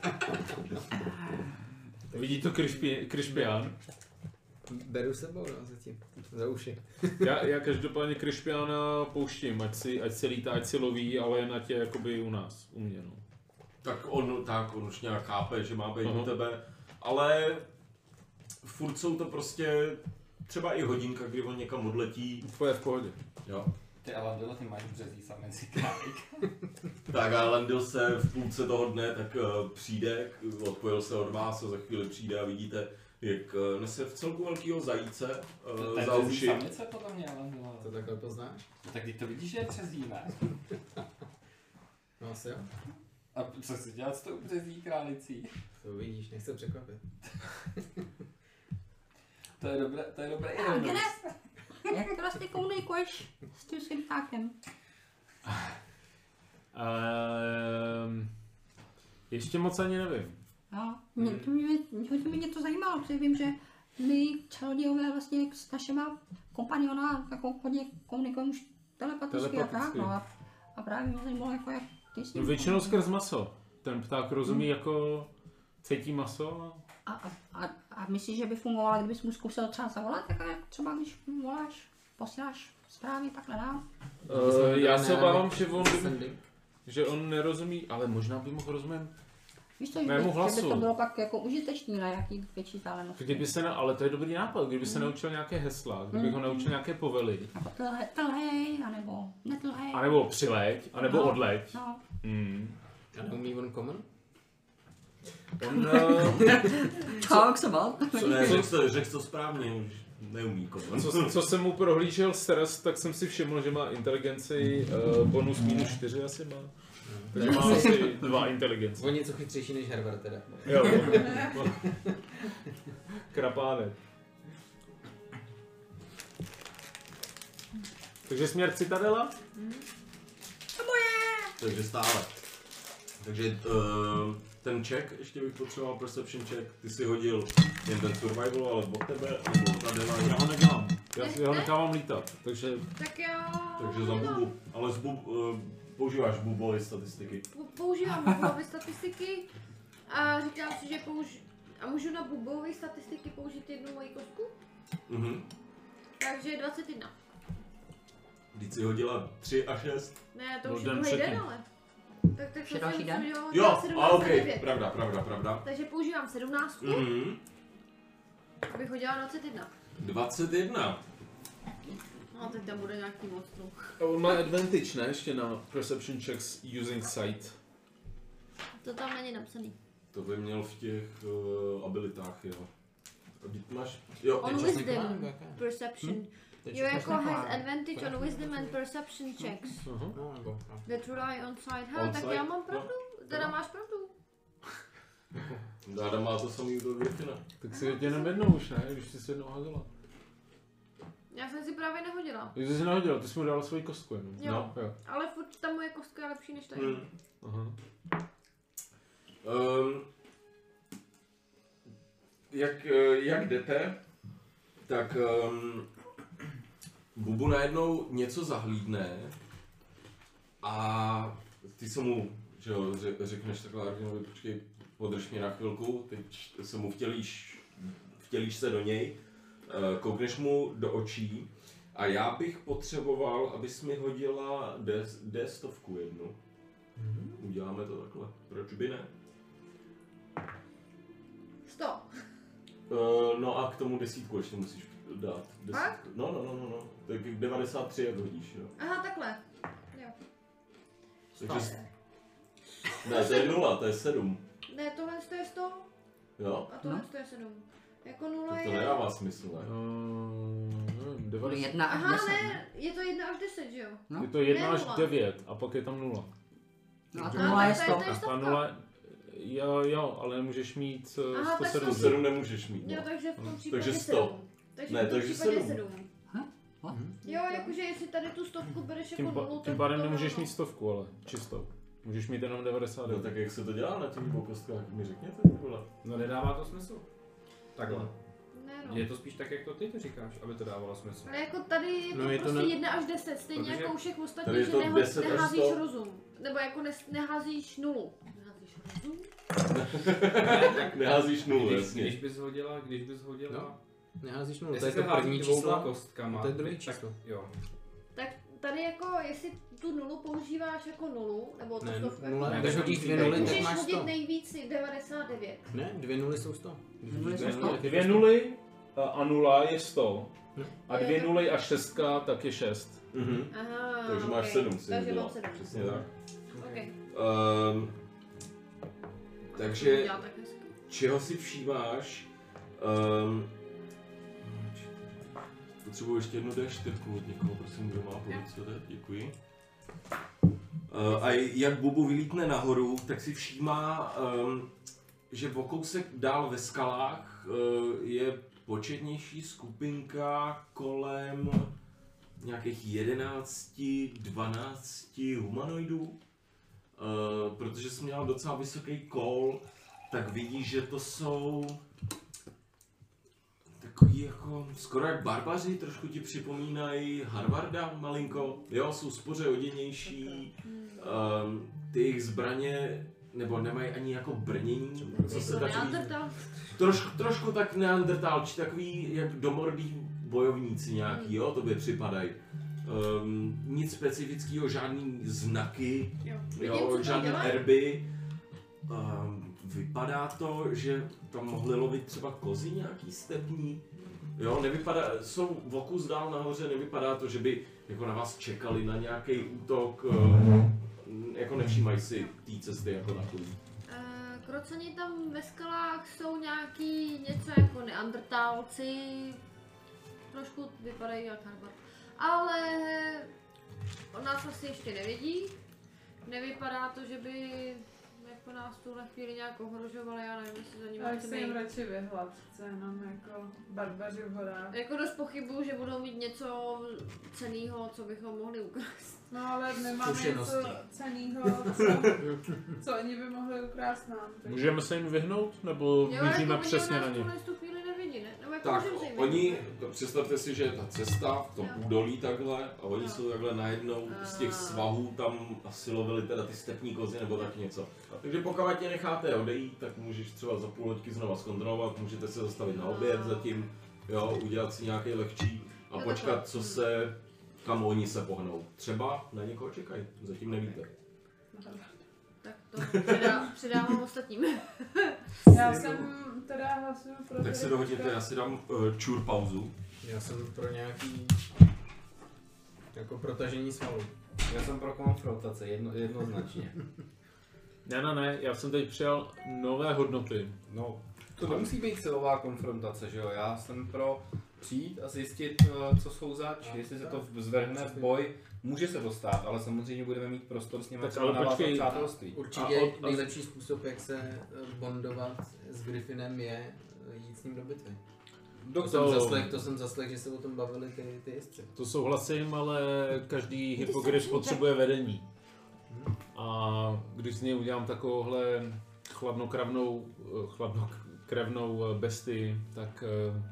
Vidí to Krišpián. Beru sebou, no, zatím. Za uši. Já každopádně Krišpiána pouštím, ať si lítá, ať si loví, ale je na tě jakoby u nás, u mě, no. Tak on už nějak chápe, že má být u tebe, ale furt jsou to prostě třeba i hodinka, kdy on někam odletí. To je v pohodě. Jo. Ty Alandilo, ty máš březí samici králík. Tak a Landil se v půlce toho dne tak přijde, odpojil se od vás a za chvíli přijde a vidíte, jak nese v celku velkýho zajíce za uši. Samice podle mě Alandilo. To takhle poznáš? Tak když to vidíš, že je březí, ne? No asi jo. A co chci dělat s tou březí králicí? To uvidíš, nechce překvapit. To je dobré Argene, jak to vlastně komunikuješ s tím svým ptákem? Ještě moc ani nevím. Jo, mě to zajímalo, protože vím, že my čarodějové vlastně s našima kompaniona jako hodně komunikujeme už telepaticky a tak, no a právě mě zajímalo, jako jak ty s ním... No, většinou skrz maso. Ten pták rozumí jako cítí maso. A myslíš, že by fungovalo, kdybys mu zkusil třeba zavolat, jako jak třeba když mu voláš, posíláš zprávy takhle dál? Já se obávám, že on nerozumí, ale možná by mohl rozumět Víš co, mému že by hlasu. to bylo pak jako užitečný na nějaký větší vzdálenosti. Kdyby se, ale to je dobrý nápad, kdyby se naučil nějaké hesla, kdybych ho naučil nějaké povely. Jako tlhej, anebo netlhej. A nebo přileď, a nebo odleď. No. A neumí on common? On, Čau, jak se mal? Řekl to správně, už neumí koment. co jsem mu prohlížel stres, tak jsem si všiml, že má inteligenci bonus -4 asi má. Takže má asi 2 inteligence. O něco chytřejší než Harvard teda. Jo. Krapánek. Takže směr Citadela? Takže stále. Takže ten check, ještě bych potřeboval perception check. Ty si hodil jen ten survival, ale od tebe, nebo od Adela. Já ho nedělám. Já si ho nechávám lítat, takže... Tak jo. Takže za bubu. Ale z používáš bubové statistiky. Používám bubové statistiky a říkám si, že a můžu na bubové statistiky použít jednu moji kostku? Takže 21. Když jsi hodila 3 a 6. Ne, to už je druhý den, ale. Tak to jsem den? Jo, a 17 ok, a 9. pravda. Takže používám 17, abych hodila 21. 21. No teď tam bude nějaký monstrum. A on má advantage, ne? Ještě na perception checks using sight. To tam není napsaný. To by měl v těch abilitách, jo. Máš, jo, On ty wisdom, perception. You jako has advantage on wisdom and perception checks. That rely on sight. Hele, tak já mám pravdu. Teda máš pravdu. Dáda má to samý do Griffina. Tak si hodí jenom jednou už, ne? Když jsi si jednou hodila. Já jsem si právě nehodila. Když jsi si nehodila, ty jsi mu dala svoji kostku jenom. Jo, no, jo. Ale furt ta moje kostka je lepší než ta jiná. Jak jdete, tak Bubu najednou něco zahlídne a ty se mu, že jo, řekneš takhle Arvinovi, počkej, podrž mě na chvilku, teď se mu vtělíš se do něj, koukneš mu do očí a já bych potřeboval, abys mi hodila D100 jednu. Uděláme to takhle, proč by ne? 100. No a k tomu 10 ještě musíš dát. No. Tak 93 jak hodíš, jo. Aha, takhle. Jo. Takže... Ne, to je 0, to je 7. Ne, tohle je 100. Jo? A tohle je 7. Jako 0 tak je... to nedává smysl, ne? 1 až 10. Aha, ne, je to 1 až 10, že jo? No? Je to 1 až 9 a pak je tam 0. No a to 0 je 100. A 0, jo, ale nemůžeš mít 107. 7 nemůžeš mít. Jo, No. takže v tom případě Takže 100. 7. Takže Ne, v tom takže případě 7. 7. Jo, jakože jestli tady tu 100 bereš jako 0, Tím pádem nemůžeš mít 100, ale čistou. Můžeš mít jenom 99. No tak jak se to dělá na těch dvou kostkách, mi řekněte, vole. No nedává to smysl. Takhle. Ne, no. Je to spíš tak, jak to ty říkáš, aby to dávalo smysl. Ale jako tady je to No, je to prostě na- 1 až 10, stejně Protože jako u všech tady ostatních, je že to 10 až neházíš 100. rozum. Nebo jako neházíš nulu. Neházíš rozum? Neházíš nulu, Když jasně. bys hodila, No. Neházíš 0, to jestli je se to hází první dvouma číslo. kostkama, To je druhý tak číslo. jo. Tak tady jako, jestli tu nulu používáš jako nulu, nebo to Ne, stovku, nula, Ne, když tak hodíš 2 musí nuly, být. tak můžeš máš hodit 100. nejvíc 99. Ne, 2 nuly jsou 100. Když Nuly hodíš jsou 2 nuly, 100. tak je 2 to nuly a 0 je 100. A Jo, 2 tak- nuly a 6 tak je 6. Aha, Takže máš ok. 7 si Takže udělal. mám 7. Přesně tak. Okay. Takže čeho si všímáš? Potřebuji ještě jednu D4 od někoho, prosím, kdo má policovat, děkuji. A jak Bubu vylítne nahoru, tak si všímá, že o kousek dál ve skalách je početnější skupinka kolem nějakých 11-12 humanoidů. Protože jsem měl docela vysoký call, tak vidíš, že to jsou takový jako skoro jak barbaři, trošku ti připomínají Harvarda malinko, jo, jsou spoře oděnější, ty jejich zbraně, nebo nemají ani jako brnění, co se takový, trošku tak neandertálči, takový jak domordý bojovníci nějaký, jo, to by připadají. Nic specifického, žádný znaky, jo, žádné erby. vypadá to, že tam mohli lovit třeba kozy nějaký stepní. Jo, nevypadá, jsou v okus dál nahoře, nevypadá to, že by jako na vás čekali na nějaký útok, jako nevšímají si té cesty jako takový. Krocani tam ve skalách jsou nějaký něco jako neandertálci, trošku vypadají jak Harbard, ale on nás asi ještě nevidí, nevypadá to, že by jako nás v tuhle chvíli nějak ohrožovali, já nevím, jestli za nimi Tak chceme se jim jít. radši vyhlad, chce jenom jako barbaři v horách. Jako dost pochybuju, že budou mít něco cenného, co bychom mohli ukrást. No ale nemáme něco cenného, co oni by mohli ukrást nám. Tak... Můžeme se jim vyhnout, nebo míříme přesně na ně? Jo, tu chvíli nevidí, ne? Nebo jako Tak, můžeme se jim oni, vyhnout. představte si, že ta cesta v tom údolí takhle a oni jsou takhle najednou z těch svahů tam asi lovili teda ty stepní kozy nebo tak něco. A takže pokud tě necháte odejít, tak můžeš třeba za půl hoďky znova zkontrolovat, můžete se zastavit na oběd zatím, jo, udělat si nějaký lehčí a počkat, co se, kam oni se pohnou. Třeba na někoho čekají, zatím nevíte. Tak to předávám ostatním. Já jsem teda hlasuju pro... Tak si dohodněte, já si dám čur pauzu. Já jsem pro nějaký jako protažení svalů. Já jsem pro konfrontace, jednoznačně. Ne, já jsem teď přijal nové hodnoty. No, to nemusí být silová konfrontace, že jo? Já jsem pro přijít a zjistit, co jsou zač, jestli se to zvrhne v boj. Může se to stát, ale samozřejmě budeme mít prostor s nimi třeba navázat přátelství. Určitě nejlepší způsob, jak se bondovat s Griffinem, je jít s ním do bitvy. To jsem zaslech, že se o tom bavili ty jezdci. To souhlasím, ale každý hypogryf potřebuje vedení. A když z něj udělám takovouhle chladnokrevnou bestii, tak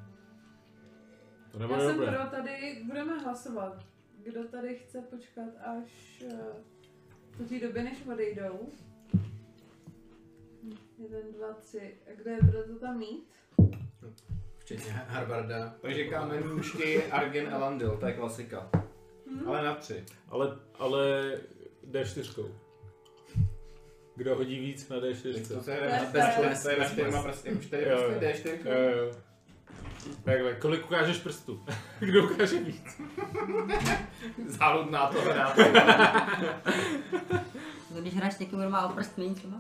to nebude Já jsem dobré. pro, tady budeme hlasovat. Kdo tady chce počkat až do té doby, než odejdou? 1, 2, 3. A kdo je bude to tam mít? Včetně Harvarda. Takže kámen, nůžky, Argen, Elandil, to je klasika. Ale na 3. Ale D4. Kdo hodí víc na D4? To se hraje na 4 prsty, jako 4 prsty, D4. Takhle, kolik ukážeš prstů? Kdo ukáže víc? Záludná to hrát. Když hráš někým, kdo má o prst méně třeba.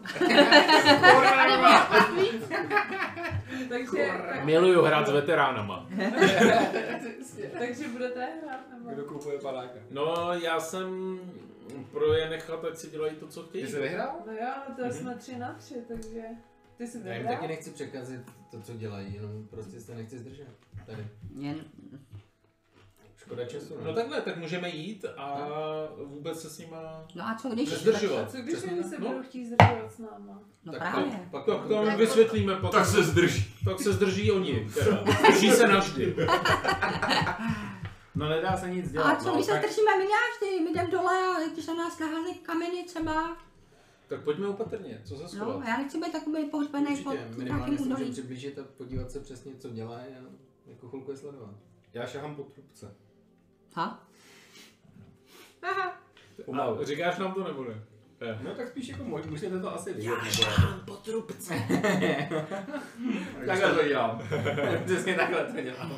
Takže, Miluju hrát s veteránama. takže budete hrát, nebo? Kdo kupuje padáka? No, já jsem pro je nechat, ať si dělají to, co chtějí. Ty jsi vyhrál? No jo, ale to jsme 3 na 3, takže ty jsi Já jim vyhrál. taky nechci překazit to, co dělají, jenom prostě se nechci zdržet. Tady. Škoda času, No takhle, tak můžeme jít a vůbec se s nima No a co když? nezdržovat. Co když Přesně oni tak, se no. budou chtít zdržovat s náma? No Tak právě. pak Tak to my vysvětlíme potom. Tak se zdrží. Tak se zdrží oni. Teda. Zdrží se navždy. No nedá se nic A dělat. co když se zdržíme my nějak, my jdem dole a když se nás nahází kameny třeba. Tak pojďme opatrně, co se No, schovat. já nechci být takový pohřbený pod určitě, minimálně nějakým se můžeme údolí. přiblížit a podívat se přesně, co dělají a jako chvilku je sledovat. Já šahám po trubce. Ha? A říkáš nám to nebo ne? No tak spíš jako můžete to asi vidět. Po trubce. Takhle to dělám. Přesně takhle to dělám.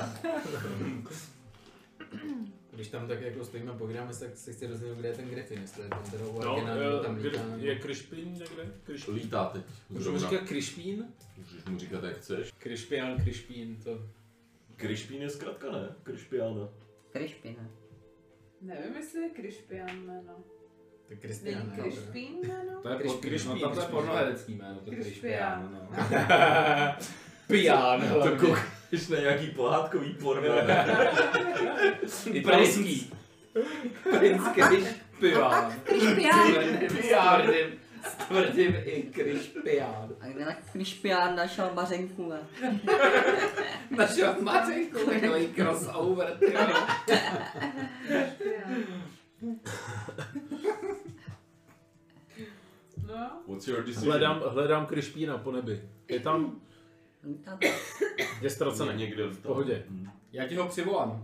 Když tam tak jako stojíme a povídáme se, tak se chci rozhodnout, kde je ten Griffin, jestli je tam teda u No, Argena, nebo tam lítá. je Krišpín někde? Krišpín. Lítá teď. Můžu mu říkat Krišpín? Můžeš mu říkat, jak chceš. Krišpín, to... Krišpín je zkratka, ne? Krišpiána. Krišpina. Nevím, jestli je Krišpian jméno. Tak Kristián, Není Krišpín jméno? To je Krišpín. No to je pornoherecký jméno, to Krišpián. Krišpián. No. Piján, To koukáš na nějaký pohádkový porno. Italský. Princ Krišpián. Krišpián. S tvrdým i Krišpián. A kde na Krišpián našel bařenku, ne? Našel Mařenku, takový crossover. No, What's your decision? hledám Krišpína po nebi. Je tam? Je ztracený. Někde V pohodě. Já ti ho přivolám.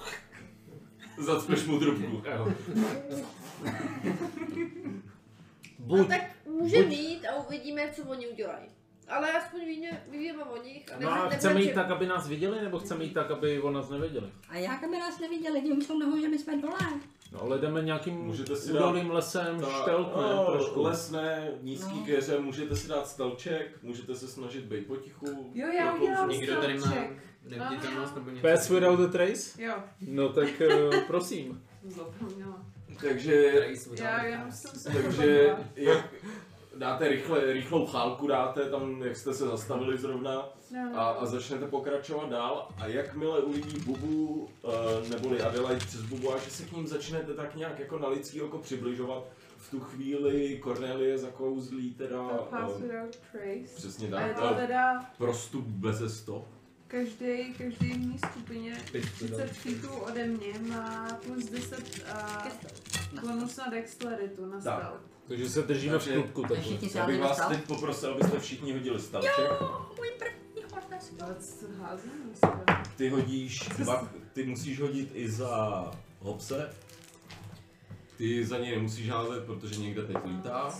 Zacpeš mu trubku. No tak může mít a uvidíme, co oni udělají. Ale aspoň víme o nich. No a chceme jít tak, aby nás viděli, nebo chceme jít tak, aby o nás nevěděli? A jak aby nás neviděli, oni jsou nahoře, my jsme dole. No ale jdeme nějakým Můžete si údolným lesem, štelk, ne? Trošku. Les ne, nízký keře, můžete si dát stelček, můžete se snažit být potichu. Jo, já udělám Někdo tady má stelček. neviditelnost nebo něco? Pass without a trace? Jo, No tak prosím. zapomněla. Takže, Já jenom jsem takže jak dáte rychlou chálku, dáte tam, jak jste se zastavili zrovna a začnete pokračovat dál a jakmile uvidí Bubu, neboli Adelaide přes Bubu a že se k ním začnete tak nějak jako na lidský oko přibližovat, v tu chvíli Cornelie zakouzlí teda... Pass without trace. Přesně A je tak, to teda prostup beze stop. každý v mý skupině 30 feetů ode mě má plus 10 bonus na dexteritu na Tak. stealth. Takže se držíme v klubku takhle. Všichni se Já bych házeli vás dostal. teď poprosil, abyste všichni hodili stavček. Můj první hordes. Ale co házím na sebe? Ty hodíš, ty musíš hodit i za Hopse. Ty za něj nemusíš házet, protože někde teď lítá.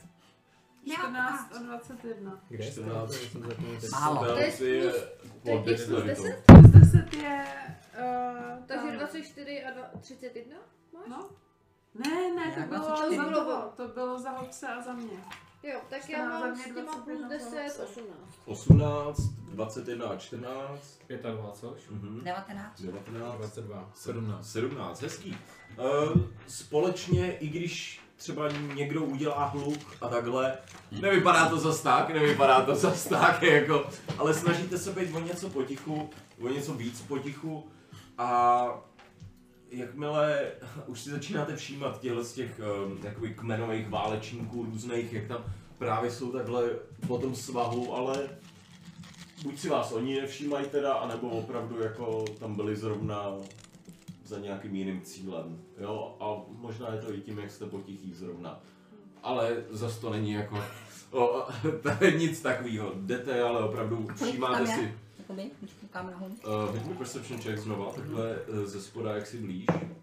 14 a 21. Kde je 14. Málo. To je Stealth je to je pod plus dexteritou. 10? Plus 10 je... Takže 24 a 31 máš? No. Ne, to Jak bylo 24? za toho. To bylo za Hopse a za mě. Jo, tak Jste já má za mám mě s těma 21 plus 10, za 18. 18, 21 a 14. 25, Mhm. 19. 19. 22. 17, hezký. Společně, i když třeba někdo udělá hluk a takhle, nevypadá to zas tak, jako, ale snažíte se být o něco potichu, o něco víc potichu a jakmile už si začínáte všímat z těch jakoby kmenových válečníků různých, jak tam právě jsou takhle po tom svahu, ale buď si vás oni nevšímají teda, anebo opravdu jako tam byli zrovna za nějakým jiným cílem, jo, a možná je to i tím, jak jste potichý zrovna. Ale zas to není jako, to je nic takového, jdete, ale opravdu všímáte si. Jakoby, když koukám nahoru. Hoď mi perception check znova, takhle ze spoda, jak si blíž.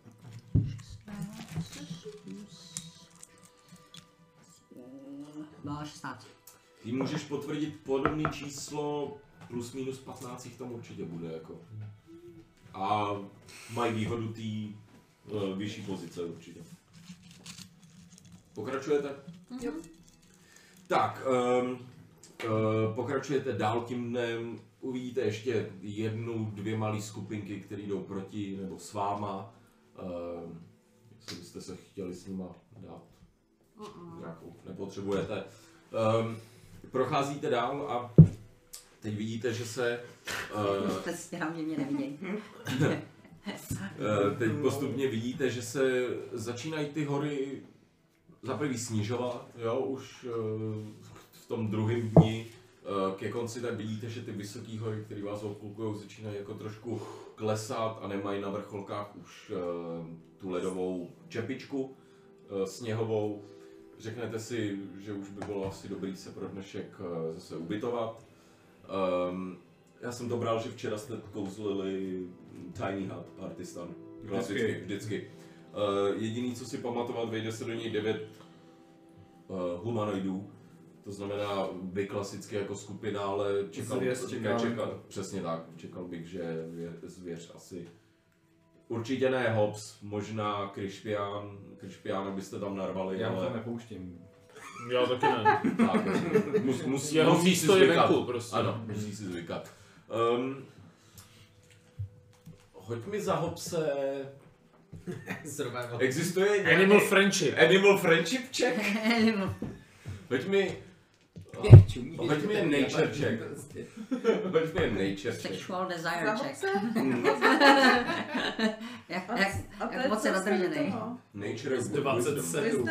Byla 16. Ty můžeš potvrdit podobné číslo, plus minus 15 jich tam určitě bude, jako. A mají výhodu té vyšší pozice určitě. Pokračujete? Jo. Tak, pokračujete dál tím dnem, uvidíte ještě jednu, dvě malé skupinky, které jdou proti nebo s váma. Jestli byste se chtěli s nima dát nějakou, nepotřebujete. Procházíte dál a teď vidíte, že se... Přesně hlavně mě nevidějí. Teď postupně vidíte, že se začínají ty hory za prvý snižovat, jo, už v tom druhém dni ke konci tak vidíte, že ty vysoké hory, které vás obklukují, začínají jako trošku klesat a nemají na vrcholkách už tu ledovou čepičku sněhovou. Řeknete si, že už by bylo asi dobrý se pro dnešek zase ubytovat. Já jsem to bral, že včera jste kouzlili Tiny Hut, Partistan. Klasicky, vždycky. Jediný, co si pamatovat, vejde se do něj 9 humanoidů. To znamená, vy klasicky jako skupina, ale přesně tak, čekal bych, že zvěř asi. Určitě ne Hobbs, možná Krišpiána byste tam narvali, já ale... to nepouštím. Já taky ne. Tak, Jeho musí místo si je zvykat. venku prostě. Ano, musí si zvykat. Hoď mi za Hobbse... Survival. Existuje nějaký... Animal friendship. Friendship check? Hoď mi... Hoď mi nature check. Hoď mi nature check. Sexual desire check. Jak A to jak je moc je co jste nadržený. toho? Nature is 27.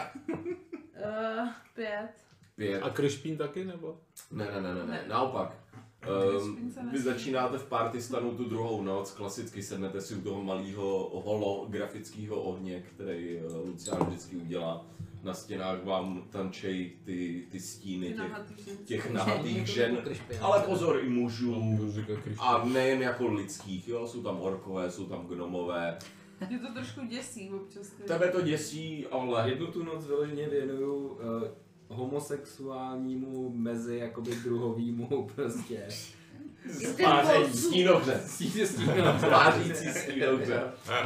5. 5. A Krišpín taky, nebo? Ne. Naopak. Krišpín se Vy nesmí. začínáte v Partistanu tu druhou noc, klasicky sednete si u toho malého holografického ohně, který Lucián vždycky udělá. Na stěnách vám tančejí ty stíny těch nahatých žen, ale pozor i mužů. A nejen jako lidských, jo? Jsou tam orkové, jsou tam gnomové, Mě to trošku děsí občas. Tebe to děsí, ale... Jednu tu noc vyloženě věnuju homosexuálnímu mezi jakoby druhovýmu prostě. Spáření, stínovře. Spářící stínovře.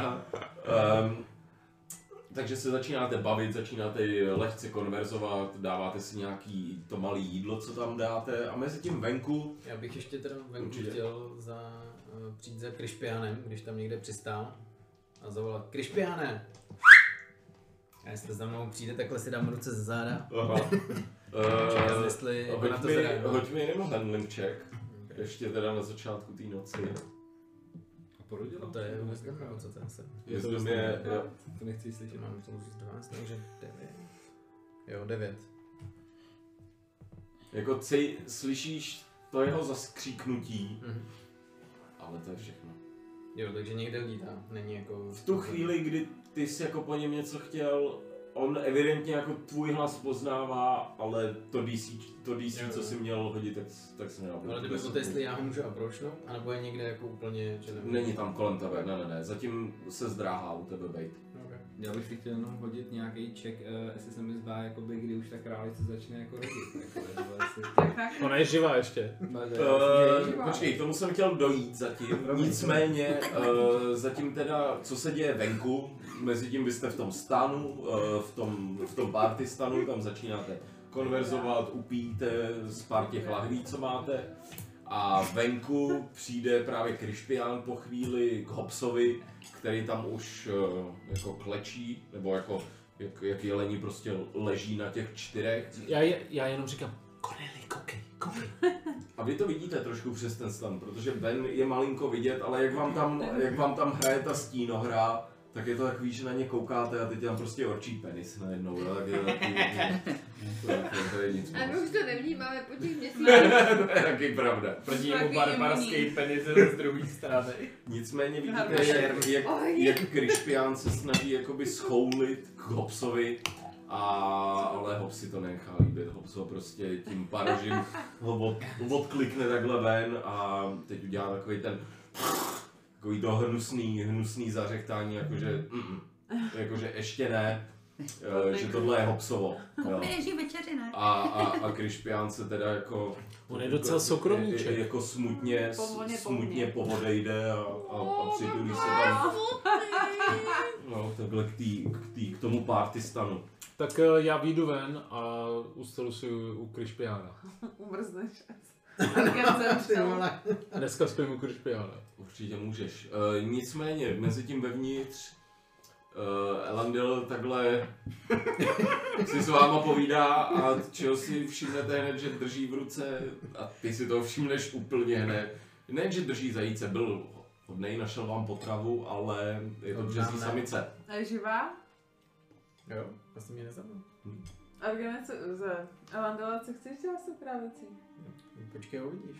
Takže se začínáte bavit, začínáte lehce konverzovat, dáváte si nějaký to malé jídlo, co tam dáte a mezi tím venku... Já bych ještě teda venku chtěl přijít za Krišpianem, když tam někde přistál a zavolat Krišpiane! A jestli za mnou přijde, takhle si dám ruce ze záda. Hoď mi jenom handling check. Ještě teda na začátku té noci. A porodila? No to je wisdom, nebo co tam jsem? Wisdom je... To nechci slyšet. Mám to už 12, takže 9. Jo, 9. Jako slyšíš to jeho zaskříknutí, ale to je všechno. Jo, takže někde lítá, není jako... V tu chvíli, kdy ty jsi jako po něm něco chtěl, on evidentně jako tvůj hlas poznává, ale to DC, co jsi měl hodit, tak se nedá. Ale kdyby to, jestli já ho můžu approachnout, anebo je někde jako úplně... Že není tam kolem tebe, ne, zatím se zdráhá u tebe bejt. Okay. Já bych si chtěl jenom hodit nějaký check, jestli se mi zdá, jakoby, kdy už ta králice začne jako rodit. Ona je živá ještě. Počkej, tomu jsem chtěl dojít zatím, nicméně zatím teda, co se děje venku, mezi tím vy jste v tom stanu, v tom party stanu, tam začínáte konverzovat, upíjíte z pár těch lahví, co máte. A venku přijde právě Krišpián po chvíli k Hobsovi, který tam už jako klečí, nebo jako jak jelení prostě leží na těch 4. Já jenom říkám, Corneli, koukej. A vy to vidíte trošku přes ten stan, protože ven je malinko vidět, ale jak vám tam hraje ta stínohra, tak je to takový, že na ně koukáte a teď tam prostě orčí penis najednou, jo? Tak je to je nic moc. A my už to nevnímáme po těch měsících. To je taky pravda. Proti mu barbarský penis z druhé strany. Nicméně vidíte, jak Krišpián se snaží jakoby schoulit k Hobsovi, ale Hobbs si to nechá líbit. Hobbs ho prostě tím parožím ho odklikne takhle ven a teď udělá takový takový to hnusný zařechtání, jakože ještě ne, že tohle je Hobbsovo. Běží večeři, ne? A Krišpián se teda jako... On je docela soukromníček. Jako smutně povodejde a přitulí se tam. No, takhle k tomu party stanu. Tak já vyjdu ven a ustalu si u Krišpiána. Umrzneš. Dneska spím u Krišpiána. Určitě můžeš. Nicméně, mezi tím vevnitř Elandil takhle si s váma povídá a čeho si všimnete hned, že drží v ruce a ty si to všimneš úplně hned. Ne, že drží zajíce, byl hodnej, našel vám potravu, ale je to březí samice. A je živá? Jo, vlastně mě nezabil. Argene, Elandila, co chceš dělat se právicí? Počkej, uvidíš.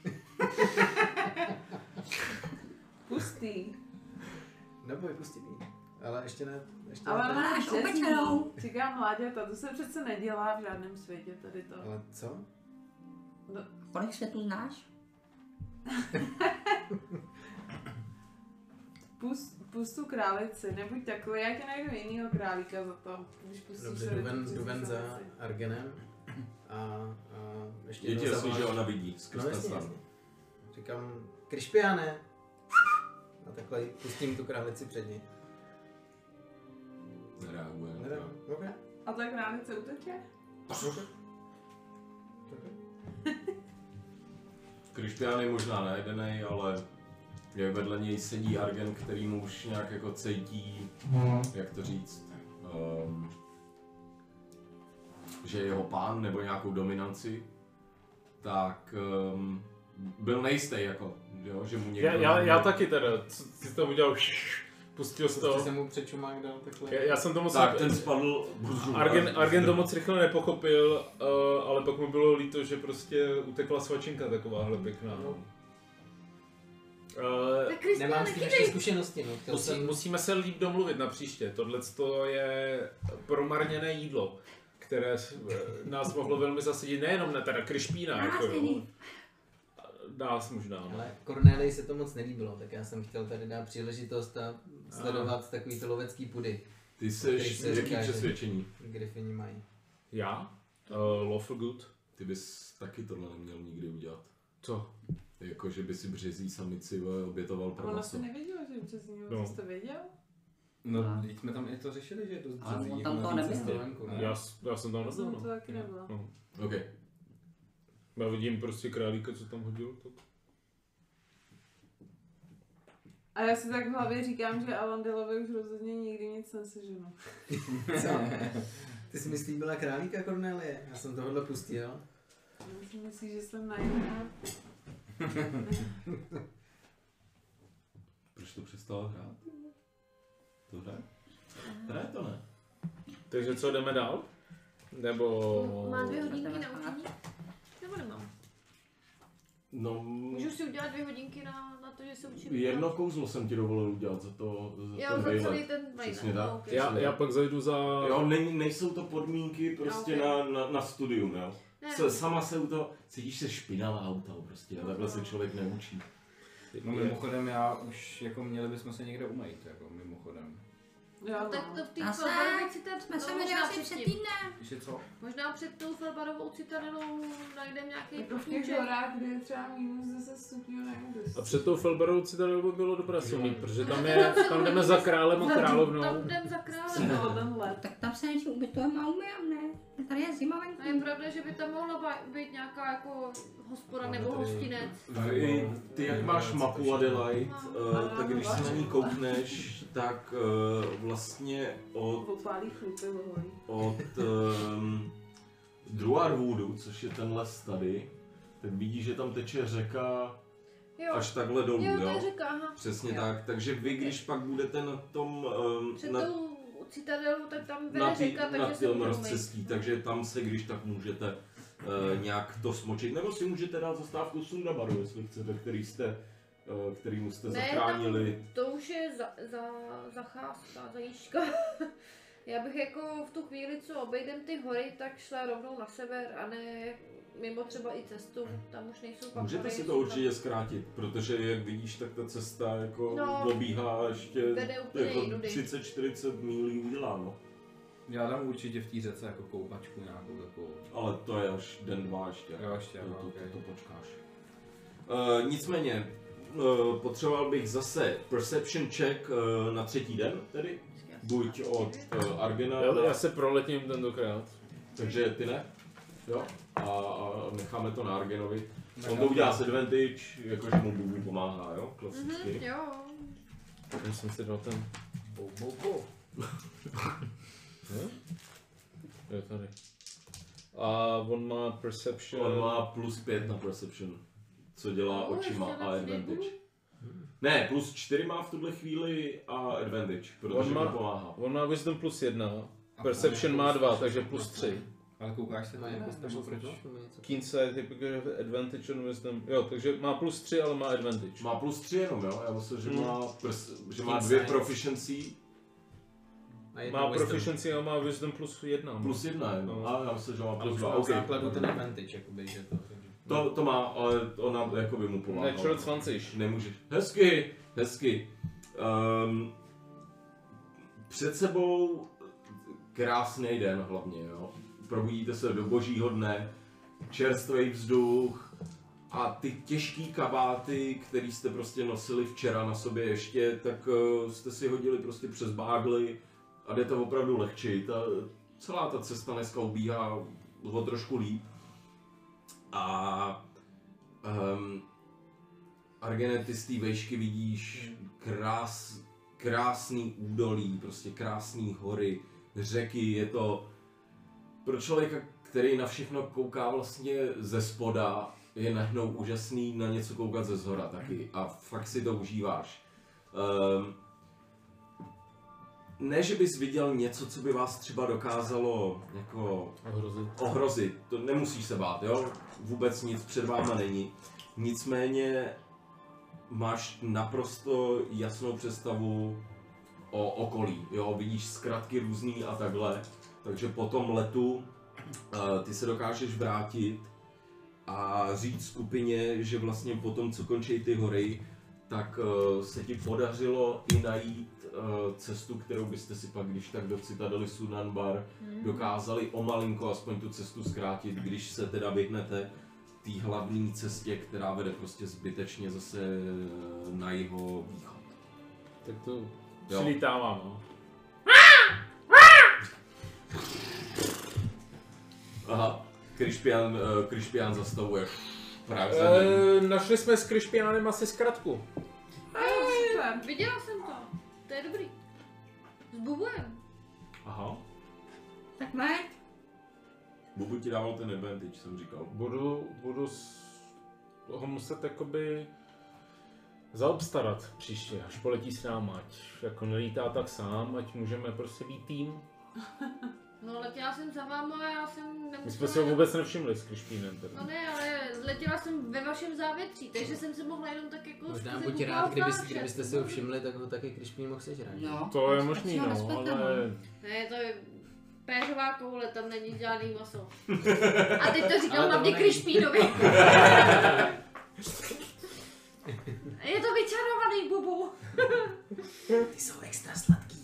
Pustý. Neboj, pustý. Ale ještě ne. Ale máš opečenou. Říkám mláďata, to se přece nedělá v žádném světě tady to. Ale co? No. Kolik světů znáš? Pust tu králici, nebuď takový, já tě najdu jinýho králíka za to, když pustíš. Dobře, jdu ven za Argenem a ještě Je ti jasný, že ona vidí skrz ten stan. Říkám, Krišpiáne! A takhle pustím tu králici před ní. Nereaguje. Okay. A ta králice uteče? Krišpián je možná najedenej, ale jak vedle něj sedí Argen, který mu už nějak jako cítí, jak to říct, že je jeho pán nebo nějakou dominanci, tak byl nejistý, jako, jo, že mu někdo... Já taky teda, ty jsi to udělal, pustil z toho. Prostě jsem mu před čumák dal takhle. Já jsem to moc... Tak ten spadl... Argen to moc rychle nepochopil, ale pak mu bylo líto, že prostě utekla svačinka takováhle pěkná. Nemám s tím ještě zkušenosti, no. Musíme se líp domluvit na příště. Tohle je promarněné jídlo, které nás mohlo velmi zasadit, nejenom na teda Krišpína, jako nás možná. Ale Cornelii se to moc nelíbilo, tak já jsem chtěl tady dát příležitost a sledovat takový ty lovecký pudy. Ty seš jaký přesvědčení? Griffini mají. Já? Lawful good. Ty bys taky tohle neměl nikdy udělat. Co? Jako, že by si březí samici obětoval pro Ona maso. se nevěděla, že přesně No. jste věděl? No, teď jsme tam i to řešili, že je dost Ale březí. on tam toho nebyl. Já jsem tam nebyl, Jsem no. to taky nebyla. No. OK. Já vidím prostě králíka, co tam hodil. Tak. A já si tak v hlavě říkám, že Alandelovi už rozhodně nikdy nic neseženu. Co? Ty jsi mi slíbila králíka, Cornelie? Já jsem tohle pustil. Já si myslím, že jsem naivná. Proč to přestala hrát? To hraje? Hraje to, ne? Takže co, jdeme dál? Nebo... Má 2 hodinky na učení? Nebo nemám? No, Můžu si udělat 2 hodinky na to, že se učím. jedno kouzlo jsem ti dovolil udělat za to, Jo, ten za celý vejlet. ten Přesně vejlet. tak. No, okay. Já pak zajdu za... Jo, nejsou to podmínky prostě Okay. na studium, jo. Ne. Sama se u toho, cítíš se špinavá u toho prostě a takhle se člověk neučí. No mimochodem já už jako měli bychom se někde umýt, jako mimochodem. Jo, No, tak to v té Zase? Felbarově citadelu, Jsme se možná viděli asi před předtím. týdnem. Ještě co? Možná před tou Felbarovou citadelou najdeme nějaký jako v těch horách, kde je třeba minus 10 stupňů nejde. A před tou Felberou citadelou by bylo dobré si mít, protože tam jdeme za králem a královnou. Tam jdem za králem. No, ten let. Tak tam se něčím ubytujeme a umyjeme, ne? Tady je zima A je venku. pravda, že by tam mohla být nějaká jako hospoda nebo hostinec. Ty jak máš mapu Adelaide, tak když se na ní koukneš, tak vlastně Opálí chlupy oholí. od Druarwoodu, což je ten les tady, tak vidíš, že tam teče řeka Jo, až takhle dolů, jo, to jo? je řeka, aha. Přesně tak, takže vy, když pak budete na tom, Před na, tou citadelu, tak tam na, vede řeka, na takže se tom můžeme rozcestí, takže tam se když tak můžete nějak to smočit, nebo si můžete dát zastávku Sundabaru, jestli chcete, kterýmu jste zachránili. To už je zacházka, zajížďka. Já bych jako v tu chvíli, co obejdem ty hory, tak šla rovnou na sever a ne mimo třeba i cestu, tam už nejsou pak Můžete hory, si to jsou určitě zkrátit, protože jak vidíš, tak ta cesta jako No, dobíhá ještě vede úplně jako jinudy. 30-40 mílí uděláno. Já dám určitě v té řece jako koupačku nějakou takovou. Ale to je až den, 2 ještě. Jo, ještě, to okay. počkáš. Nicméně, potřeboval bych zase perception check na 3. den tedy. Buď od Argena, Já se proletím tentokrát. takže ty ne. Jo? A necháme to na Argenovi. On to udělá s advantage, jakože mu Bubu pomáhá, jo? Klasicky. Jo. Já jsem si dal ten... Jo, tady. A on má perception... On má +5 na perception, co dělá No, očima ještě a na advantage. Ne, +4 má v tuhle chvíli a advantage, protože mu pomáhá. On má wisdom +1, perception má 2, takže +3. Ale koukáš se na něj nebo proč? Keen sight, advantage on wisdom. Jo, takže má +3, ale má advantage. Má +3 jenom, jo? Já myslím, že že má 2 Insight. proficiency. Má proficiency a má wisdom +1. +1 jenom. No. A já myslím, že má Ale už +2. má v Okay. základu ten advantage, jakoby, že to... To má, ale ona jakoby mu pomáhá. Natural 20. Nemůžeš. Hezky. Před sebou krásný den hlavně, jo. Probudíte se do božího dne, čerstvý vzduch a ty těžký kabáty, který jste prostě nosili včera na sobě ještě, tak jste si hodili prostě přes bágly a jde to opravdu lehčej. Celá ta cesta dneska ubíhá o trošku líp. A Argene, ty z té vejšky vidíš krásný údolí, prostě krásný hory, řeky, je to pro člověka, který na všechno kouká vlastně ze spoda, je najednou úžasný na něco koukat ze zhora taky a fakt si to užíváš. Ne, že bys viděl něco, co by vás třeba dokázalo jako ohrozit. To nemusíš se bát, jo? Vůbec nic před váma není. Nicméně máš naprosto jasnou představu o okolí, jo? Vidíš zkratky různý a takhle. Takže po tom letu ty se dokážeš vrátit a říct skupině, že vlastně po tom, co končí ty hory, tak se ti podařilo i najít cestu, kterou byste si pak, když tak do Citadely Sunanbar dokázali o malinko aspoň tu cestu zkrátit, když se teda vyhnete té hlavní cestě, která vede prostě zbytečně zase na jeho východ. Tak to přilítávám, no. Aha, Krišpián zastavuje právě našli jsme s Krišpiánem asi zkratku. Super, viděla jsem to. To je dobrý. S Bubujem. Aha. Tak ne? Bubu ti dával ten advantage, jsem říkal. Budu ho muset jakoby zaobstarat příště, až poletí s náma, ať jako nelítá tak sám, ať můžeme prostě být tým. No letěla jsem za váma a já jsem nemusela... My jsme si ho vůbec nevšimli s Krišpínem teda. No ne, ale letěla jsem ve vašem závětří, takže jsem se mohla jenom tak jako... Možná buď rád, kdybyste si ho všimli, tak ho taky Krišpín mohl sežrat. No. To je možný, no, ale... Ne, to je péřová koule, tam není žádný maso. A teď to říkal hlavně Krišpínovi. Je to vyčarovaný, Bubu. Ty jsou extra sladký.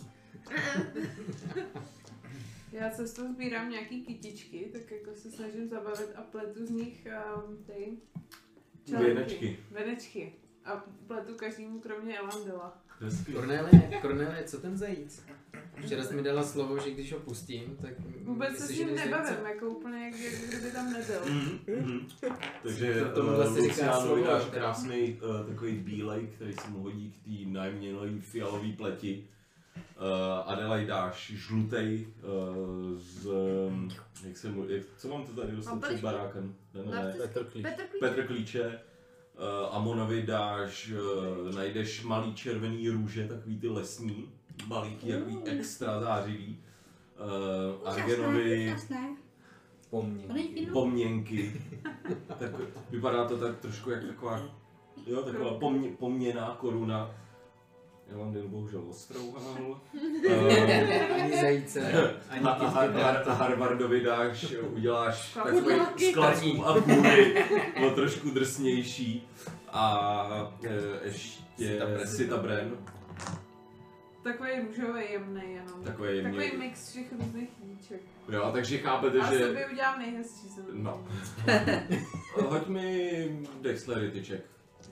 Já cestou sbírám nějaký kytičky, tak jako se snažím zabavit a pletu z nich ty venečky. A pletu každému kromě Elandela. Kornélie, co ten zajíc? Včera jsi mi dala slovo, že když ho pustím, tak... Vůbec se s ním nebavím, jako úplně jak kdyby tam nebyl. Takže Luciano dáš krásný takový bílej, který se mu hodí k té najemněnej fialové pleti. Adelaide dáš žlutej co mám to tady dostat před barákem? Ne. Petr Klíče. Amonovi dáš, najdeš malý červený růže, takový ty lesní, balíky, takový extra zářivý. Argenovi pomněnky. Tak vypadá to tak trošku jak taková pomněná koruna. Já vám jen bohužel ostrouhal. Ani zajíce, ani a Harvardovi dáš, uděláš takový skladku a půdy, bylo trošku drsnější. A ještě Citabren. Takový růžový jemnej jenom. Takový mix všech různých jíček. Jo, takže chápete, že... Já sobě udělám nejhezčí. No. Hoď mi dexterity check.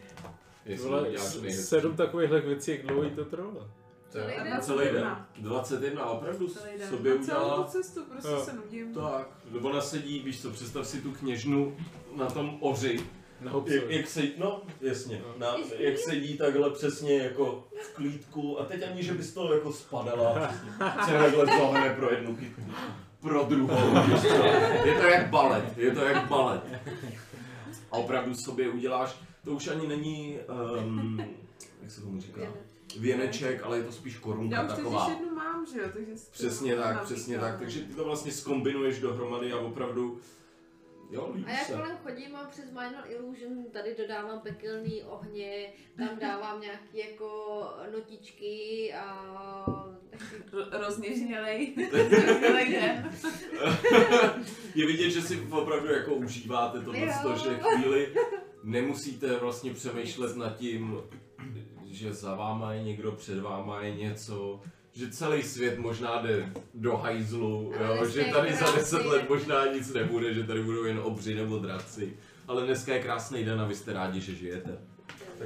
7 takovýchhle věcí, jak dlouho jí to trvalo? Celý den. 21, opravdu sobě udělala. Celou cestu, prostě se nudím. Tak, ona sedí, víš co, představ si tu kněžnu na tom oři. Na hopsovi. Jak sedí, no jasně, jak sedí takhle přesně jako v klídku a teď ani, že bys to jako spadala, se takhle zohne pro jednu kytku, pro druhou, víš co. Je to jak balet. A opravdu sobě uděláš, to už ani není, jak se tomu říká, věneček, ale je to spíš korunka taková. Já už jednu mám, že jo, takže... Přesně tak, takže ty to vlastně zkombinuješ dohromady a opravdu, jo, líbí a jak se. kolem chodím a přes Minor Illusion tady dodávám pekelný ohně, tam dávám nějaký jako notičky a... Rozněžnělej den. Je vidět, že si opravdu jako užíváte tohle, že chvíli nemusíte vlastně přemýšlet nad tím, že za váma je někdo, před váma je něco, že celý svět možná jde do hajzlu, jo? Že tady za 10 let možná nic nebude, že tady budou jen obři nebo draci. Ale dneska je krásný den a vy jste rádi, že žijete. Tak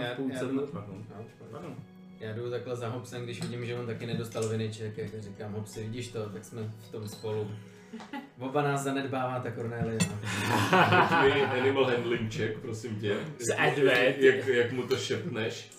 já jdu takhle za Hobsem, když vidím, že on taky nedostal viniček, jak říkám, Hobsi, vidíš to, tak jsme v tom spolu. Oba nás zanedbává ta Cornelia. Animal handling check, prosím tě. Jak mu to šepneš?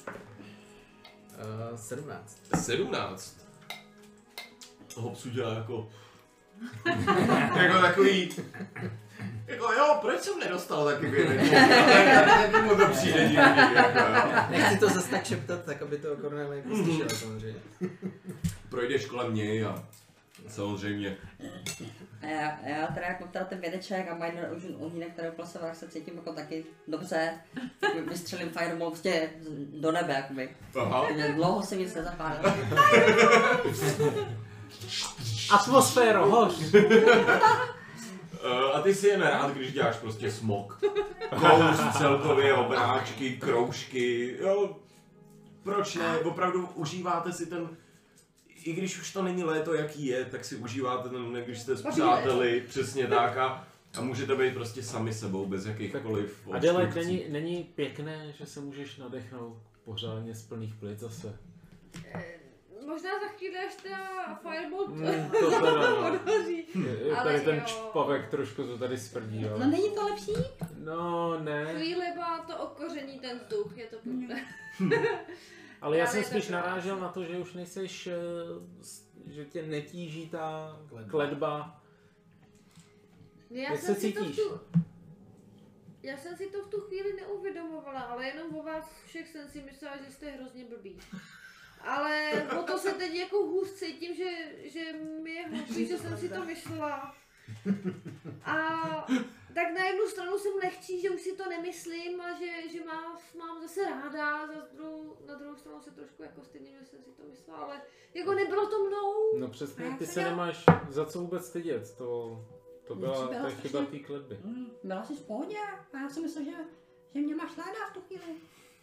17. 17? Hobsu dělá jako takový... Jako jo, proč jsem nedostal taky věneček? Tak mu to přijde divný, jako jo. Nechci to zase tak šeptat, tak aby to Cornelia slyšela samozřejmě. Projdeš kolem něj a samozřejmě. Já teda jako teda ten vědeček a Minor Illusion ohnínek, který plasoval, tak se cítím jako taky dobře. Vystřelím Fireball prostě do nebe, jakoby. Aha. Dlouho se nic nezapálilo. Atmosféro, hoř! A ty si jen rád, když děláš prostě smok. Kous celkově, obráčky, kroužky, jo. Proč ne? Opravdu užíváte si ten... I když už to není léto, jaký je, tak si užíváte ten, když jste s přáteli, přesně tak a můžete být prostě sami sebou, bez jakýchkoliv odštěvcí. Adelaide, není pěkné, že se můžeš nadechnout pořádně z plných plic zase? Možná za chvíli, až ta Firebolt to teda, odhoří. Je tady ten čpavek trošku to tady smrdí, jo. No není to lepší? No, ne. Chvíli má to okoření ten vzduch, je to pravda. Ale já jsem spíš narážel na to, že už nejseš, že tě netíží ta kletba. Jak se cítíš? Já jsem si to v tu chvíli neuvědomovala, ale jenom o vás všech jsem si myslela, že jste hrozně blbý. Ale o to se teď jako hůř cítím, že mi je hloupý, že jsem si to myslela. A tak na jednu stranu jsem lehčí, že už si to nemyslím a že mám zase ráda, na druhou stranu se trošku jako stydím, že jsem si to myslela, ale jako nebylo to mnou. No přesně, ty se nemáš za co vůbec stydět, to byla chyba té kletby. Byla jsi v pohodě a já jsem myslel, že mě máš ráda v tu chvíli.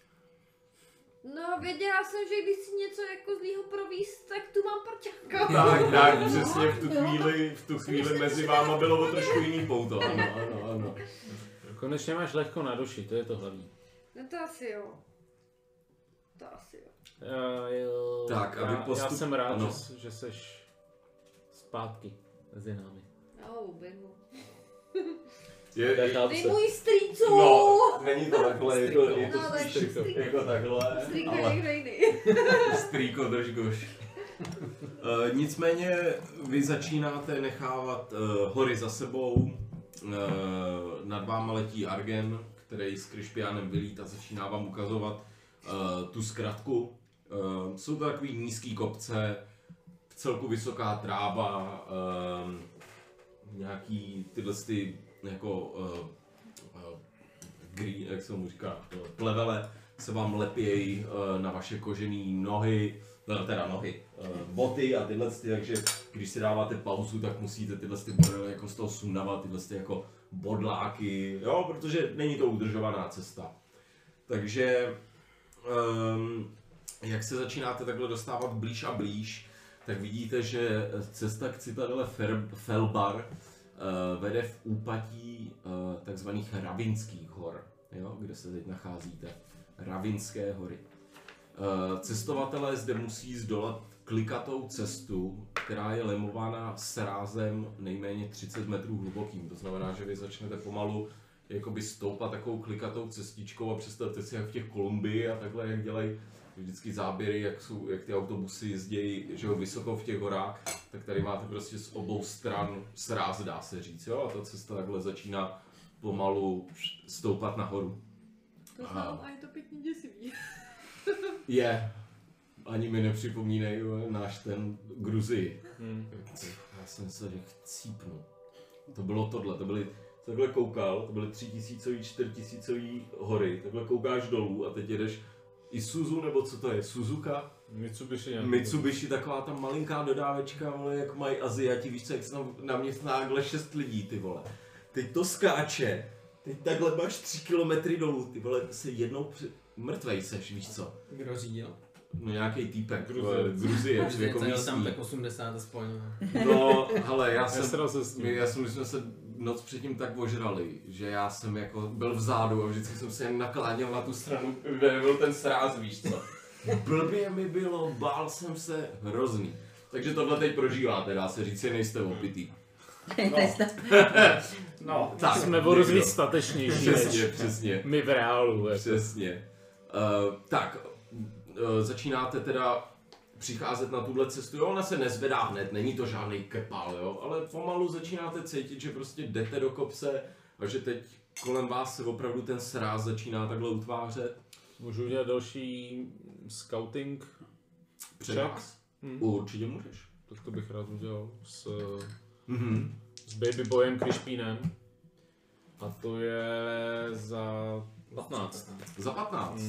No, věděla jsem, že když si něco jako zlýho províst, tak tu mám prťáka. Tak, přesně v tu chvíli mezi váma bylo o trošku jiný pouto, ano. Konečně máš lehko na duši, to je to hlavní. No to asi jo. Tak, já jsem rád, že seš zpátky mezi námi. Běhu. Ty můj strýco! No, není to takhle, je to strýko. Jako takhle. Strýko je někdo jiný. Strýko, drž goš. Nicméně vy začínáte nechávat hory za sebou. Nad váma letí Argen, který s Kryšpiánem vylít a začíná vám ukazovat tu zkratku. Jsou to takový nízký kopce, vcelku vysoká tráva, nějaký tyhle jako green, jak se mu říká, plevele se vám lepějí na vaše kožené nohy, boty a tyhle, takže když si dáváte pauzu, tak musíte tyhle borely jako z toho sundavat, tyhle jako bodláky, jo, protože není to udržovaná cesta. Takže jak se začínáte takhle dostávat blíž a blíž, tak vidíte, že cesta k citadele Felbar vede v úpatí takzvaných Ravinských hor, jo, kde se teď nacházíte. Ravinské hory. Cestovatelé zde musí zdolat klikatou cestu, která je lemována srázem nejméně 30 metrů hlubokým. To znamená, že vy začnete pomalu jakoby stoupat takovou klikatou cestičkou a představte si, jak v těch Kolumbii a takhle, jak dělají vždycky záběry, jak ty autobusy jezdí, že jo, vysoko v těch horách, tak tady máte prostě z obou stran sráz, dá se říct, jo, a ta cesta takhle začíná pomalu stoupat nahoru. To znám, ani to pěkně děsivý. Je. Ani mi nepřipomínej náš ten Gruzii. Já jsem myslel, že chcípnu. To bylo tohle, takhle koukal, to byly 3000, 4000 hory, takhle koukáš dolů a teď jedeš Isuzu, nebo co to je, Suzuka? Mitsubishi, taková ta malinká dodávečka, vole, jak mají Aziati, víš co, jak se tam na mě nágle 6 lidí, ty vole. Teď to skáče, teď takhle máš 3 kilometry dolů, ty vole, se jednou mrtvej seš, víš co. Kdo řídil? No nějaký týpek, Gruzie, jako místní. Tam tak 80 aspoň. No, hele, já jsem se noc předtím tak ožrali, že já jsem jako byl vzadu a vždycky jsem se jen nakláněl na tu stranu, kde byl ten sráz, víš co. Blbě mi bylo, bál jsem se hrozný. Takže tohle teď prožíváte, dá se říct, že nejste opitý. No, tak jsme o rozvíc statečnější. Přesně. My v reálu. Přesně. Začínáte teda přicházet na tuhle cestu, jo, ona se nezvedá hned, není to žádný kepal, jo, ale pomalu začínáte cítit, že prostě jdete do kopce a že teď kolem vás se opravdu ten sráz začíná takhle utvářet. Můžu udělat další scouting? Před vás? Určitě můžeš. Tak to bych rád udělal s Baby Boyem Kryšpínem. A to je za 15. Za 15?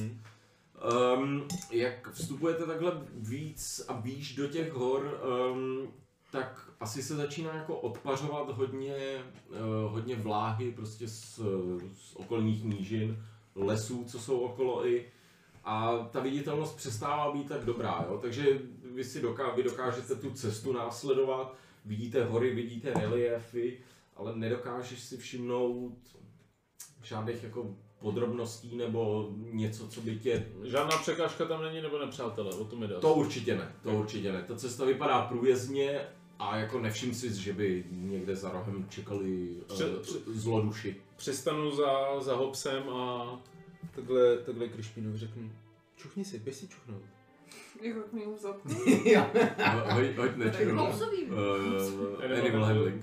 Jak vstupujete takhle víc a víc do těch hor, tak asi se začíná jako odpařovat hodně vláhy prostě z okolních nížin, lesů, co jsou okolo i. A ta viditelnost přestává být tak dobrá, jo? Takže vy dokážete tu cestu následovat, vidíte hory, vidíte reliéfy, ale nedokážeš si všimnout žádných jako podrobností nebo něco, co by tě... Žádná překážka tam není nebo nepřátelé, o to mi dá. To určitě ne. Ta cesta vypadá průjezdně a jako nevšim si, že by někde za rohem čekali zloduši. Přistanu za Hobsem a takhle Krišpínovi řeknu, čuchni si, běž si čuchnout. Jako k mému zadku. Hoď nečeknout. Animal handling.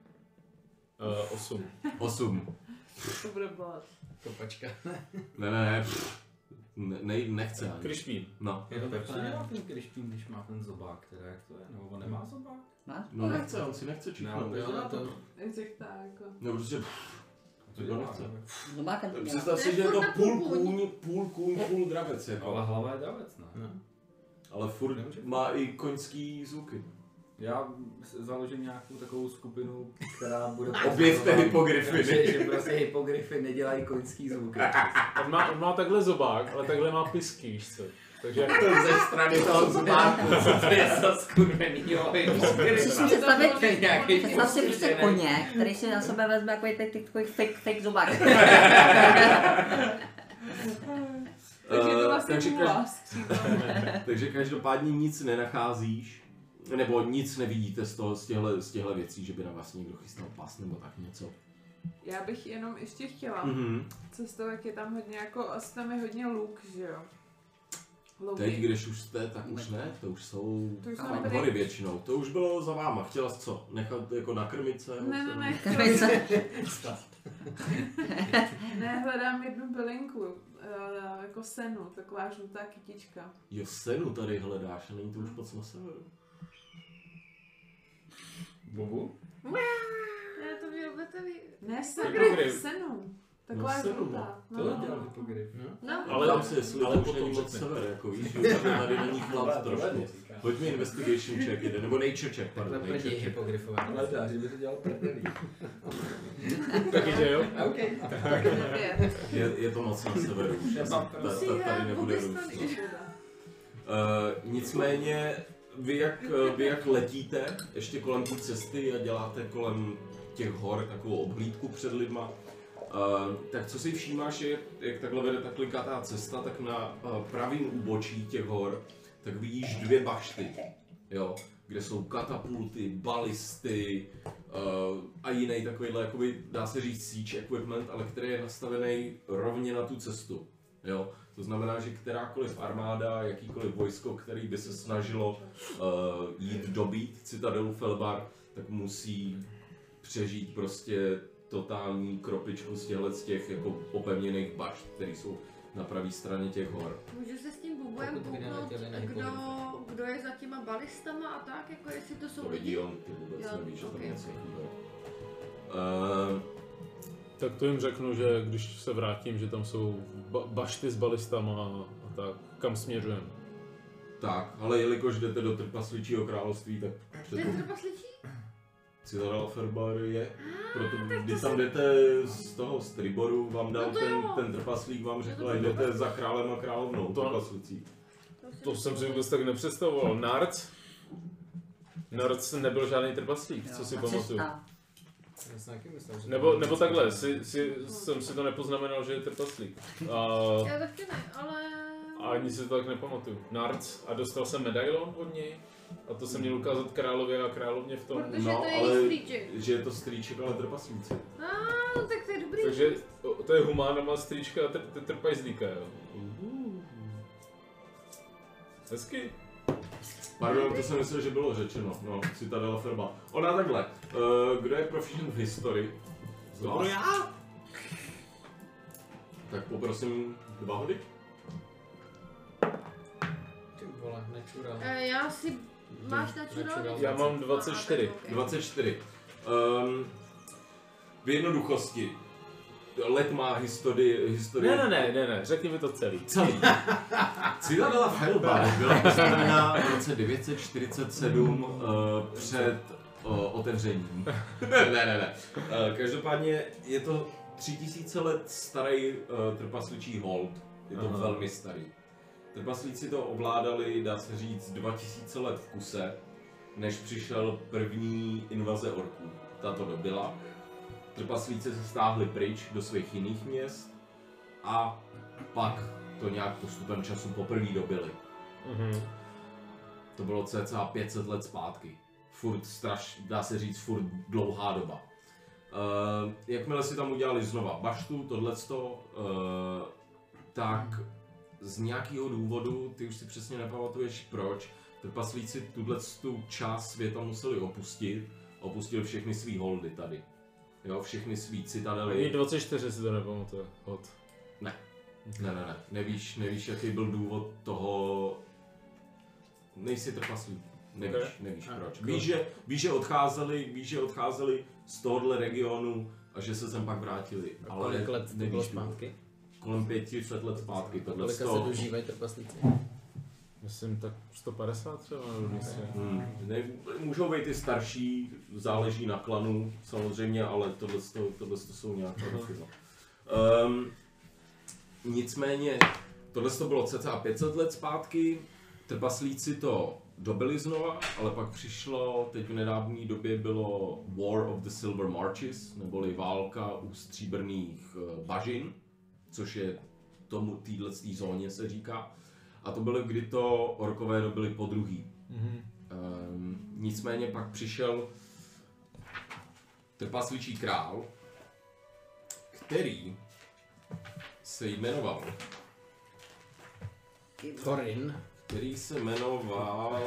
8. To bude bolet. Kopačka. Ne, nechce ani. Krišpín. No. Je to tak, co dělá ten Krišpín, když má ten zobák, teda jak to je? Nebo on nemá zobák? Má? No nechce, on si nechce číchnout. Řekl tak jako. No prostě... To nechce. Zobákem to měla. Představ si, že je to půl kůň, půl dravec. Jako. Ale hlava je dravec, ne? Ale furt má i koňský zvuky. Já založím nějakou takovou skupinu, která bude... Objevte hypogryfy. Že prostě hypogryfy nedělají koňský zvuky. On má takhle zobák, ale takhle má pisky, víš co? Takže jak to ze strany toho zobáku, co to je za skurvenýho Musíš si představ si prostě koně, který si na sebe vezme takový fake zobák. Takže to vlastně takže každopádně nic nenacházíš, nebo nic nevidíte z těchto věcí, že by na vás někdo chystal pas nebo tak něco. Já bych jenom ještě chtěla cestou, jak je tam hodně jako, asi tam je hodně luk, že jo? Louky. Teď, když už jste, tak už ne, to už jsou hory většinou. To už bylo za váma, chtěla jsi co? Nechat jako nakrmit se? Ne, ne, hledám jednu bylinku, jako senu, taková žlutá kytička. Jo, senu tady hledáš, a není to už moc na severu. Bobu? Já to vůbec Ne, senu. Taková no, žlutá. To dělal hypogryf. No. Ale tam si, jestli to už není moc sever, jako víš, že tady není chlad trošku. Pojď mi investigation check jde, nebo nature check, pardon. Nature check. Hypogryfové. Ale dá, že by to dělal prdelí. Taky, že jo? Okay. Je to moc na severu už, tady nebude růst. Nicméně, vy jak letíte ještě kolem té cesty a děláte kolem těch hor takovou obhlídku před lidma, tak co si všímáš, je, jak takhle vede ta klikatá cesta, tak na pravým úbočí těch hor, tak vidíš 2 bašty, jo, kde jsou katapulty, balisty a jiný takovýhle, jakoby, dá se říct siege equipment, ale který je nastavený rovně na tu cestu, jo. To znamená, že kterákoliv armáda, jakýkoliv vojsko, který by se snažilo jít dobít citadelu Felbar, tak musí přežít prostě totální kropičku z těch jako opevněných bašt, které jsou na pravé straně těch hor. Můžu se s tím bubujem kouknout, kdo je za těma balistama a tak, jako jestli to jsou to lidi? Vidí on, ty vůbec nevíš, že tam něco chybí. Tak to jim řeknu, že když se vrátím, že tam jsou bašty s balistama a tak, kam směřujeme. Tak, ale jelikož jdete do trpasličího království, tak... To je trpasličí? Citadel Felbar je, proto když tam jdete z toho Striboru, vám dal ten trpaslík, vám řekl, jdete za králem a královnou trpaslicí. To jsem si vůbec tak nepředstavoval. Narc nebyl žádný trpaslík, co si pamatuju. Nebo takhle, jsem si to nepoznamenal, že je trpaslík. Já taky ne, ale... A ani si to tak nepamatuju. Narc a dostal jsem medailon od něj. A to jsem měl ukázat králově a královně v tom. Protože to je strýček. Že je to strýček, ale trpaslíci. Tak to je dobrý. Takže to je humán a má strýčka a trpajzlíka, jo. Hezky. Pardon, to jsem myslel, že bylo řečeno. No, Citadel Felbar. Ona takhle. Kdo je proficient v historii? No já! Tak poprosím 2 hody. Ty vole, natural. Já si... Máš natural? Já mám 24. 24. V jednoduchosti. Let má historii... Ne, řekni mi to celý. Citadela Firebar byla postavena v roce 947 před otevřením. ne. Každopádně je to 3000 let starý trpasličí hold. Je to velmi starý. Trpaslíci to ovládali, dá se říct, 2000 let v kuse, než přišel první invaze orků. Ta to dobyla. Trpaslíci se stáhli pryč do svých jiných měst a pak to nějak postupem času poprvé dobyli. To bylo cca 500 let zpátky. Furt dá se říct, furt dlouhá doba. Jakmile si tam udělali znova baštu, tohleto, tak z nějakého důvodu, ty už si přesně nepamatuješ proč, trpaslíci tu část světa museli opustit. Opustili všechny svý holdy tady. Jo, všechny svý citadely. 24 si to nepamatuje. Ne. Nevíš, jaký byl důvod toho... Nejsi trpaslík. Nevíš proč. Víš, že odcházeli z tohohle regionu a že se sem pak vrátili. Ale kolik let to bylo zpátky? Kolem 500 let zpátky. Kolika se dožívají trpaslíci? Myslím tak 150 třeba. Můžou být i starší, záleží na klanu samozřejmě, ale tohle jsou nějaké roky. Nicméně, tohle bylo cca 500 let zpátky, trpaslíci to dobili znova, ale pak přišlo, teď v nedávné době bylo War of the Silver Marches, neboli válka u stříbrných bažin, což je této zóně se říká. A to bylo, kdy to orkové dobili po druhý. Nicméně pak přišel trpasličí král, který se jmenoval Thorin. Který se jmenoval...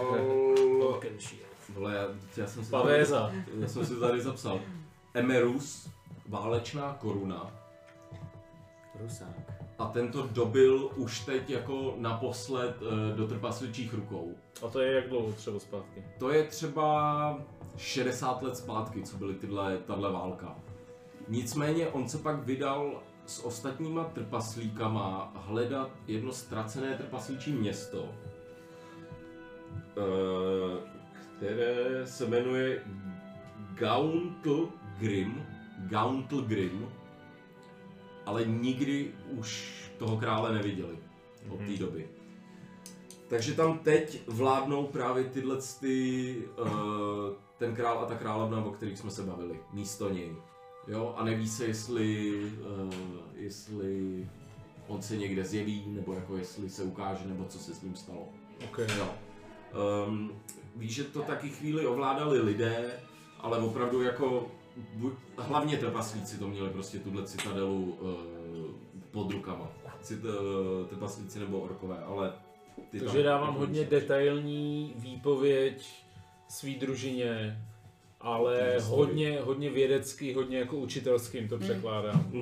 Vole, já jsem si tady zapsal. Emerus, válečná koruna. Rusák. A tento dobil už teď jako naposled do trpasličích rukou. A to je jak dlouho třeba zpátky? To je třeba 60 let zpátky, co byly tahle válka. Nicméně on se pak vydal s ostatníma trpaslíkama hledat jedno ztracené trpaslíčí město, které se jmenuje Gauntlgrim, ale nikdy už toho krále neviděli od té doby. Takže tam teď vládnou právě ten král a ta královna, o kterých jsme se bavili, místo něj. Jo? A neví se, jestli on se někde zjeví, nebo jako jestli se ukáže, nebo co se s ním stalo. Okay. Jo. Víš, že to taky chvíli ovládali lidé, ale opravdu jako hlavně trpaslíci to měli prostě tuhle citadelu pod rukama. Trpaslíci nebo orkové, ale... Takže dávám hodně detailní výpověď svý družině, ale hodně vědecký, hodně jako učitelským to překládám.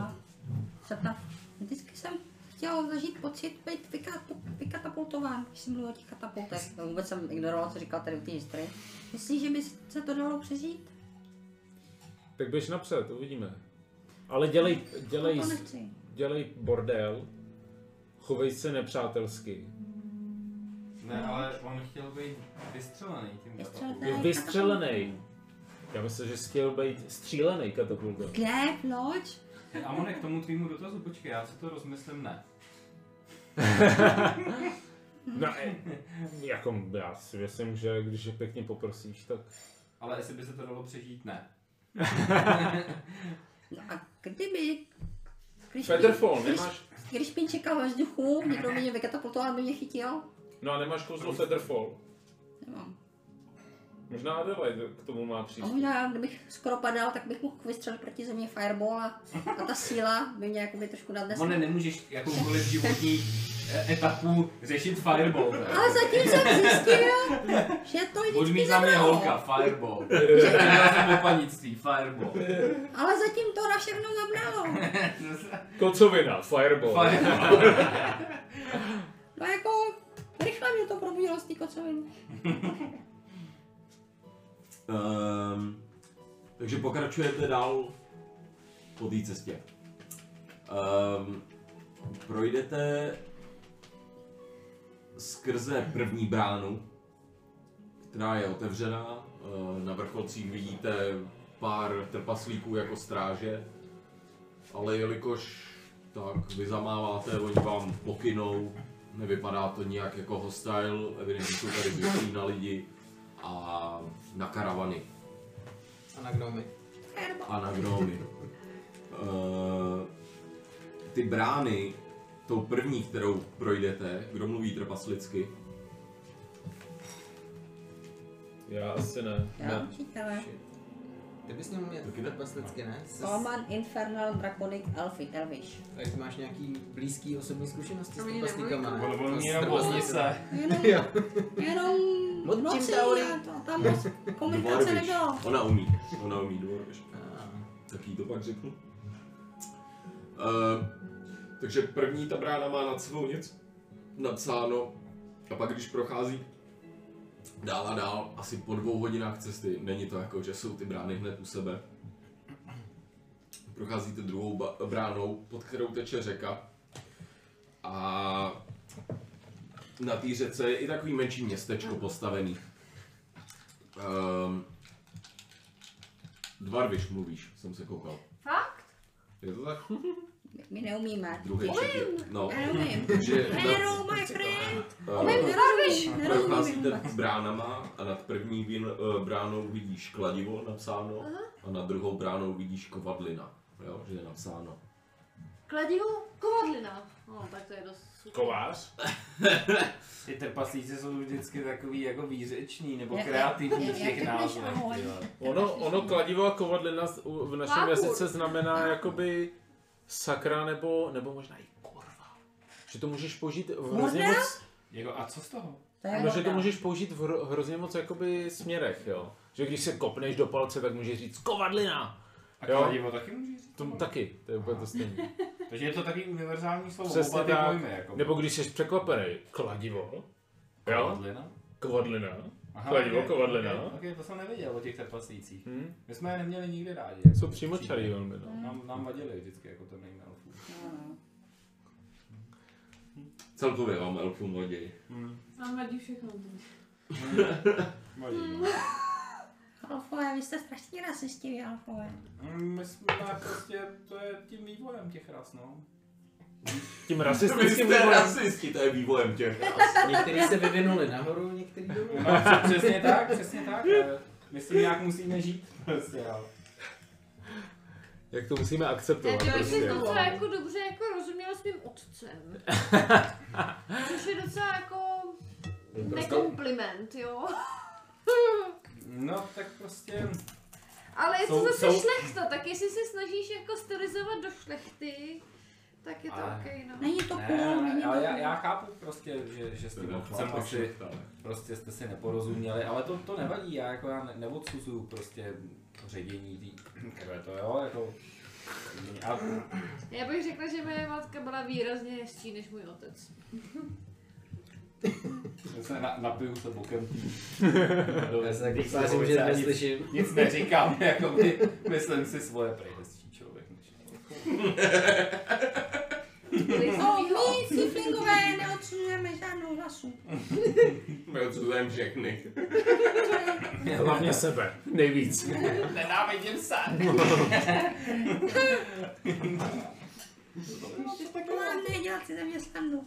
Vždycky jsem chtěl zažít pocit být vykatapultován, když jsem mluvil o těch katapultech. Vůbec jsem ignoroval, co říkal tady v té historii. Myslíš, že by se to dalo přežít? Tak běž napřed, uvidíme. Ale dělej bordel, chovej se nepřátelsky. Ne, ale on chtěl být vystřelený tím katapultem. Vystřelený. Já myslím, že chtěl být střílený katapultem. Kde? Proč? Amone, k tomu tvýmu dotazu, počkej, já si to rozmyslím, ne. No, jako já si myslím, že když je pěkně poprosíš, tak... Ale jestli by se to dalo přežít, ne. No a kdyby... Featherfall, nemáš... Když bych čekal ve vzduchu, někdo mě vykatapultoval, by mě chytil. No a nemáš kouzlo Featherfall? Nemám. Možná Adelaide k tomu má přístup. A možná, kdybych skoro padal, tak bych mohl vystřelit proti zemi fireball a ta síla by mě jakoby trošku nadnesla. Amone, nemůžeš jakoukoliv životní etapu řešit fireball. Ale zatím jsem zjistil, že to vždycky buď mít za mě zabralo. holka, fireball. Já jsem opanictví, fireball. Ale zatím to na všechno zabralo. Kocovina, fireball. No jako, rychle mě to probíhalo z té kocoviny. Takže pokračujete dál po té cestě. Projdete skrze první bránu, která je otevřená. Na vrcholcích vidíte pár trpaslíků jako stráže, ale jelikož tak vy zamáváte, oni vám pokynou, nevypadá to nijak jako hostile, evidentně jsou tady zvyklí na lidi a na karavany. A na gnomy. A na gnomy. Ty brány, tou první, kterou projdete, kdo mluví trpaslicky? Já asi ne. Já určitě ne. Ty bys měl umět trpaslicky, ne? Common, Infernal, Draconic, Elvish. Tak ty máš nějaký blízký osobní zkušenosti s To mě trpaslíkama, ne? Ono S jenom trpaslíky. se. Jenom Moc noci čím a to tam moc komunikace nebylo. Ona umí Dwarvish. Tak jí to pak řeknu. Takže první ta brána má nad sebou nic napsáno a pak když prochází dál a dál, asi po 2 hodinách cesty, není to jako, že jsou ty brány hned u sebe. Procházíte druhou bránou, pod kterou teče řeka a na té řece je i takový menší městečko postavený. Dwarvish mluvíš, jsem se koukal. Fakt? Je to tak? My neumíme. Druhý třetí. No. Já neumím. Takže Hello, my friend. procházíte bránama a nad první bránou vidíš kladivo napsáno a nad druhou bránou vidíš kovadlina, jo, že je napsáno. Kladivo, kovadlina. No, tak to je dost super. Kovář? Ty trpaslíci jsou vždycky takový jako výřeční nebo Jak- kreativní jak- v těch jak řekneš názvech. ahoj? jo. Ono kladivo a kovadlina v našem Vápur. jazyce znamená jakoby sakra nebo možná i kurva. Že to můžeš použít v hrozně Morda? moc... Jako, a co z toho? To je No, že to morda. můžeš použít v hrozně moc jakoby směrech, jo. Že když se kopneš do palce, tak můžeš říct kovadlina. A Jo. kladivo taky můžeš říct? To taky, to je úplně to stejné. Takže je to taky univerzální slovo, Přesně oba ty tak. pojmy. Jako. Nebo když jsi překvapený, kladivo, jo, Kovadlina? kovadlina, Aha, kladivo, ok, kovadlina. ok, to jsem nevěděl o těch trpaslících. My jsme je neměli nikdy rádi. Jsou přímočarý velmi, no. Nám vadili vždycky jako ten jméno elfů. No, Celkově vám elfům vadí. Nám vadí všechno. Vadí, no. Alfové, vy jste strašně rasisti, vy alfové. My jsme prostě, to je tím vývojem těch ras, no. Tím Vy rasistickým jste vývojem. rasisti, to je vývojem těch. Některý se vyvinuli nahoru, některý dolů. No, přesně tak, přesně tak. My s tím nějak musíme žít. Prostě, jo. Jak to musíme akceptovat. Já bych si Prostě. docela jako dobře jako rozuměla s mým otcem. Což je docela jako nekompliment, jo. No, tak prostě... Ale je to Jsou- zase jsou- šlechta, tak jestli se snažíš jako stylizovat do šlechty, tak je to Ale- okej, no. Není to Ne, cool, není to ale cool. já chápu prostě, že s tím otcem asi prostě jste si neporozuměli, ale to nevadí, já neodsuzuju prostě ředění tý krve, to jo, jako... A, Já bych řekla, že moje matka byla výrazně hezčí než můj otec. se napiju se bokem tý. Já se tak Tý tvářím, slovice že a neslyším. nic neříkám, jako myslím si svoje prej hezčí člověk než My, ciflingové, neodsuzujeme žádnou rasu. My odsuzujeme všechny. Hlavně sebe, nejvíc. Nenávidím se! Taková nedělat si ze mě srandu.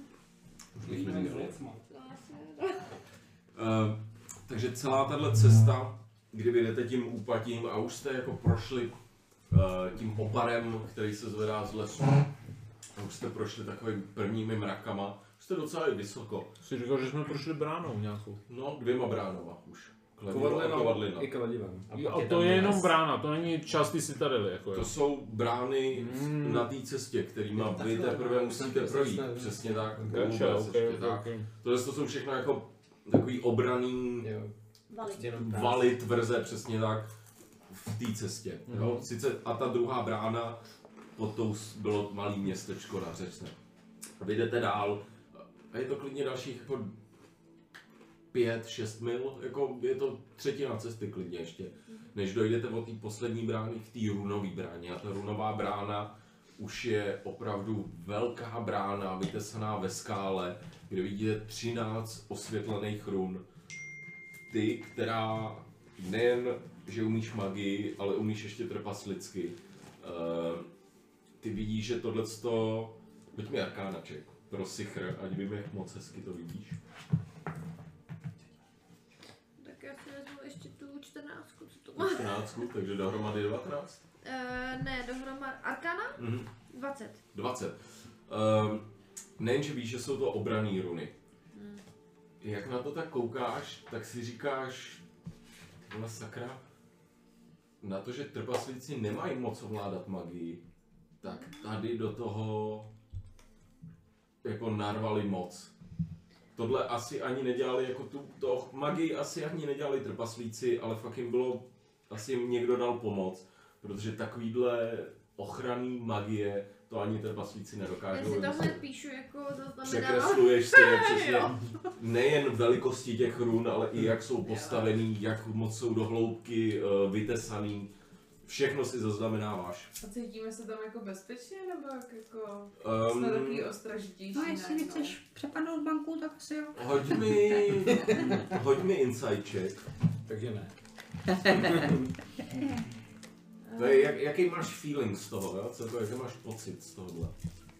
Takže celá tahle cesta, kdy vy jdete tím úpatím a už jste jako prošli tím oparem, který se zvedá z lesu, a už jste prošli takovými prvními mrakama, už jste docela i vysoko. Jsi říkal, že jsme prošli bránou nějakou. No, 2 bránama už. Kladivo a kovadlina. I kladivem. A to je jenom brána, to není část ty citadely, jako To jo. jsou brány na té cestě, kterýma vy teprve musíte projít. Přesně tak. Gotcha, vůbec okay, ještě tak. okay. Tohle to jsou všechno jako takový obraný Jo. Prostě jenom práce. valy, tvrze, přesně tak, v té cestě. Jo? Sice a ta druhá brána, pod tou bylo malý městečko na řece. Vy jdete dál a je to klidně dalších jako 5-6 mil, jako je to třetina cesty klidně ještě, než dojdete od té poslední brány k té runové bráně. A ta runová brána už je opravdu velká brána vytesaná ve skále, kde vidíte 13 osvětlených run. Ty, která nejen, že umíš magii, ale umíš ještě trpaslicky. Ty vidíš, že tohleto... Pojď mi arkánaček pro sichr, ať vím, jak moc hezky to vidíš. Tak já si vezmu ještě tu 14, co to má. 14, takže dohromady 19? Ne, dohromady... Arkana? 20. 20. Nejenže víš, že jsou to obranné runy. Jak na to tak koukáš, tak si říkáš, ona sakra, na to, že trpaslíci nemají moc ovládat magii, tak tady do toho jako narvali moc. Tohle asi ani nedělali jako to magii asi ani nedělali trpaslíci, ale fakt jim bylo, asi jim někdo dal pomoc, protože takovýhle ochranný magie to ani trpaslíci nedokážou. Já si tohle píšu jako zaznamenávám. Překresluješ si je přesně nejen velikosti těch run, ale i jak jsou postavený, jak moc jsou do hloubky vytesaný. Všechno si zaznamenáváš. A cítíme se tam jako bezpečně, nebo jako jsme takový ostražitější? No jestli nechceš přepadnout banku, tak asi jo. Hoď mi insight check. Takže ne. To je, jaký máš feeling z toho, jo? Jaký máš pocit z tohohle?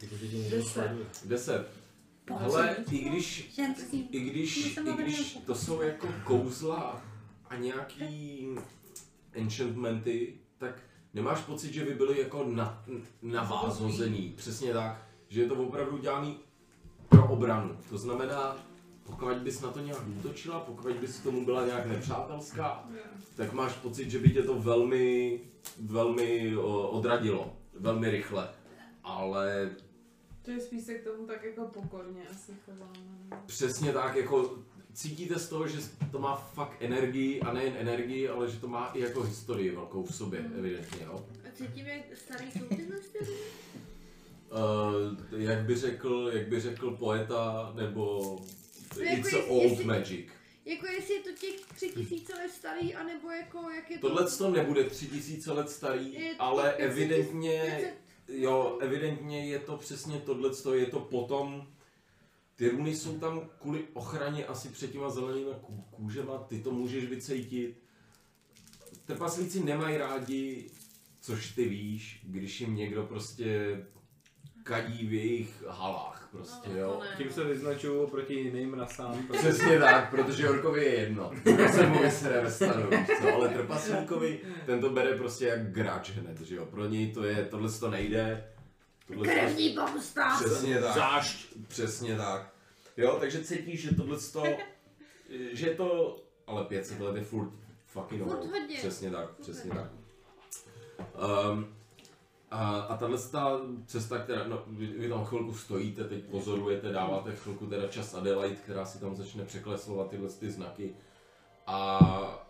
10. Hele, i když to jsou jako kouzla a nějaký enchantmenty, tak nemáš pocit, že by byly jako na vás hozený. Přesně tak, že je to opravdu dělaný pro obranu. To znamená, pokud bys na to nějak útočila, pokud bys k tomu byla nějak nepřátelská, tak máš pocit, že by tě to velmi odradilo, velmi rychle. Ale... To je spíš se k tomu tak jako pokorně asi chováme. Přesně tak, jako cítíte z toho, že to má fakt energii a nejen energii, ale že to má i jako historii velkou v sobě, evidentně, jo. A cítím, jak starý jsou tyhle styly? Jak by řekl poeta, nebo it's jako old magic. Jako jestli je to těch 3000 let starý, anebo jako jak je to... Tohle to nebude 3000 let starý, ale evidentně je to přesně tohleto, je to potom... Ty runy jsou tam kvůli ochraně asi před těma zelenýma kůžema, ty to můžeš vycítit. Trpaslíci nemají rádi, což ty víš, když jim někdo prostě kadí v jejich halách prostě, jo. Tím se vyznačují proti jiným rasám. Přesně tak, protože orkovi je jedno, to se mu vysere ve stanu, co? Ale trpaslíkovi ten to bere prostě jak gráč hned, že jo. Pro něj to je, tohle to nejde. Krevní pomsta! Přesně tak. Zášť! Přesně tak. Jo, takže cítíš, že tohleto, že je to, ale 500 let je furt fucking old. Přesně tak, přesně tak. A tahle cesta, která, no, vy tam chvilku stojíte, teď pozorujete, dáváte chvilku teda čas Adelaide, která si tam začne překreslovat tyhle ty znaky. A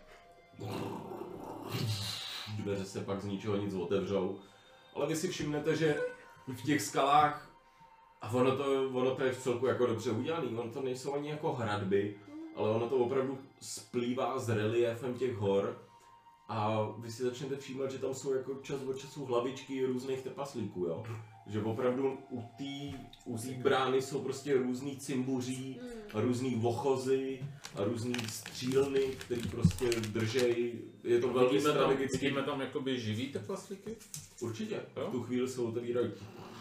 dveře se pak z ničeho nic otevřou. Ale vy si všimnete, že v těch skalách, a ono to je v celku jako dobře udělaný, ono to nejsou ani jako hradby, ale ono to opravdu splývá s reliéfem těch hor. A vy si začnete všímat, že tam jsou jako čas od času hlavičky různých trpaslíků, jo? Že opravdu u té brány jsou prostě různý cimbuří, a různý vochozy a různý střílny, který prostě držej. Je to velmi strategický. Vidíme tam jakoby živý trpaslíky? Určitě, v tu chvíli se otevírají.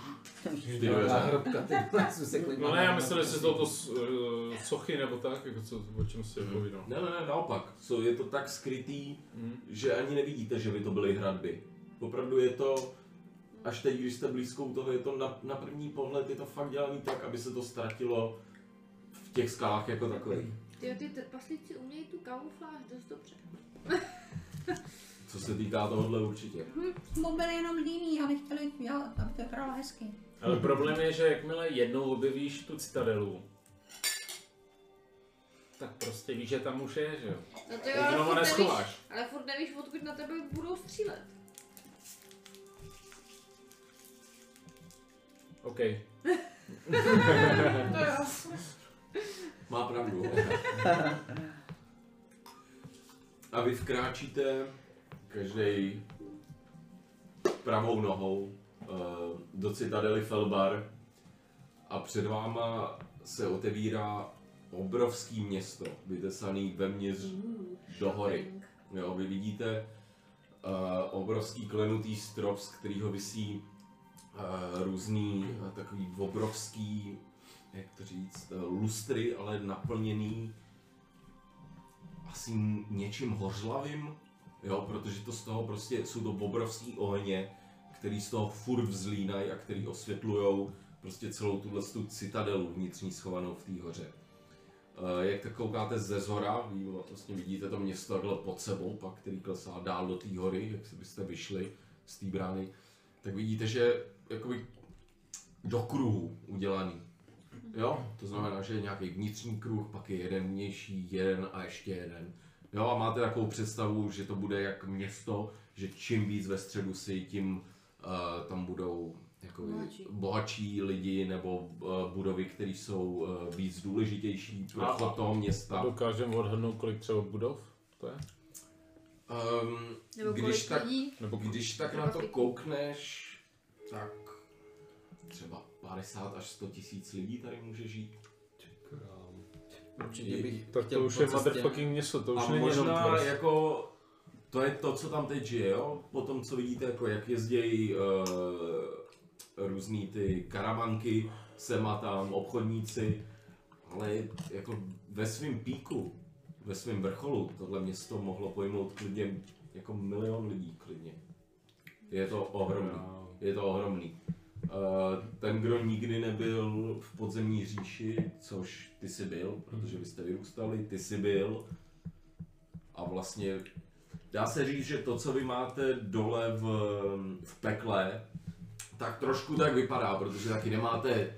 No ne, já myslel, že se to sochy nebo tak, jako o čem si povídal. Ne, naopak. Je to tak skrytý, že ani nevidíte, že by to byly hradby. Opravdu je to, až teď, když jste blízko u toho, je to na první pohled, je to fakt dělaný tak, aby se to ztratilo v těch skalách jako takových. Ty trpaslíci umějí tu kamufláž dost dobře. Co se týká tohohle určitě. Byli jenom líní a nechtěli dělat, aby to vypadalo hezky. Ale problém je, že jakmile jednou objevíš tu citadelu, tak prostě víš, že tam už je, že jo? No to jo, ale furt nevíš, odkud na tebe budou střílet. OK. To jo. Má pravdu. A vy vkráčíte každý pravou nohou do citadely Felbar a před váma se otevírá obrovský město, vytesaný vevnitř do hory. Jo, vy vidíte obrovský klenutý strop, z kterého visí různý takový obrovský, jak to říct, lustry, ale naplněný asi něčím hořlavým, jo, protože to z toho prostě jsou to obrovský ohně, který z toho furt vzlínají a který osvětlujou prostě celou tuhle citadelu vnitřní schovanou v té hoře. Jak tak koukáte ze zhora, vlastně vidíte to město takhle pod sebou, pak který klesá dál do té hory, jak byste vyšli z té brány, tak vidíte, že jakoby do kruhu udělaný. Jo? To znamená, že je nějaký vnitřní kruh, pak je jeden vnější, jeden a ještě jeden. Jo, a máte takovou představu, že to bude jak město, že čím víc ve středu si, tím tam budou bohatší lidi nebo budovy, které jsou víc důležitější pro chod toho města. Dokážeme odhadnout, kolik třeba budov to je? Když tak na to koukneš, tak třeba 50 až 100 tisíc lidí tady může žít. Určitě bych tak to už je motherfucking město, to už není jenom možná jako, to je to, co tam teď žije, jo? Potom, co vidíte, jako jak jezdějí různý ty karavanky, sem a tam, obchodníci, ale jako ve svém píku, ve svém vrcholu, tohle město mohlo pojmout klidně jako 1 milion lidí klidně. Je to ohromný, je to ohromný. Ten, kdo nikdy nebyl v podzemní říši, což ty jsi byl, protože vy jste vyrůstali, ty jsi byl. A vlastně dá se říct, že to, co vy máte dole v pekle, tak trošku tak vypadá, protože taky nemáte,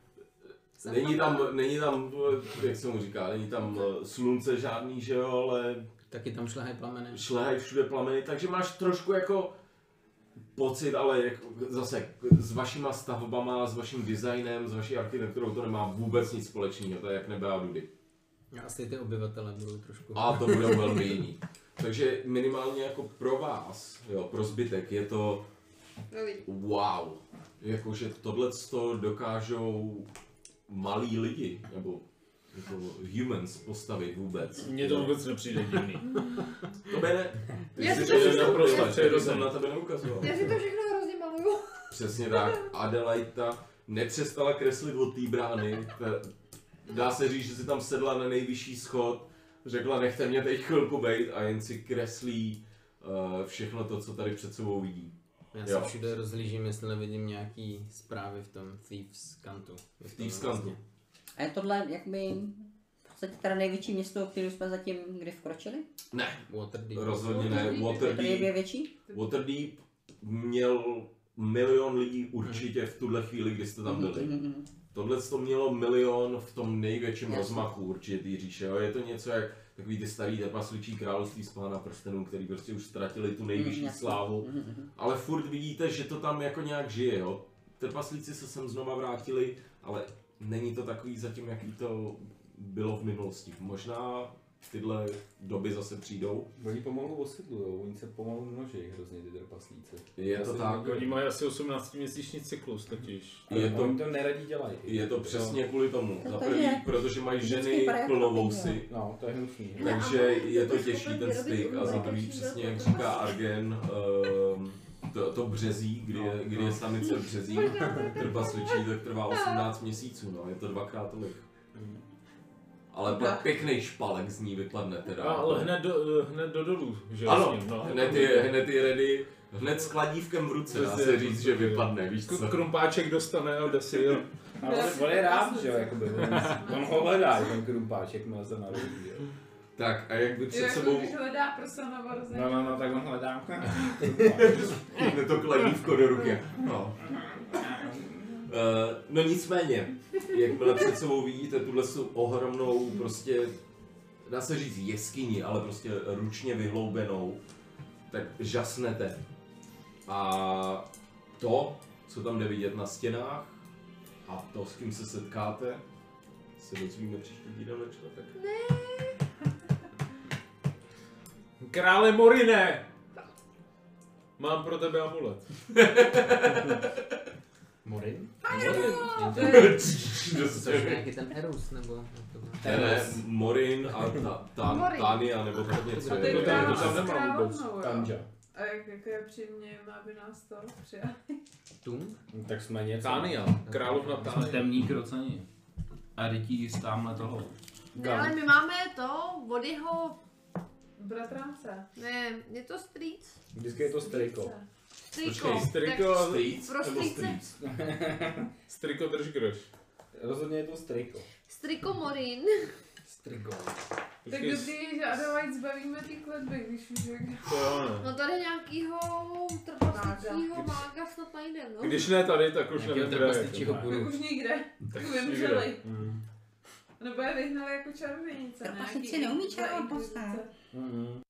není tam, jak se mu říká, není tam slunce žádný, že jo, ale taky tam šlehají plameny. Šlehají všude plameny, takže máš trošku jako pocit, ale zase s vašima stavbama, s vaším designem, s vaší architekturou to nemá vůbec nic společného, to je jak nebe a dudy. Asi ty obyvatele budou trošku. A to budou velmi jiný. Takže minimálně jako pro vás, jo, pro zbytek je to wow. Jakože tohleto dokážou malí lidi, nebo jako humans postavit vůbec. Mně to vůbec nepřijde divný. To ne. Já si to jsem na tebe neukazoval. Já si to všechno hrozně maluju. Přesně tak. Adelaida nepřestala kreslit od té brány. Dá se říct, že si tam sedla na nejvyšší schod, řekla nechte mě teď chvilku bejt a jen si kreslí všechno to, co tady před sebou vidí. Já se všude rozhlížím, jestli nevidím nějaký zprávy v tom Thieves Cantu. V Thieves Cantu. A je tohle jakby v podstatě teda největší město, které jsme zatím kdy vkročili? Ne, Waterdeep. Rozhodně ne. Waterdeep je větší? Waterdeep měl 1 milion lidí určitě v tuhle chvíli, kdy jste tam byli. Tohle to mělo 1 milion v tom největším rozmachu určitě té říše. Jo? Je to něco jak takový ty starý trpasličí království z Pána prstenů, který prostě už ztratili tu nejvyšší slávu. Ale furt vidíte, že to tam jako nějak žije. Jo? Trpaslíci se sem znova vrátili, ale není to takový zatím, jaký to bylo v minulosti. Možná tyhle doby zase přijdou. Oni pomalu osidlujou, oni se pomalu množí hrozně ty trpaslíci. Je to tak. Oni mají asi 18měsíční cyklus totiž. Oni to neradí dělají. Je to přesně kvůli tomu. Za první, protože mají ženy plnovousy. No, to je hnusný. Takže je to těžší ten styk a za druhý přesně jak říká Argen, to březí, kdy je samice v březí, trpasličí, tak trvá 18 měsíců, no, je to 2x tolik. Ale pak pěkný špalek z ní vypadne teda. Ale hned do dolů, že? Ano, no. hned je ready, hned s kladívkem v ruce, dá se říct, že vypadne, víš co? Krumpáček dostane a jde si, jo. On je rád, že jo, jakoby, on ho hledá, ten krumpáček má se narodit, jo. Tak a jak by před sebou... Když hledá prsa na varze. No, tak on hledá. Jde to kladívko do ruky. No. No nicméně, jakmile před sebou vidíte tuhle ohromnou, prostě, dá se říct jeskyni, ale prostě ručně vyhloubenou, tak žasnete. A to, co tam jde vidět na stěnách, a to, s kým se setkáte, se dozvíme příští týden ve čtvrtek. Krále Morine! Mám pro tebe amulet. Morin? To je nějaký ten Erus, nebo... Ne, Morin a Tania, nebo tak něco. A teď to dáme tam s nemám královnou, jo. Tanja. A jak je při mně, aby nás to přijali. Tum? Tak jsme něco. Tania, královna Jsme Tania. temní krocani. A rytíř tamhle toho. Ne, ale my máme to, od jeho, Bratrance. ne, je to strýc. Vždycky je to striko. Strýko. Striko, Streets Pro nebo strýce. Streets? striko drž groš. Rozhodně je to striko. Strýko Morin. Strigo. Tak dobrý, že Adelaide zbavíme ty kletby, když už jak... To jo, ne. No tady nějakýho trpastičího mága snad najdem, no. Když ne tady, tak už Nějakého nevím, trpastičího kde. půdu. Už nikde. Tak vymřeli. Nebo je vyhnali jako čarodějnice. Trpastici neumí čarovat postavit.